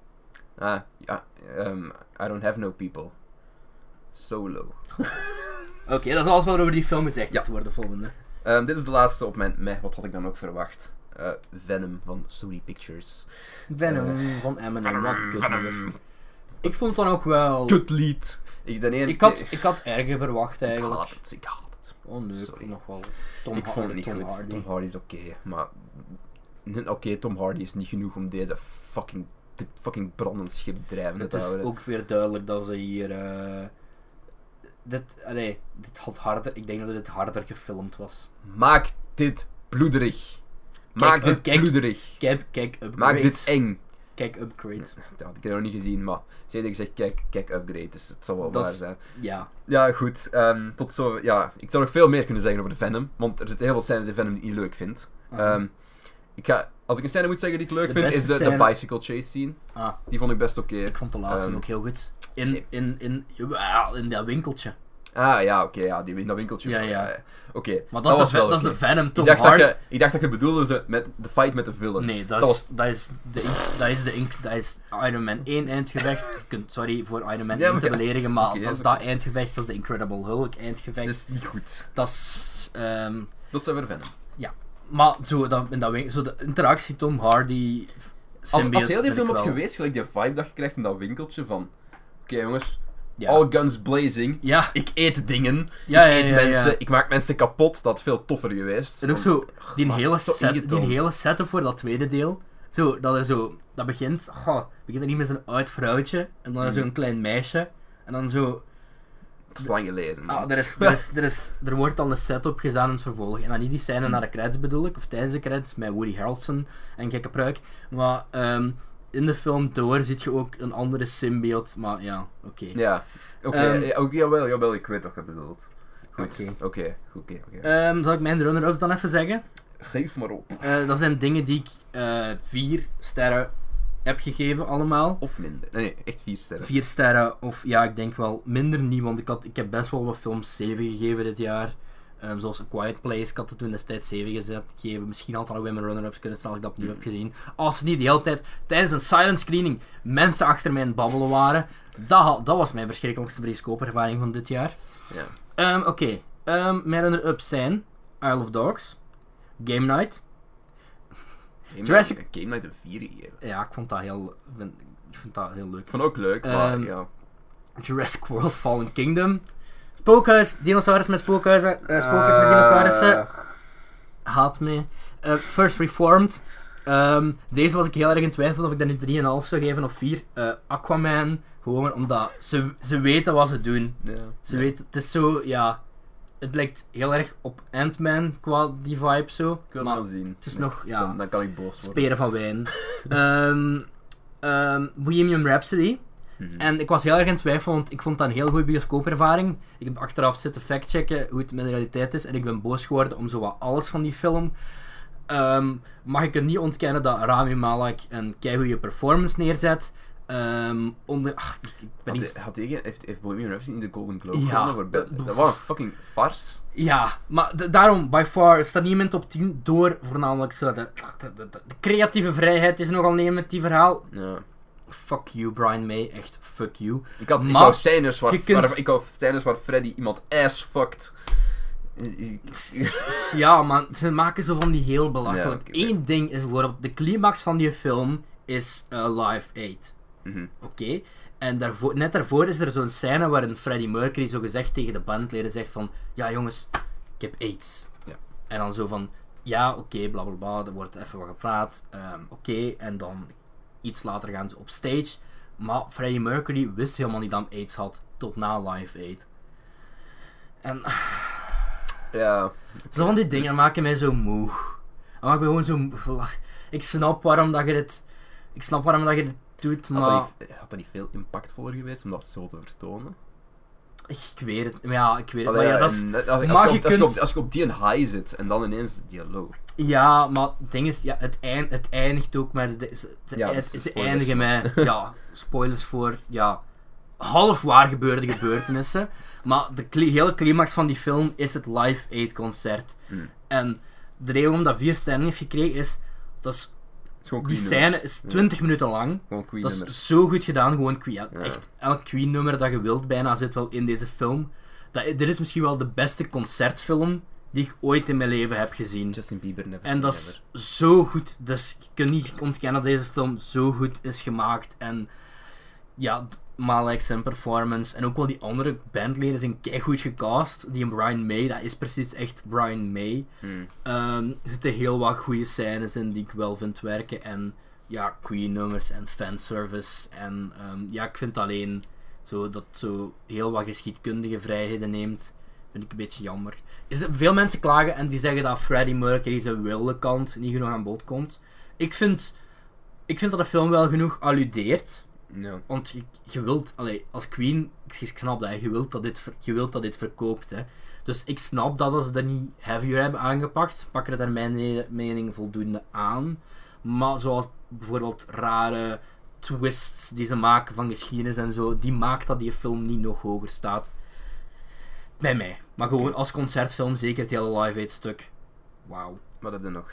I don't have no people. Solo. Oké, dat is alles wat over die film gezegd moet worden, volgende. Dit is de laatste op mijn meh. Wat had ik dan ook verwacht? Venom van Sony Pictures. Venom van Eminem. Venom. Ik vond het dan ook wel... Kutlied. Ik had erger verwacht eigenlijk. Ik haat het. Oh nee, sorry. Ik nog wel. Ik vond het niet goed. Hardy. Tom Hardy is oké, maar... Tom Hardy is niet genoeg om dit fucking brandend schip drijven Het te is houden. ook weer duidelijk dat ze hier... dit had harder... Ik denk dat dit harder gefilmd was. Maak dit bloederig. Maak dit bloederig. Kijk Upgrade. Maak dit eng. Kijk Upgrade. Ja, ik heb het nog niet gezien, maar ze heeft gezegd, kijk Upgrade, dus het zal wel waar zijn. Ja. Ja, goed. Tot zo. Ja, ik zou nog veel meer kunnen zeggen over de Venom, want er zitten heel veel scènes in Venom die ik niet leuk vind. Als ik een scène moet zeggen die ik leuk De vind, is beste de scène- bicycle chase scene. Ah, Die vond ik best oké. ik vond de laatste ook heel goed. In dat winkeltje. Ah, ja, oké, ja, dat winkeltje. Ja. Oké, Maar was dat wel is de oké. Venom Tom Ik dacht, Hardy. ik dacht dat je bedoelde met de fight met de villain. Nee, Dat dat is Iron Man 1 eindgevecht. Je kunt, sorry voor Iron Man Ja, 1 maar te ja, beledigen, is maar oké, dat is is dat eindgevecht, dat is de Incredible Hulk eindgevecht. Dat is niet goed. Dat is... Dat zou weer Venom. maar zo, zo de interactie Tom Hardy... Als symbiote heel die vind film ik had wel- geweest, gelijk die vibe dat je krijgt in dat winkeltje van... Oké, jongens, Ja. all guns blazing. Ja, Ik eet dingen. ja, ik eet mensen. Ja. Ik maak mensen kapot. Dat had veel toffer geweest. En ook zo, die Maar hele, zo set, die ingetoond. hele setup voor dat tweede deel. Zo, dat begint er niet met zo'n oud vrouwtje. En dan zo'n klein meisje. En dan zo... Het is lang geleden, man. Er wordt al een setup gezet in het vervolg. En dan niet die scène naar de credits bedoel ik, of tijdens de credits, met Woody Harrelson en gekke pruik. Maar in de film door zit je ook een andere symbiote, maar ja, oké. Ja. Oké, jawel, ik weet wat je bedoelt. Goed. Oké. Zal ik mijn runner-ups dan even zeggen? Geef maar op. Dat zijn dingen die ik 4 sterren heb gegeven allemaal. Of minder. Nee, echt 4 sterren. 4 sterren, of ja, ik denk wel minder niet, want ik heb best wel wat films 7 gegeven dit jaar. Zoals A Quiet Place, ik had het toen destijds 7 gegeven. Misschien had dat nog bij mijn runner-ups kunnen staan als ik dat opnieuw heb gezien. Als er niet de hele tijd tijdens een silent screening mensen achter mij aan het babbelen waren. Dat was mijn verschrikkelijkste bioscoopervaring van dit jaar. Ja. Oké. Mijn runner-ups zijn Isle of Dogs, Game Night. Jurassic- Game Night een 4 gegeven. Ja, ik vond dat heel leuk. Ik vond het ook leuk, maar ja. Jurassic World Fallen Kingdom. Spookhuis, dinosaurus met spookhuizen. Spookhuis met dinosaurussen. Haat me. First Reformed. Deze was ik heel erg in twijfel of ik dat nu 3,5 zou geven of 4. Aquaman. Gewoon omdat ze weten wat ze doen. Ja. Ze weten, het is zo, ja... Het lijkt heel erg op Ant-Man qua die vibe zo. Ik wil maar het wel zien. het is nog, ja... Dan kan ik boos worden. Speren van wijn. Bohemian Rhapsody. En ik was heel erg in twijfel, want ik vond dat een heel goede bioscoopervaring. Ik heb achteraf zitten factchecken hoe het met de realiteit is. En ik ben boos geworden om zowat alles van die film. Mag ik het niet ontkennen dat Rami Malek een keigoede performance neerzet. Heeft Bohemian Rhapsody niet de Golden Globe Ja. gewonnen voor dat was een fucking farce. Ja, maar daarom, by far, staat niet in mijn top 10 door voornamelijk zo de creatieve vrijheid is nogal nemen met die verhaal. Ja. Fuck you, Brian May, echt fuck you. Ik wou Maar scènes waar Freddy iemand ass fucked. Ja, man, ze maken zo van die heel belachelijk. Ja, oké. Eén ding is bijvoorbeeld, de climax van die film is Live Aid. Oké? En net daarvoor is er zo'n scène waarin Freddie Mercury zo gezegd tegen de bandleden zegt van, ja jongens, ik heb AIDS. Ja. En dan zo van, ja oké, bla bla bla, er wordt even wat gepraat. Oké, en dan iets later gaan ze op stage. Maar Freddie Mercury wist helemaal niet dat hij AIDS had, tot na Live Aid. En... Ja. Zo van die dingen maken mij zo moe. Dan maak me gewoon zo... Ik snap waarom dat je dit... Ik snap waarom dat je dit doet, maar... Had dat niet veel impactvoller geweest om dat zo te vertonen? Ik weet het. Maar ja, ik weet het. Allee, Maar ja, dat is... als je op die high zit en dan ineens die low. Ja, maar het ding is... Ja, het eindigt ook met... Ze eindigen met... Ja, spoilers voor... Ja... half waar gebeurde gebeurtenissen. Maar de hele climax van die film is het Live Aid concert. En de reden waarom dat 4 sterren heeft gekregen is... Die scène is 20 minuten lang. Dat is zo goed gedaan. Gewoon echt elk Queen nummer dat je wilt bijna zit wel in deze film. Dit is misschien wel de beste concertfilm die ik ooit in mijn leven heb gezien. Justin Bieber never en dat is zo goed. Dus je kunt niet ontkennen dat deze film zo goed is gemaakt. En ja, Malek zijn performance. En ook wel die andere bandleden zijn keigoed gecast. Die Brian May, dat is precies echt Brian May. Er zitten heel wat goede scènes in die ik wel vind werken. En ja, Queen nummers en fanservice. En ja, ik vind alleen dat zo heel wat geschiedkundige vrijheden neemt. Vind ik een beetje jammer. Veel mensen klagen en die zeggen dat Freddie Mercury zijn wilde kant niet genoeg aan bod komt. Ik vind dat de film wel genoeg alludeert. Ja. Want je wilt, als Queen, ik snap dat, je wilt dat dit verkoopt. Hè. Dus ik snap dat ze dat niet heavier hebben aangepakt. Pakken er daar mijn mening voldoende aan. Maar zoals bijvoorbeeld rare twists die ze maken van geschiedenis en zo, die maakt dat die film niet nog hoger staat. Bij mij. Maar gewoon als concertfilm, zeker het hele Live Aid stuk. Wauw. Wat heb je nog?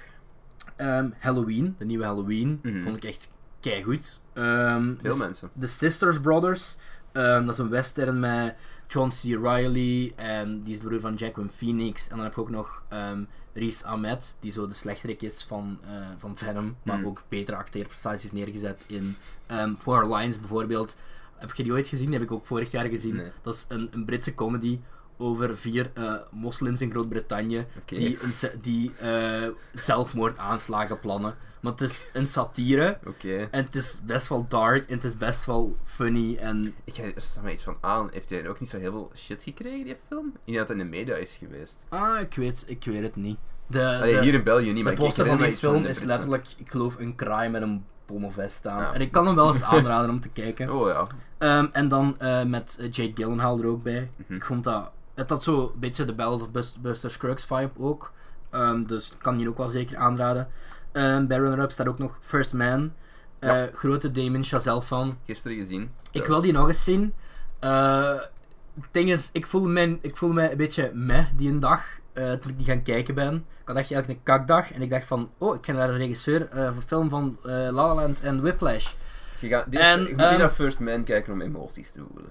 Halloween, de nieuwe Halloween, vond ik echt keigoed. Veel mensen. The Sisters Brothers, dat is een western met John C. Reilly en die is de broer van Joaquin Phoenix. En dan heb je ook nog Riz Ahmed, die zo de slechterik is van Venom, maar ook betere acteerprestaties heeft neergezet in Four Lions bijvoorbeeld. Heb je die ooit gezien? Die heb ik ook vorig jaar gezien. Nee. Dat is een Britse comedy over 4 moslims in Groot-Brittannië die zelfmoordaanslagen plannen. Maar het is een satire en het is best wel dark en het is best wel funny. En Er staat mij iets van aan. Heeft hij ook niet zo heel veel shit gekregen, die film? Ik denk dat het in de media is geweest. Ik weet het niet. Hier in België niet, maar de ik poster herinner van me die iets van film de is Britse. letterlijk, ik geloof, een kraai met een bommenvest aan. Ja. En ik kan hem wel eens aanraden om te kijken. Oh ja. En dan met Jake Gyllenhaal er ook bij. Mhm. Ik vond dat... Het had zo een beetje de Ballad of Buster Scruggs vibe ook. Dus ik kan die ook wel zeker aanraden. Bij runner-up staat ook nog First Man. Grote Damien Chazelle fan. Gisteren gezien. Ik wil die nog eens zien. Het ding is, ik voel mij een beetje meh die een dag. Toen ik die gaan kijken ben. Ik had echt eigenlijk een kakdag. En ik dacht van, ik ga naar de regisseur van film van La La Land en Whiplash. Ik moet niet naar First Man kijken om emoties te voelen.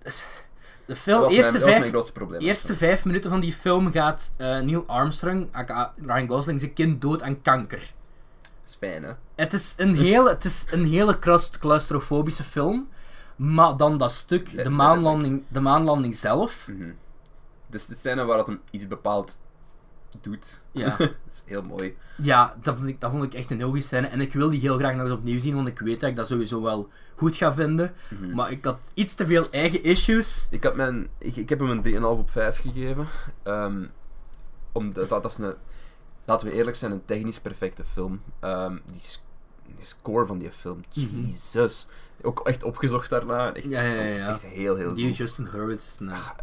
De film, Dat was mijn grootste probleem. eerste 5 minuten van die film gaat Neil Armstrong, aka Ryan Gosling, zijn kind dood aan kanker. Dat is fijn, hè? Het is een hele claustrofobische film. Maar dan dat stuk, de maanlanding zelf. Mm-hmm. Dus de scène waar dat hem iets bepaald doet. Ja. Dat is heel mooi. Ja, dat vond ik echt een heel goede scène. En ik wil die heel graag nog eens opnieuw zien, want ik weet dat ik dat sowieso wel goed ga vinden. Mm-hmm. Maar ik had iets te veel eigen issues. Ik heb hem een 3,5 op 5 gegeven. Omdat dat is laten we eerlijk zijn, een technisch perfecte film. Die score van die film, Jesus. Ook echt opgezocht daarna. Echt, Ja. echt heel, heel Die goed. Justin Hurwitz.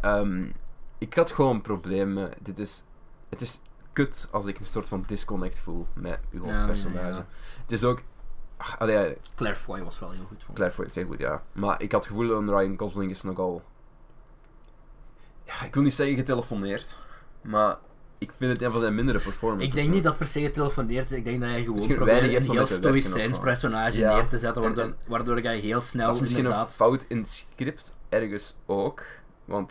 Ik had gewoon problemen. Het is kut als ik een soort van disconnect voel met uw hoofdpersonage. Ja. Het is ook... Claire Foy was wel heel goed. Claire Foy is heel goed, ja. Maar ik had het gevoel dat Ryan Gosling is nogal... Ja, ik wil niet zeggen getelefoneerd, maar ik vind het een van zijn mindere performances. Ik denk niet dat per se getelefoneerd is. Ik denk dat hij gewoon Misschien probeert weinig een heeft heel om mee te werken stoïcijns nog, personage ja. neer te zetten, waardoor hij heel snel dat is misschien inderdaad... een fout in het script, ergens ook. Want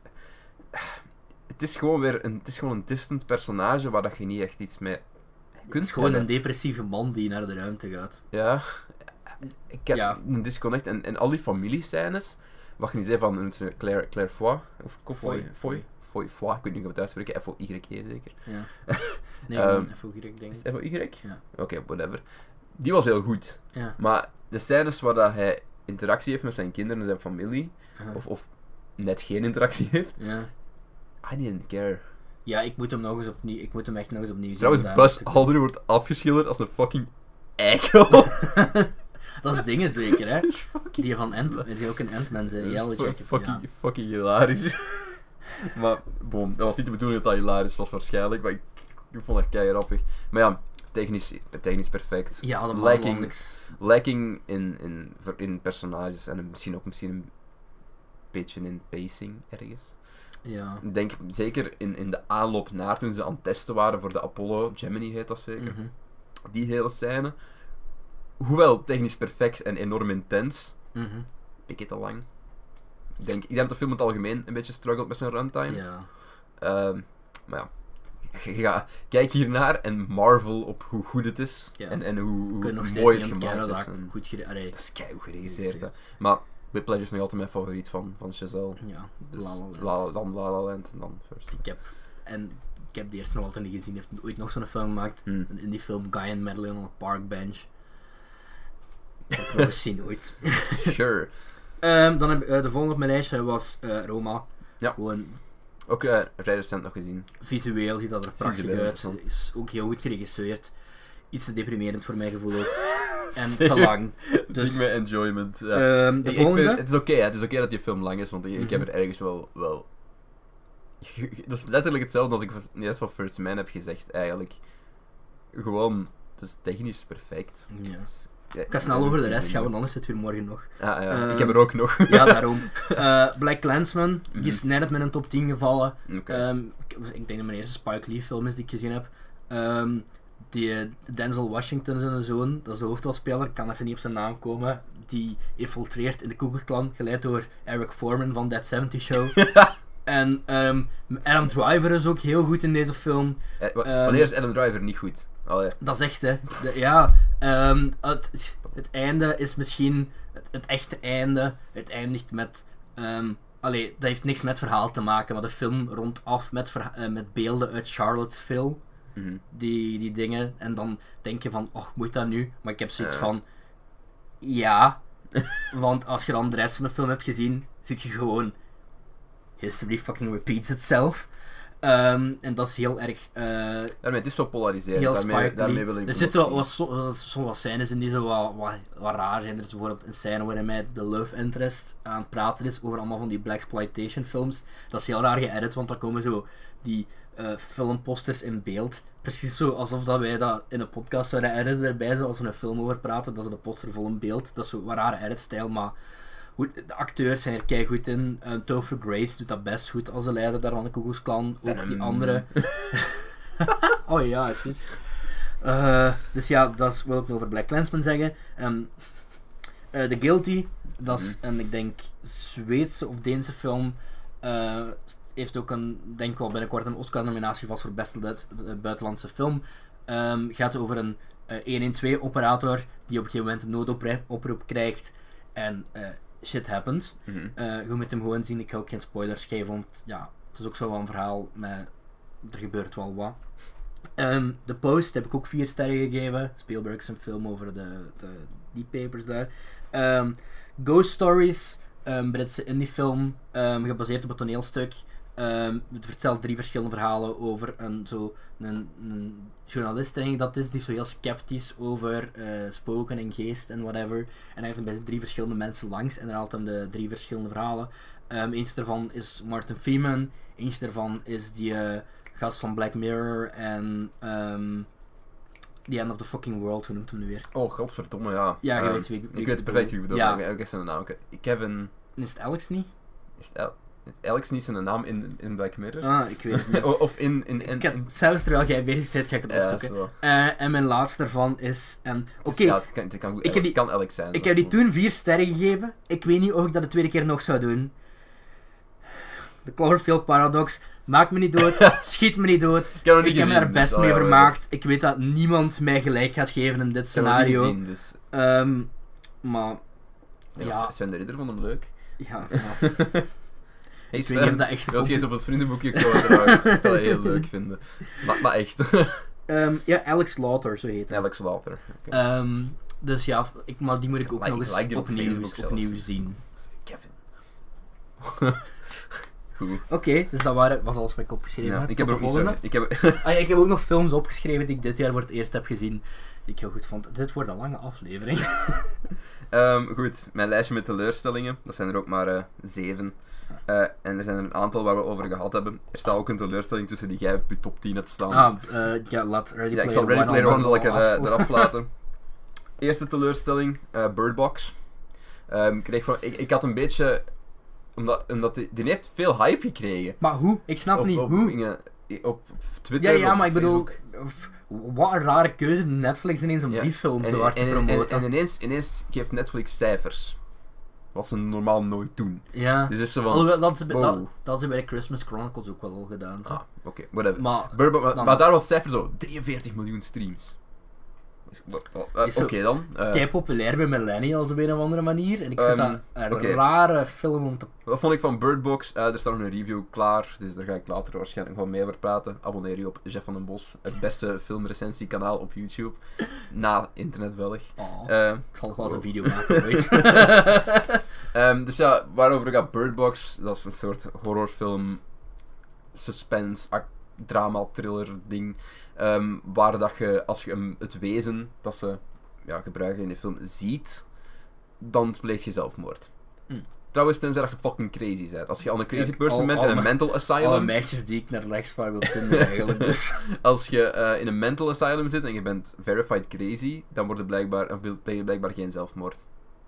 het is gewoon een distant personage waar dat je niet echt iets mee kunt Het is gewoon hebben. een depressieve man die naar de ruimte gaat. Ja, ik heb een disconnect en al die familiescènes, wat je niet zei van Claire Foy, of Foy, ik weet niet hoe ik het uitspreken, F-O-Y-E zeker. Ja. Nee, FOY denk ik. Is het F-O-Y? Ja. Oké, whatever. Die was heel goed, Ja. maar de scènes waar dat hij interactie heeft met zijn kinderen en zijn familie, of net geen interactie heeft, Ja. I didn't care. Ja, ik moet hem echt nog eens opnieuw zien. Trouwens, Buzz Aldrin wordt afgeschilderd als een fucking eikel. Dat is dingen zeker, hè? Die van Ant-Man, is ook een Ant-Man zijn yellow jacket. Fucking hilarisch. Maar, dat was niet de bedoeling dat dat hilarisch was waarschijnlijk, maar ik vond het kei grappig. Maar ja, technisch perfect. Ja, de lacking in personages en misschien een beetje in pacing ergens. Ja. Ik denk zeker in de aanloop naar toen ze aan het testen waren voor de Apollo, Gemini heet dat zeker. Mhm. Die hele scène. Hoewel technisch perfect en enorm intens, pikje te lang. Ik denk dat de film in het algemeen een beetje struggelt met zijn runtime. Ja. Maar ja, kijk hiernaar en marvel op hoe goed het is. Ja. En hoe nog mooi het steeds gemaakt dat is. En goed dat is keigoed geregisseerd. Hè. Maar Whiplash is nog altijd mijn favoriet van Chazelle. Ja, Dus La dan La La Land en dan First. Ik heb de eerste nog altijd niet gezien. Hij heeft ooit nog zo'n film gemaakt. In die film Guy and Madeline on a Park Bench. Ik heb nog eens zien ooit. Sure. Dan heb de volgende op mijn lijstje was Roma. Ja. Gewoon Ook vrij recent nog gezien. visueel ziet dat er prachtig Visueel uit. interessant. Is ook heel goed geregisseerd. Iets te deprimerend voor mijn gevoel ook. En te lang. Dus Niet meer enjoyment. Ja. de volgende. Het is oké dat die film lang is, want ik heb er ergens wel Dat is letterlijk hetzelfde als ik net van First Man heb gezegd, eigenlijk. Gewoon, het is technisch perfect. Yes. Ik ga snel over de rest gaan, want anders zitten we hier morgen nog. Ik heb er ook nog. Ja, daarom. Black Klansman, die is net met een top 10 gevallen. Okay. Ik denk dat mijn eerste Spike Lee film is die ik gezien heb. Die Denzel Washington, zijn zoon, dat is de hoofdrolspeler, ik kan even niet op zijn naam komen. Die infiltreert in de Ku Klux Klan, geleid door Eric Foreman van That 70 Show. En Adam Driver is ook heel goed in deze film. Wanneer is Adam Driver niet goed? Allee. Dat is echt, hè. Het einde is misschien het echte einde. Het eindigt met... dat heeft niks met verhaal te maken, maar de film rondt af met beelden uit Charlottesville. Mm-hmm. Die dingen. En dan denk je van, moet dat nu? Maar ik heb zoiets van... Ja. Want als je dan de rest van de film hebt gezien, zie je gewoon... History fucking repeats itself. En dat is heel erg... Daarmee, het is zo polariserend. Daarmee wil ik... Er zitten wat scènes in die zo wat raar zijn. Er is bijvoorbeeld een scène waarin mij de love interest aan het praten is over allemaal van die blaxploitation films. Dat is heel raar geëdit, want dan komen zo die filmposters in beeld. Precies zo alsof dat wij dat in een podcast zouden editen erbij, zo als we een film over praten, dat is de poster vol in beeld. Dat is zo wat rare editstijl, maar... De acteurs zijn er keigoed in. Topher Grace doet dat best goed als de leider daar van de Ku Klux Klan. Ook die andere. Oh ja, het is. Dus ja, dat wil ik over Black Klansman zeggen. The Guilty, dat is een, ik denk, Zweedse of Deense film. Heeft ook denk ik wel binnenkort een Oscar-nominatie vast voor beste buitenlandse film. Gaat over een 112-operator die op een gegeven moment een noodoproep krijgt. En shit happens. Mm-hmm. Je moet hem gewoon zien. Ik ga ook geen spoilers geven, want ja, het is ook zo wel een verhaal met... Er gebeurt wel wat. The Post heb ik ook 4 sterren gegeven. Spielberg is een film over die papers daar. Ghost Stories, Britse indie film, gebaseerd op een toneelstuk. Het vertelt 3 verschillende verhalen over een journalist, denk ik dat is, die zo heel sceptisch over spoken en geest en whatever. En hij heeft bij 3 verschillende mensen langs en hij haalt hem de 3 verschillende verhalen. Eentje daarvan is Martin Freeman, eentje daarvan is die gast van Black Mirror en The End of the Fucking World, hoe noemt hem nu weer? Oh, godverdomme, ja. Ja, je weet wie ik weet perfect wie je bedoelt. Ja. Ik heb zijn naam. Kevin... Is het Alex niet? Is het Alex niet zijn naam in Black Mirror? Ik weet het niet. Of in... Zelfs terwijl jij bezig bent, ga ik het opzoeken. En mijn laatste daarvan is... Het kan Alex zijn. Ik heb die toen 4 sterren gegeven. Ik weet niet of ik dat de tweede keer nog zou doen. De Cloverfield Paradox. Maak me niet dood. Schiet me niet dood. Ik heb me er best mee vermaakt. Ik weet dat niemand mij gelijk gaat geven in dit scenario. Gezien, dus. Maar... Ja. Sven de Ridder vond hem leuk. Ja. Hey ik weet niet of dat echt... Wil je eens op ons vriendenboekje komen trouwens? Ik zou dat heel leuk vinden. Maar echt. Ja, Alex Lauter, zo heet hij. Alex Lauter. Okay. Dus ja, maar die moet ik ook nog eens opnieuw zien. Kevin. Oké, dus dat was alles wat ik opgeschreven heb. Ik heb er ook niet zo... Ik heb ook nog films opgeschreven die ik dit jaar voor het eerst heb gezien. Die ik heel goed vond. Dit wordt een lange aflevering. Goed, mijn lijstje met teleurstellingen. Dat zijn er ook maar 7. En er zijn er een aantal waar we over gehad hebben. Er staat ook een teleurstelling tussen die jij op je top 10 hebt staan. Laat Ready Player One. Ik zal Ready Player One eraf laten. Eerste teleurstelling, Bird Box. Ik had een beetje... Omdat die heeft veel hype gekregen. Maar hoe? Ik snap niet hoe. Op Twitter, ja, maar ik bedoel... Facebook. Wat een rare keuze Netflix ineens om die film zo hard te promoten. En ineens geeft Netflix cijfers. Wat ze normaal nooit doen. Ja. Dus is ze van... Alhoewel, dat ze bij de Christmas Chronicles ook wel al gedaan. Oké, whatever. Maar daar was cijfer zo 43 miljoen streams. Oké dan. Kei populair bij millennials op een of andere manier. En ik vind dat een rare film om te... Wat vond ik van Bird Box? Er staat nog een review klaar, dus daar ga ik later waarschijnlijk wel mee over praten. Abonneer je op Jeff van den Bos, het beste filmrecensiekanaal op YouTube. Na Internet Belg. Ik zal nog wel eens een video maken ooit. Dus ja, waarover gaat Bird Box? Dat is een soort horrorfilm, suspense, drama, thriller ding. Waar dat je, als je het wezen dat ze gebruiken in de film ziet, dan pleegt je zelfmoord. Trouwens, tenzij dat je fucking crazy bent. Als je al een crazy Ja, person bent in een mental Alle asylum... meisjes die ik naar rechts van wil vinden eigenlijk, dus... Als je in een mental asylum zit en je bent verified crazy, dan wordt pleeg je blijkbaar geen zelfmoord.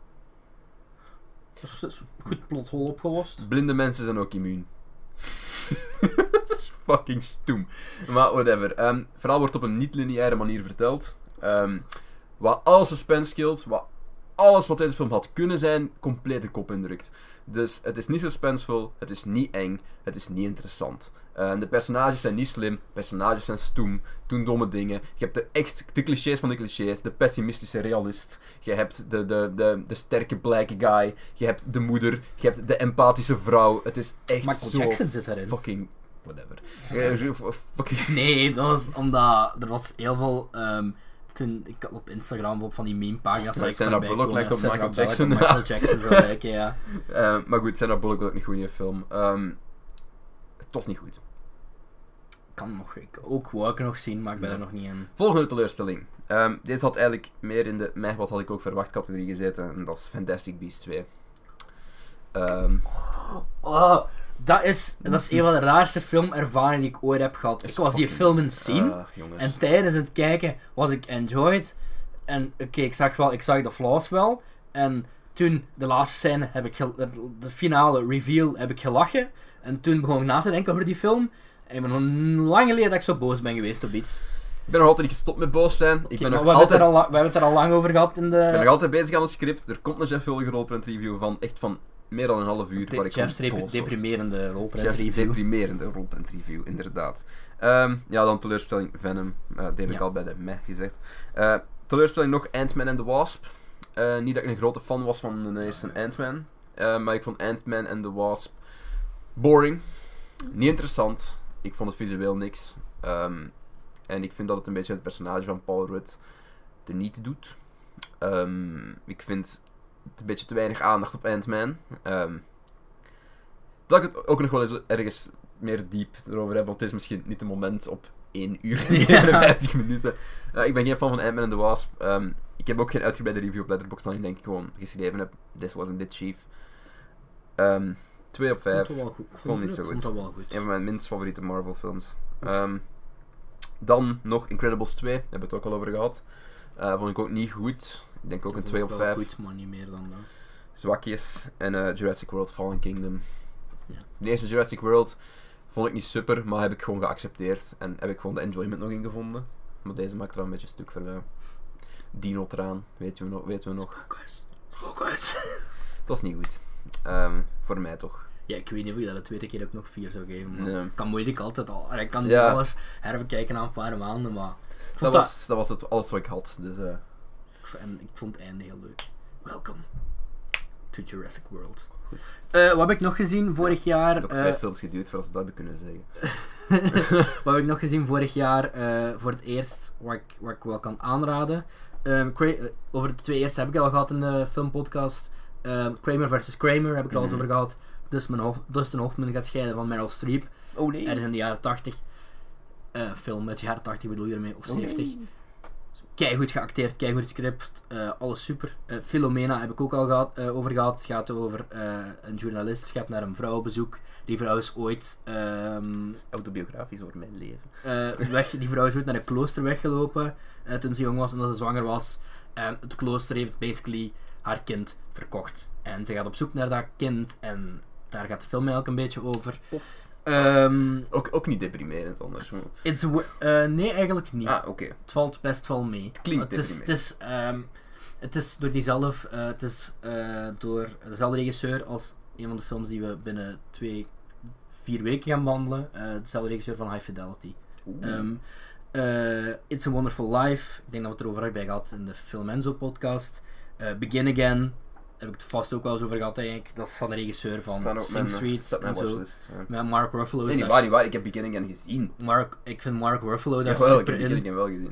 Dat is goed plothol opgelost. Blinde mensen zijn ook immuun. Dat is fucking stoem. Maar whatever. Het verhaal wordt op een niet-lineaire manier verteld. Wat alle suspense kills, wat alles wat deze film had kunnen zijn, compleet de kop indrukt. Dus het is niet suspensevol, het is niet eng, het is niet interessant. De personages zijn niet slim, personages zijn stoem, doen domme dingen. Je hebt de clichés van de clichés, de pessimistische realist. Je hebt de sterke black guy. Je hebt de moeder. Je hebt de empathische vrouw. Het is echt Michael zo Jackson zit erin. fucking... whatever. Fucking... Nee, dat was omdat er was heel veel... toen ik had op Instagram op van die meme-pagina's... Maar Sandra Bullock lijkt op Michael Jackson. Michael Jackson zou lijken, ja. Maar goed, Sandra Bullock was ook niet goed in die film. Het was niet goed. Wou ik nog zien, maar ik ben er nog niet in. Volgende teleurstelling. Dit had eigenlijk meer in de wat had ik ook verwacht categorie gezeten. En dat is Fantastic Beasts 2. Dat is een van de raarste filmervaringen die ik ooit heb gehad. Ik was die film in het zien. En tijdens het kijken was ik enjoyed. En oké, ik zag de flaws wel. En toen, de laatste scène, de finale reveal, heb ik gelachen. En toen begon ik na te denken over die film. En ik ben nog lang geleden dat ik zo boos ben geweest op iets. Ik ben nog altijd niet gestopt met boos zijn. We hebben het er al lang over gehad in de... Ik ben nog altijd bezig aan het script. Er komt een Jeff Hulge rolprint review van. Echt van meer dan een half uur. Waar Jeff's deprimerende rolprint review. Deprimerende rolprint review, inderdaad. Dan teleurstelling Venom. Dat heb ik al bij de meh gezegd. Teleurstelling nog Ant-Man and the Wasp. Niet dat ik een grote fan was van de eerste Ant-Man. Maar ik vond Ant-Man and the Wasp boring. Niet interessant. Ik vond het visueel niks. En ik vind dat het een beetje het personage van Paul Rudd teniet doet. Ik vind het een beetje te weinig aandacht op Ant-Man. Dat ik het ook nog wel eens ergens meer diep erover heb, want het is misschien niet het moment op 1 uur en 57 minuten. Ik ben geen fan van Ant-Man and the Wasp. Ik heb ook geen uitgebreide review op Letterboxd dan ik denk ik gewoon geschreven heb. This wasn't it, chief. 2 op 5. Ik vond het niet zo goed. Het is een van mijn minst favoriete Marvel films. Dan nog Incredibles 2. Daar hebben we het ook al over gehad. Vond ik ook niet goed. Ik denk ook een 2 op 5. Goed, maar niet meer dan dat. Zwakjes. En Jurassic World Fallen Kingdom. Ja. De eerste Jurassic World vond ik niet super, maar heb ik gewoon geaccepteerd. En heb ik gewoon de enjoyment nog in gevonden. Maar deze maakt er een beetje stuk voor mij. Dino-traan, weten we nog. Focus. Het was niet goed. Voor mij toch. Ja, ik weet niet of je dat de tweede keer ook nog 4 zou geven. Maar Nee. kan moeilijk altijd al. Ik kan niet alles herbekijken na een paar maanden, maar... Dat was het alles wat ik had. Dus, En ik vond het einde heel leuk. Welcome to Jurassic World. Goed. Wat heb ik nog gezien vorig jaar? Ik heb 2 films geduurd voordat ze dat hebben kunnen zeggen. Wat heb ik nog gezien vorig jaar? Voor het eerst, wat ik wel kan aanraden. Over de 2 eerste heb ik al gehad in de filmpodcast. Kramer vs. Kramer heb ik er al eens over gehad. Dustin Hoffman gaat scheiden van Meryl Streep. Oh nee. Er is in de jaren 80. Film uit de jaren 80 bedoel je ermee, of 70. Nee. Keigoed geacteerd, keigoed script, alles super. Philomena heb ik ook al over gehad. Het gaat over een journalist, gaat naar een vrouw op bezoek. Die vrouw is ooit... autobiografisch over mijn leven. Die vrouw is ooit naar een klooster weggelopen toen ze jong was, omdat ze zwanger was. En het klooster heeft basically haar kind verkocht. En ze gaat op zoek naar dat kind en daar gaat de film eigenlijk een beetje over. Tof. Ook niet deprimerend anders. Nee, eigenlijk niet. Oké. Het valt best wel mee. Het klinkt deprimerend. Het is door door dezelfde regisseur als een van de films die we binnen 4 weken gaan behandelen. Dezelfde regisseur van High Fidelity. It's a Wonderful Life. Ik denk dat we het erover hebben gehad in de Film Enzo podcast. Begin Again. Daar heb ik het vast ook wel eens over gehad eigenlijk. Dat is van de regisseur van Sing Street en zo. Met Mark Ruffalo. Nee, niet waar. Ik heb Begin Again gezien. Ik vind Mark Ruffalo daar super super in. Ik heb Begin Again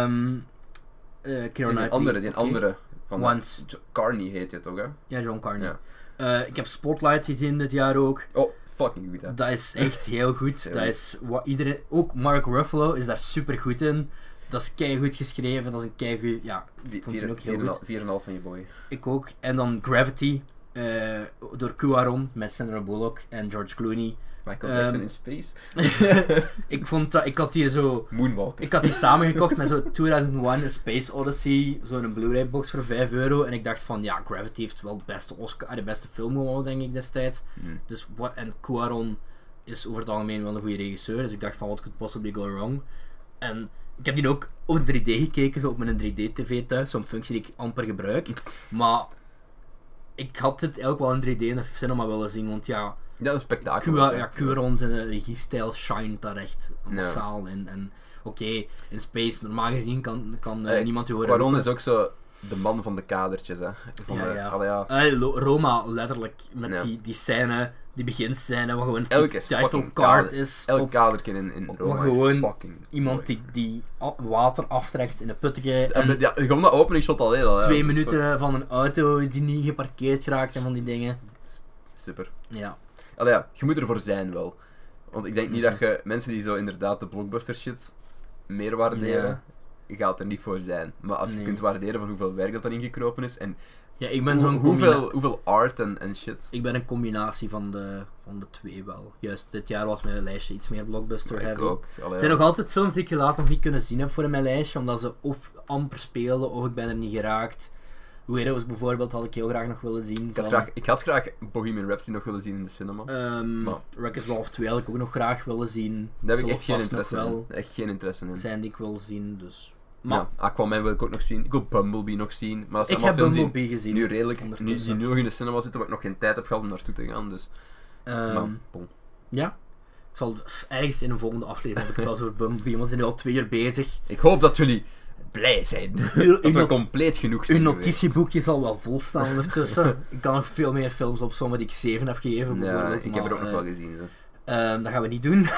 wel gezien. Die andere van Once. Carney heet je toch, hè? Ja, John Carney. Ja. Ik heb Spotlight gezien dit jaar ook. Oh, fucking goed, hè? Dat is echt heel goed. Dat is wat iedereen... Ook Mark Ruffalo is daar super goed in. Dat is keigoed geschreven, dat is een keigoed... Ja, ik vond het ook heel goed. 4,5 van je boy. Ik ook. En dan Gravity. door Cuarón met Sandra Bullock en George Clooney. Michael Jackson in Space. Ik had die zo... Moonwalker. Ik had die samengekocht met zo 2001 A Space Odyssey, zo'n Blu-ray box voor €5. En ik dacht van, ja, Gravity heeft wel de beste film gewonnen, denk ik, destijds. Dus, en Cuarón is over het algemeen wel een goede regisseur, dus ik dacht van, what could possibly go wrong? En ik heb die ook op 3D gekeken, zo op mijn 3D-tv thuis, zo'n functie die ik amper gebruik. Maar ik had dit eigenlijk wel in 3D in de cinema willen zien, want ja... Ja, een spektakel. Cuarón zijn regiestijl shined daar echt massaal in. En oké, in Space, normaal gezien kan niemand je horen. Cuarón is ook zo de man van de kadertjes, hè. Roma, letterlijk, met die scène, die beginscène, wat gewoon elke title card is. Elk kadertje in Roma gewoon iemand die water aftrekt in een putje. En gewoon dat openingsshot alleen al. 2 minuten van een auto die niet geparkeerd geraakt en van die dingen. Super. Ja. Allee, ja, je moet ervoor zijn wel. Want ik denk niet dat je mensen die zo inderdaad de blockbuster shit meer waarderen, gaat er niet voor zijn. Maar als je kunt waarderen van hoeveel werk dat erin gekropen is en ik ben hoeveel art en shit. Ik ben een combinatie van de twee wel. Juist dit jaar was mijn lijstje iets meer blockbuster heavy. Ook. Er zijn nog altijd films die ik helaas nog niet kunnen zien heb voor in mijn lijstje, omdat ze of amper speelden of ik ben er niet geraakt. Weirdos bijvoorbeeld had ik heel graag nog willen zien. Ik had graag Bohemian Rhapsody nog willen zien in de cinema. Wreck-It Ralph 2 had ik ook nog graag willen zien. Daar heb ik echt geen interesse in. Zijn die ik wil zien, dus... Maar Aquaman wil ik ook nog zien. Ik wil Bumblebee nog zien. Maar ik heb Bumblebee gezien. Nu redelijk, die nu nog in de cinema zitten, waar ik nog geen tijd heb gehad om naartoe te gaan. Dus. Ja. Ik zal ergens in een volgende aflevering heb ik het wel over Bumblebee, want we zijn nu al 2 uur bezig. Ik hoop dat jullie blij zijn. Dat we compleet genoeg zijn. Uw notitieboekje zal wel vol staan ondertussen. Ik kan nog veel meer films opzommen die ik 7 heb gegeven. Ja, ik heb er ook nog wel gezien. Zo. Dat gaan we niet doen.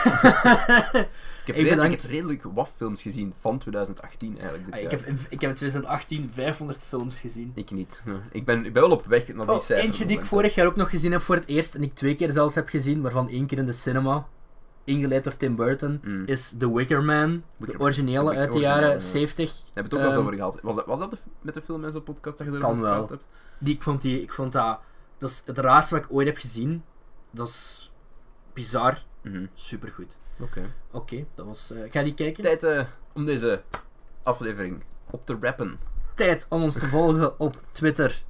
Ik heb redelijk wat films gezien van 2018 eigenlijk dit jaar. Ik heb in 2018 500 films gezien. Ik niet. Ik ben wel op weg naar die cijfers. Eentje die ik vorig jaar ook nog gezien heb voor het eerst en ik 2 keer zelfs heb gezien, waarvan 1 keer in de cinema, ingeleid door Tim Burton, is The Wicker Man. De originele uit de jaren 70. Daar hebben we het ook wel eens over gehad. Was dat met de film en zo'n podcast dat je erover gepraat hebt? Ik vond dat is het raarste wat ik ooit heb gezien. Dat is bizar. Supergoed. Oké, dat was... ga je die kijken? Tijd om deze aflevering op te rappen. Tijd om ons te volgen op Twitter.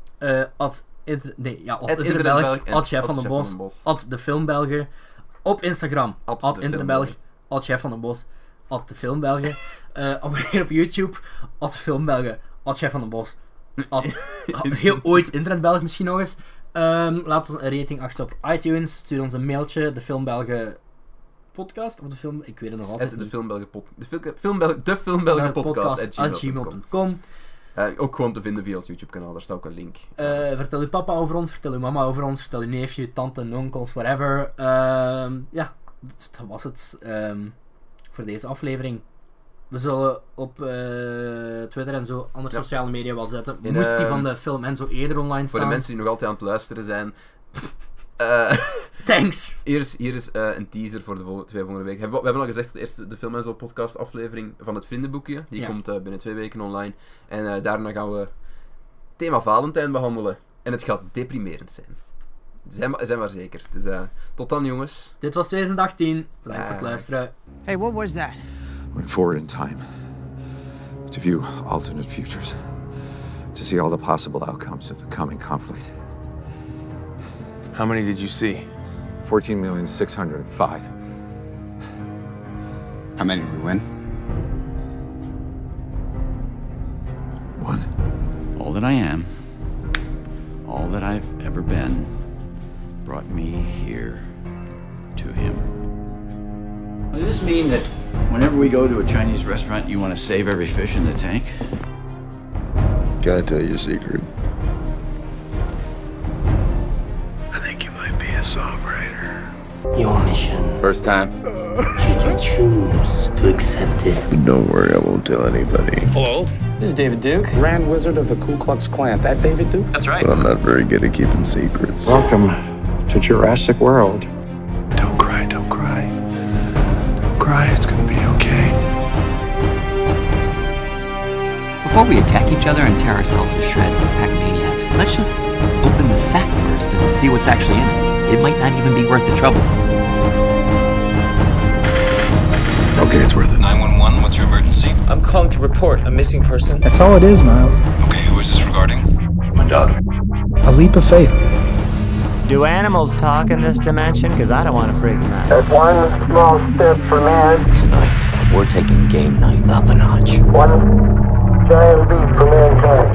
@Jeff van den Bos. @DeFilmBelgen. Op Instagram. @InternetBelg. @Jeff van den Bos. @DeFilmBelgen. Abonneer op YouTube. @Filmbelgen. @Jeff van den Bos. Heel ooit Internetbelg misschien nog eens. Laat ons een rating achter op iTunes. Stuur ons een mailtje. De Filmbelgen podcast of de film, ik weet het nog altijd. De Filmbelgen podcast @gmail.com. Ook gewoon te vinden via ons YouTube kanaal, daar staat ook een link. Vertel uw papa over ons, vertel uw mama over ons, vertel uw neefje, tante, onkels, whatever. Dat was het voor deze aflevering. We zullen op Twitter en zo andere sociale media wel zetten. Moest die van de film en zo eerder online staan. Voor de mensen die nog altijd aan het luisteren zijn. Thanks! Hier is een teaser voor de volgende week. We hebben al gezegd dat eerst de Film en Zo podcast aflevering van het Vriendenboekje. Die komt binnen 2 weken online. En daarna gaan we thema Valentijn behandelen. En het gaat deprimerend zijn. Zijn maar zeker. Dus tot dan jongens. Dit was 2018. Bedankt voor het luisteren. Hey, what was that? Went forward in time. To view alternate futures. To see all the possible outcomes of the coming conflict. How many did you see? 14,605,000. How many did we win? 1. All that I am, all that I've ever been, brought me here to him. Does this mean that whenever we go to a Chinese restaurant, you want to save every fish in the tank? Gotta tell you a secret. I think you might be a songwriter. Your mission. First time? Should you choose to accept it? Don't worry, I won't tell anybody. Hello, this is David Duke, Grand Wizard of the Ku Klux Klan. That David Duke? That's right. But I'm not very good at keeping secrets. Welcome to Jurassic World. Don't cry, don't cry. Don't cry, it's gonna be okay. Before we attack each other and tear ourselves to shreds like pack maniacs, let's just open the sack first and see what's actually in it. It might not even be worth the trouble. Okay, it's worth it. 911, what's your emergency? I'm calling to report a missing person. That's all it is, Miles. Okay, who is this regarding? My daughter. A leap of faith. Do animals talk in this dimension? Because I don't want to freak them out. That's one small step for man. Tonight, we're taking game night up a notch. One giant leap for mankind.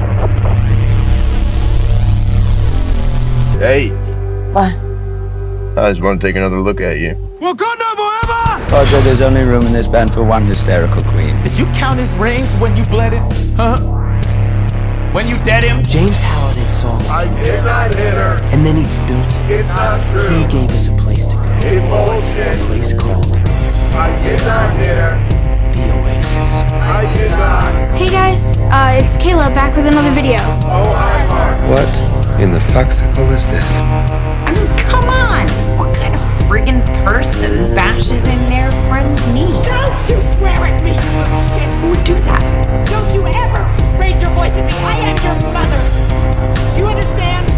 Hey. What? I just want to take another look at you. Wakanda forever! Also, there's only room in this band for one hysterical queen. Did you count his rings when you bled it? Huh? When you dead him? James Halliday saw I did not hit her. And then he built it. It's not true. He gave us a place to go. It's bullshit. A place called... I did not hit her. The Oasis. I did not. Hey guys, it's Kayla back with another video. Oh, hi, Mark. What in the fuxicle is this? I mean, come on! What kind of friggin' person bashes in their friend's knee? Don't you swear at me, you little shit! Who would do that? Don't you ever raise your voice at me! I am your mother! Do you understand?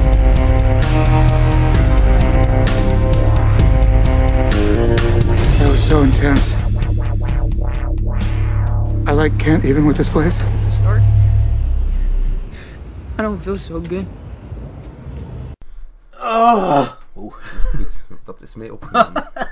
That was so intense. I can't even with this place. Start? I don't feel so good. Oh. Goed, dat is mee opgenomen.